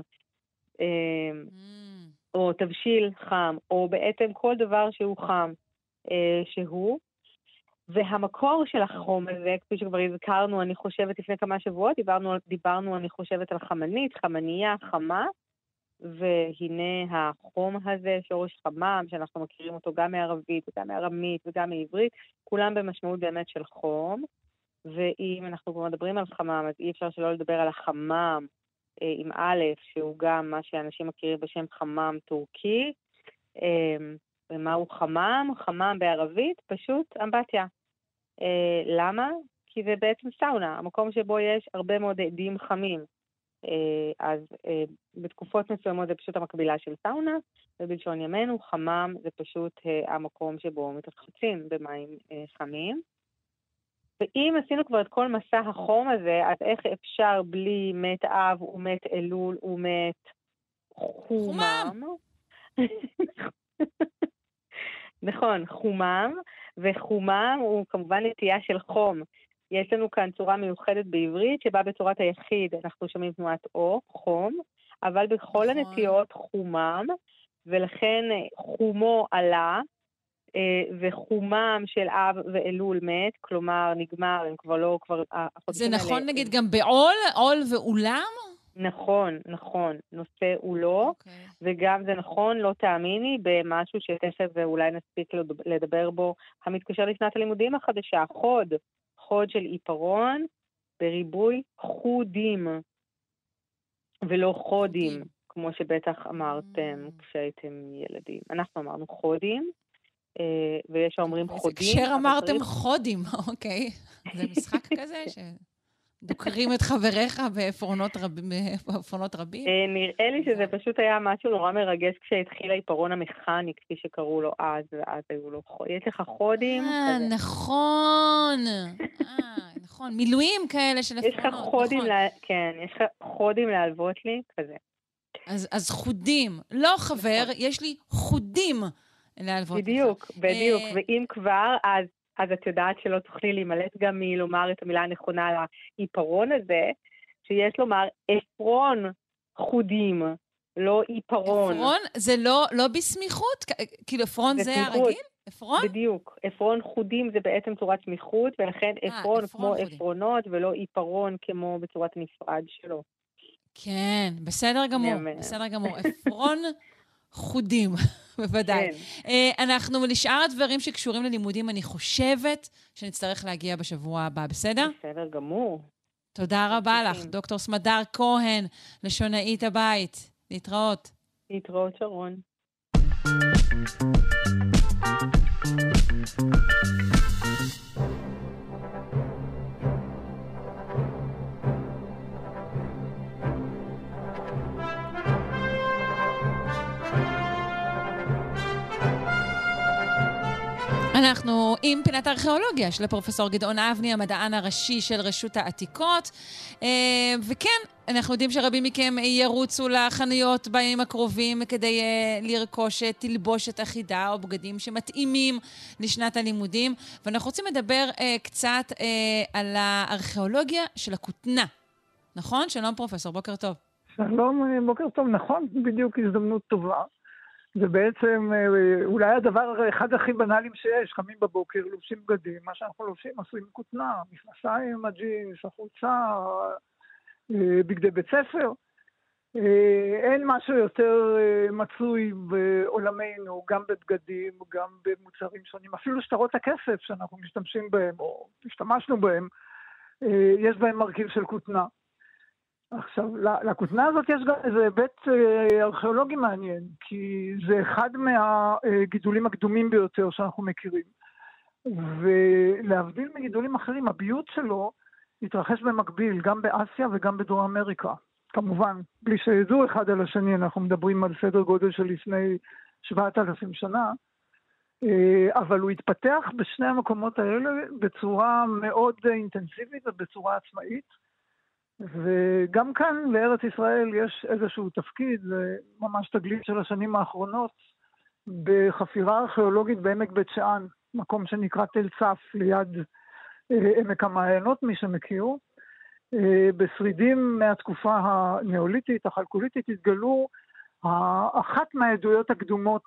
או תבשיל חם, או בעצם כל דבר שהוא חם, אה, שהוא. והמקור של החום הזה, כפי שכבר הזכרנו, אני חושבת לפני כמה שבועות, דיברנו, דיברנו אני חושבת על חמנית, חמנייה, חמה, והנה החום הזה, שורש חמם, שאנחנו מכירים אותו גם מערבית וגם מארמית וגם מעברית, כולם במשמעות באמת של חום. ואם אנחנו כבר מדברים על חמם, אז אי אפשר שלא לדבר על החמם אה, עם א', שהוא גם מה שאנשים מכירים בשם חמם טורקי. אה, ומהו חמם? חמם בערבית, פשוט אמבטיה. אה, למה? כי זה בעצם סאונה, המקום שבו יש הרבה מאוד עדים חמים. אה, אז אה, בתקופות מסוימות זה פשוט המקבילה של סאונה, ובלשון ימינו חמם זה פשוט אה, המקום שבו מתרחצים במים אה, חמים. ואם עשינו כבר את כל מסע החום הזה, אז איך אפשר בלי מת אב ומת אלול ומת חומם? נכון, חומם, וחומם הוא כמובן נטייה של חום. יש לנו כאן צורה מיוחדת בעברית, שבה בצורת היחיד אנחנו שומעים תנועת או, חום, אבל בכל הנטיות חומם, ולכן חומו עלה, וחומם של אב ואלול מת, כלומר נגמר, הם כבר לא, כבר... זה נכון האלה, נגיד גם בעול, עול ואולם? נכון, נכון, נושא הוא לא, okay. וגם זה נכון, לא תאמיני, במשהו שתכף ואולי נספיק לדבר בו, המתקשר לשנת הלימודים החדשה, חוד, חוד של עיפרון, בריבוי חודים, ולא חודים, חודים. כמו שבטח אמרתם mm. כשהייתם ילדים. אנחנו אמרנו חודים, ויש שאומרים חודים. כשר אמרתם חודים, אוקיי. זה משחק כזה שדוקרים את חבריך באפרונות רבים? נראה לי שזה פשוט היה משהו נורא מרגש כשהתחיל העיפרון המכני, כפי שקראו לו אז, ואז היו לו חודים. יש לך חודים? אה, נכון. אה, נכון. מילואים כאלה של אפרונות. יש לך חודים, כן, יש לך חודים להלוות לי, כזה. אז חודים. לא חבר, יש לי חודים. בדיוק, בדיוק, ואם כבר, אז, אז את יודעת שלא תוכלי להימלט גם מלומר את המילה הנכונה על העיפרון הזה, שיש לומר אפרון חודים, לא עיפרון. אפרון זה לא, לא בסמיכות? כאילו אפרון זה, זה הרגיל? אפרון? בדיוק, אפרון חודים זה בעצם צורת סמיכות, ולכן 아, אפרון, אפרון כמו חודים. אפרונות, ולא עיפרון כמו בצורת נפרד שלו. כן, בסדר גמור, בסדר גמור. אפרון חודים, בוודאי. כן. אנחנו לשאר הדברים שקשורים ללימודים, אני חושבת שנצטרך להגיע בשבוע הבא, בסדר? בסדר גמור. תודה רבה לך, דוקטור סמדר כהן, לשונאית הבית. להתראות. להתראות, שרון. אנחנו עם פינת הארכיאולוגיה של הפרופסור גדעון אבני, המדען הראשי של רשות העתיקות. וכן, אנחנו יודעים שרבים מכם ירוצו לחנויות בימים הקרובים כדי לרכוש תלבושת אחידה או בגדים שמתאימים לשנת הלימודים. ואנחנו רוצים לדבר קצת על הארכיאולוגיה של הכותנה. נכון? שלום פרופסור, בוקר טוב. שלום, בוקר טוב. נכון, בדיוק הזדמנות טובה. זה בעצם אולי הדבר אחד הכי בנאליים שיש, קמים בבוקר, לובשים בגדים, מה שאנחנו לובשים עשויים כותנה, מכנסיים, הג'ינס, החולצה, בגדי בית ספר. אין משהו יותר מצוי בעולמנו, גם בבגדים, גם במוצרים שונים, אפילו שטרות הכסף שאנחנו משתמשים בהם, או השתמשנו בהם, יש בהם מרכיב של כותנה. עכשיו, לכותנה הזאת יש גם איזה היבט ארכיאולוגי מעניין, כי זה אחד מהגידולים הקדומים ביותר שאנחנו מכירים. ולהבדיל מגידולים אחרים, הביוט שלו התרחש במקביל, גם באסיה וגם בדרום אמריקה. כמובן, בלי שידעו אחד על השני, אנחנו מדברים על סדר גודל של לפני שבעת אלפים שנה, אבל הוא התפתח בשני המקומות האלה בצורה מאוד אינטנסיבית ובצורה עצמאית, וגם כאן לארץ ישראל יש איזשהו תפקיד, ממש תגלית של השנים האחרונות, בחפירה ארכיאולוגית בעמק בית שאן, מקום שנקרא תל צף ליד עמק המעיינות, מי שמכיר. בשרידים מהתקופה הנאוליתית, החלקוליתית, התגלו אחת מהעדויות הקדומות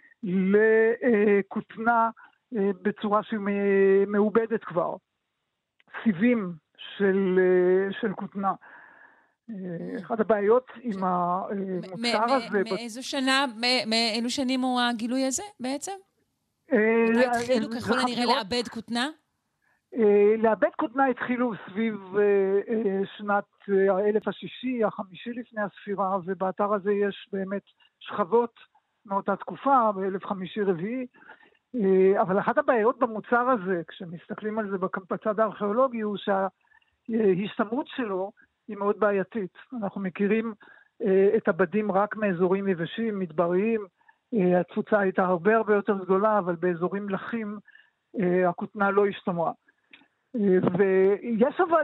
לכותנה בצורה שהיא מעובדת כבר. סיבים של, של כותנה. אחת הבעיות עם המוצר הזה... מאיזו שנה, מאילו שנים הוא הגילוי הזה בעצם? מתי התחילו ככל הנראה לאבד כותנה? לאבד כותנה התחילו סביב שנת האלף השישי, החמישי לפני הספירה, ובאתר הזה יש באמת שכבות מאותה תקופה, באלף חמישי רביעי, אבל אחת הבעיות במוצר הזה, כשמסתכלים על זה בצד הארכיאולוגי, הוא שההשתמרות שלו היא מאוד בעייתית. אנחנו מכירים את הבדים רק מאזורים יבשים, מדבריים, התפוצה הייתה הרבה הרבה יותר גדולה, אבל באזורים לחים הכותנה לא השתמרה. ויש אבל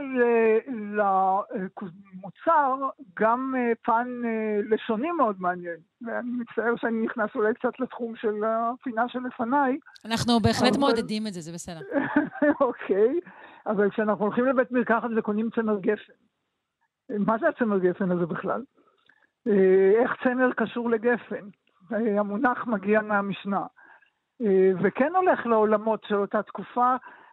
למוצר גם פן לשוני מאוד מעניין, ואני מצטער שאני נכנס אולי קצת לתחום של הפינה שלפניי. אנחנו בהחלט אבל... מעודדים את זה, זה בסדר. אוקיי, אבל כשאנחנו הולכים לבית מרקחת וקונים צמר גפן, מה זה הצמר גפן הזה בכלל? איך צמר קשור לגפן? המונח מגיע מהמשנה, וכן הולך לעולמות של אותה תקופה,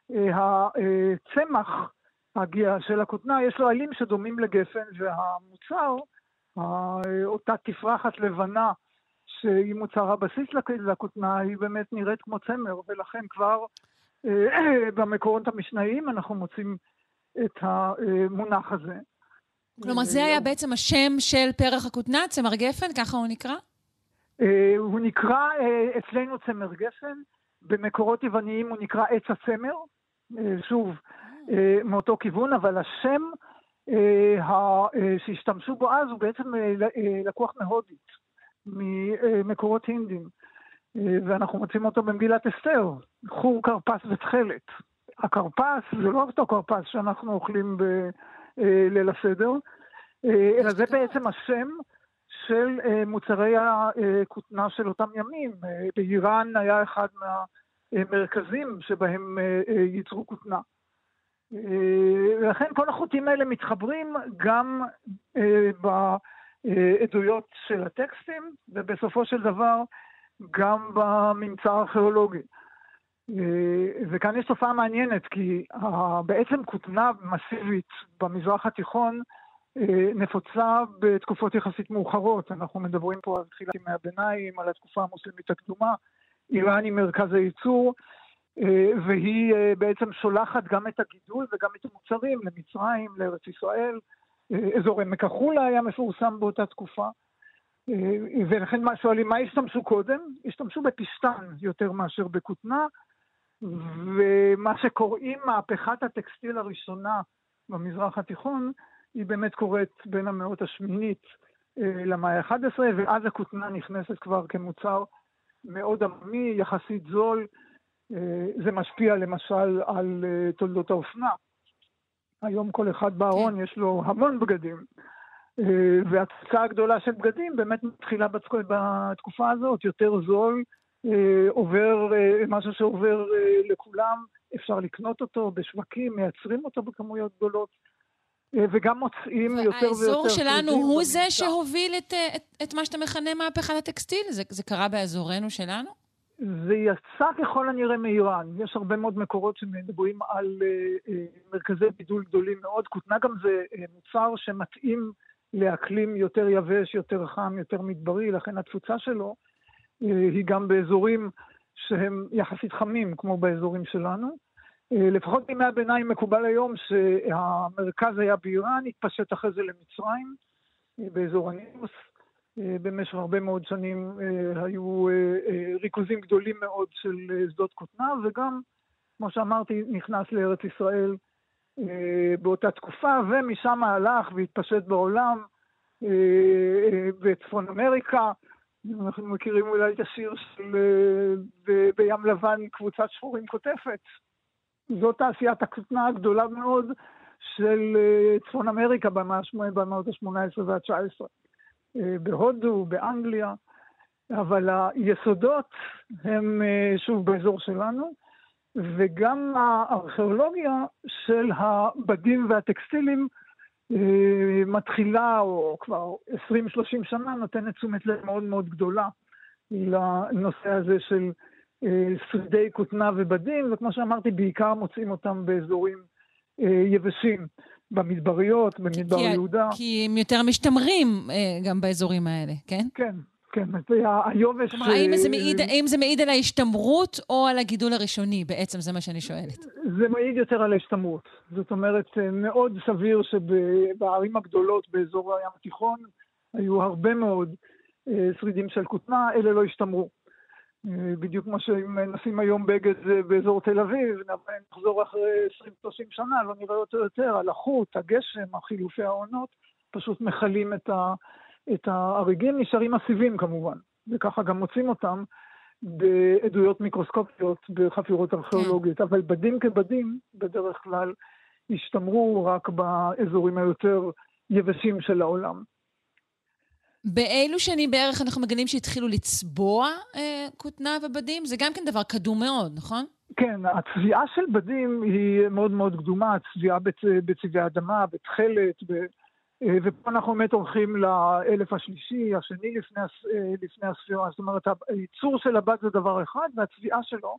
הצמח הגיע של הכותנה, יש לו עלים שדומים לגפן, והמוצר, אותה תפרחת לבנה, שהיא מוצר הבסיס לכותנה, היא באמת נראית כמו צמר, ולכן כבר במקורות המשנאיים אנחנו מוצאים את המונח הזה. כלומר, זה היה בעצם השם של פרח הכותנה, צמר גפן, ככה הוא נקרא? הוא נקרא אצלנו צמר גפן, במקורות יווניים הוא נקרא עץ הצמר, שוב, מאותו כיוון, אבל השם שהשתמשו בו אז הוא בעצם לקוח מהודית, ממקורות הינדים, ואנחנו מוצאים אותו במגילת אסתר, חור כרפס ותכלת. הכרפס זה לא אותו כרפס שאנחנו אוכלים בליל הסדר, אלא זה בעצם השם של מוצרי הכותנה של אותם ימים. באיראן היה אחד מהמרכזים שבהם ייצרו כותנה. ולכן כל החוטים האלה מתחברים גם בעדויות של הטקסטים, ובסופו של דבר גם בממצא הארכיאולוגי. וכאן יש תופעה מעניינת, כי בעצם כותנה מסיבית במזרח התיכון נפוצה בתקופות יחסית מאוחרות. אנחנו מדברים פה על תחילת ימי הביניים, על התקופה המוסלמית הקדומה. איראן היא מרכז הייצור, והיא בעצם שולחת גם את הגידול וגם את המוצרים למצרים, לארץ ישראל. אזור עמק החולה היה מפורסם באותה תקופה. ולכן מה שואלים, מה השתמשו קודם? השתמשו בפשטן יותר מאשר בכותנה, ומה שקוראים מהפכת הטקסטיל הראשונה במזרח התיכון, היא באמת קורית בין המאות השמינית למאה ה-אחת עשרה, ואז הכותנה נכנסת כבר כמוצר מאוד עממי, יחסית זול. זה משפיע למשל על תולדות האופנה. היום כל אחד בארון יש לו המון בגדים, והתפוצה הגדולה של בגדים באמת מתחילה בתקופה הזאת, יותר זול, עובר משהו שעובר לכולם, אפשר לקנות אותו בשווקים, מייצרים אותו בכמויות גדולות, וגם מוצאים יותר ויותר... והאזור שלנו הוא זה שהוביל את, את, את מה שאתה מכנה מהפכת הטקסטיל? זה, זה קרה באזורנו שלנו? זה יצא ככל הנראה מאיראן. יש הרבה מאוד מקורות שמדברים על מרכזי גידול גדולים מאוד. כותנה גם זה מוצר שמתאים לאקלים יותר יבש, יותר חם, יותר מדברי, לכן התפוצה שלו היא גם באזורים שהם יחסית חמים, כמו באזורים שלנו. לפחות בימי הביניים מקובל היום שהמרכז היה באיראן, התפשט אחרי זה למצרים, באזור הנימוס. במשך הרבה מאוד שנים היו ריכוזים גדולים מאוד של שדות כותנה, וגם, כמו שאמרתי, נכנס לארץ ישראל באותה תקופה, ומשם הלך והתפשט בעולם, בצפון אמריקה. אנחנו מכירים אולי את השיר של בים לבן, קבוצת שחורים כותפת. זאת תעשיית הכותנה הגדולה מאוד של צפון אמריקה במאות ה-שמונה עשרה וה-תשע עשרה. בהודו, באנגליה, אבל היסודות הם שוב באזור שלנו, וגם הארכיאולוגיה של הבדים והטקסטילים מתחילה, או כבר עשרים שלושים שנה, נותנת תשומת לב מאוד מאוד גדולה לנושא הזה של שרידי כותנה ובדים, וכמו שאמרתי, בעיקר מוצאים אותם באזורים יבשים. במדבריות, במדבר כי, יהודה. כי הם יותר משתמרים גם באזורים האלה, כן? כן, כן. היובש... כלומר, האם זה מעיד, האם זה מעיד על ההשתמרות או על הגידול הראשוני? בעצם זה מה שאני שואלת. זה מעיד יותר על ההשתמרות. זאת אומרת, מאוד סביר שבערים הגדולות באזור הים התיכון היו הרבה מאוד שרידים של כותנה, אלה לא השתמרו. בדיוק כמו שאם נשים היום בגד באזור תל אביב, נחזור אחרי עשרים שלושים שנה, לא נראה אותו יותר, הלחות, הגשם, החילופי העונות, פשוט מחלים את, ה, את ההריגים, נשארים מסיבים כמובן, וככה גם מוצאים אותם בעדויות מיקרוסקופיות בחפירות ארכיאולוגיות, אבל בדים כבדים בדרך כלל השתמרו רק באזורים היותר יבשים של העולם. באילו שנים בערך אנחנו מגנים שהתחילו לצבוע אה, כותנה ובדים? זה גם כן דבר קדום מאוד, נכון? כן, הצביעה של בדים היא מאוד מאוד קדומה, הצביעה בצ... בצבעי אדמה, בתחלת, ב... ופה אנחנו באמת הולכים לאלף השלישי, השני לפני, לפני הספירה, זאת אומרת, הייצור של הבד זה דבר אחד, והצביעה שלו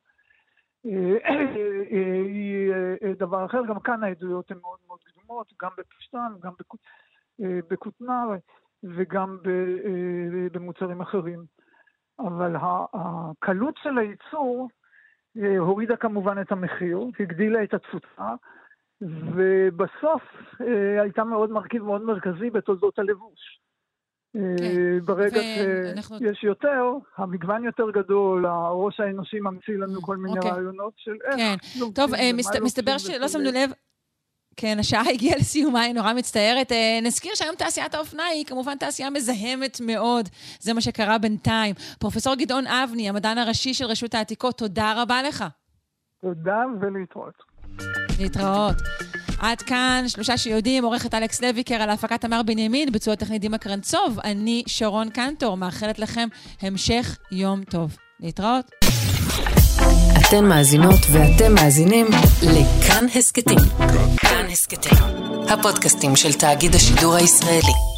היא דבר אחר, גם כאן העדויות הן מאוד מאוד קדומות, גם בפשטן, גם בכותנה, וגם במוצרים אחרים. אבל הקלות של הייצור הורידה כמובן את המחיר, הגדילה את התפוצה, ובסוף הייתה מאוד מרכיב מאוד מרכזי בתולדות הלבוש. ברגע שיש יותר, המגוון יותר גדול, הראש האנושי ממציא לנו כל מיני רעיונות של איך. טוב, מסתבר שלא שמנו לב, כן, השעה הגיעה לסיומה, היא נורא מצטערת. נזכיר שהיום תעשיית האופנה היא כמובן תעשייה מזהמת מאוד. זה מה שקרה בינתיים. פרופסור גדעון אבני, המדען הראשי של רשות העתיקות, תודה רבה לך. תודה ולהתראות. להתראות. עד כאן, שלושה שיודעים, עורכת אלכס לויקר על ההפקת תמר בנימין, ביצוע טכני דימה קרנצוב, אני שרון קנטור, מאחלת לכם המשך יום טוב. להתראות. אתן מאזינות ואתם מאזינים לכאן הסקטים. כאן הסקטים, הפודקאסטים של תאגיד השידור הישראלי.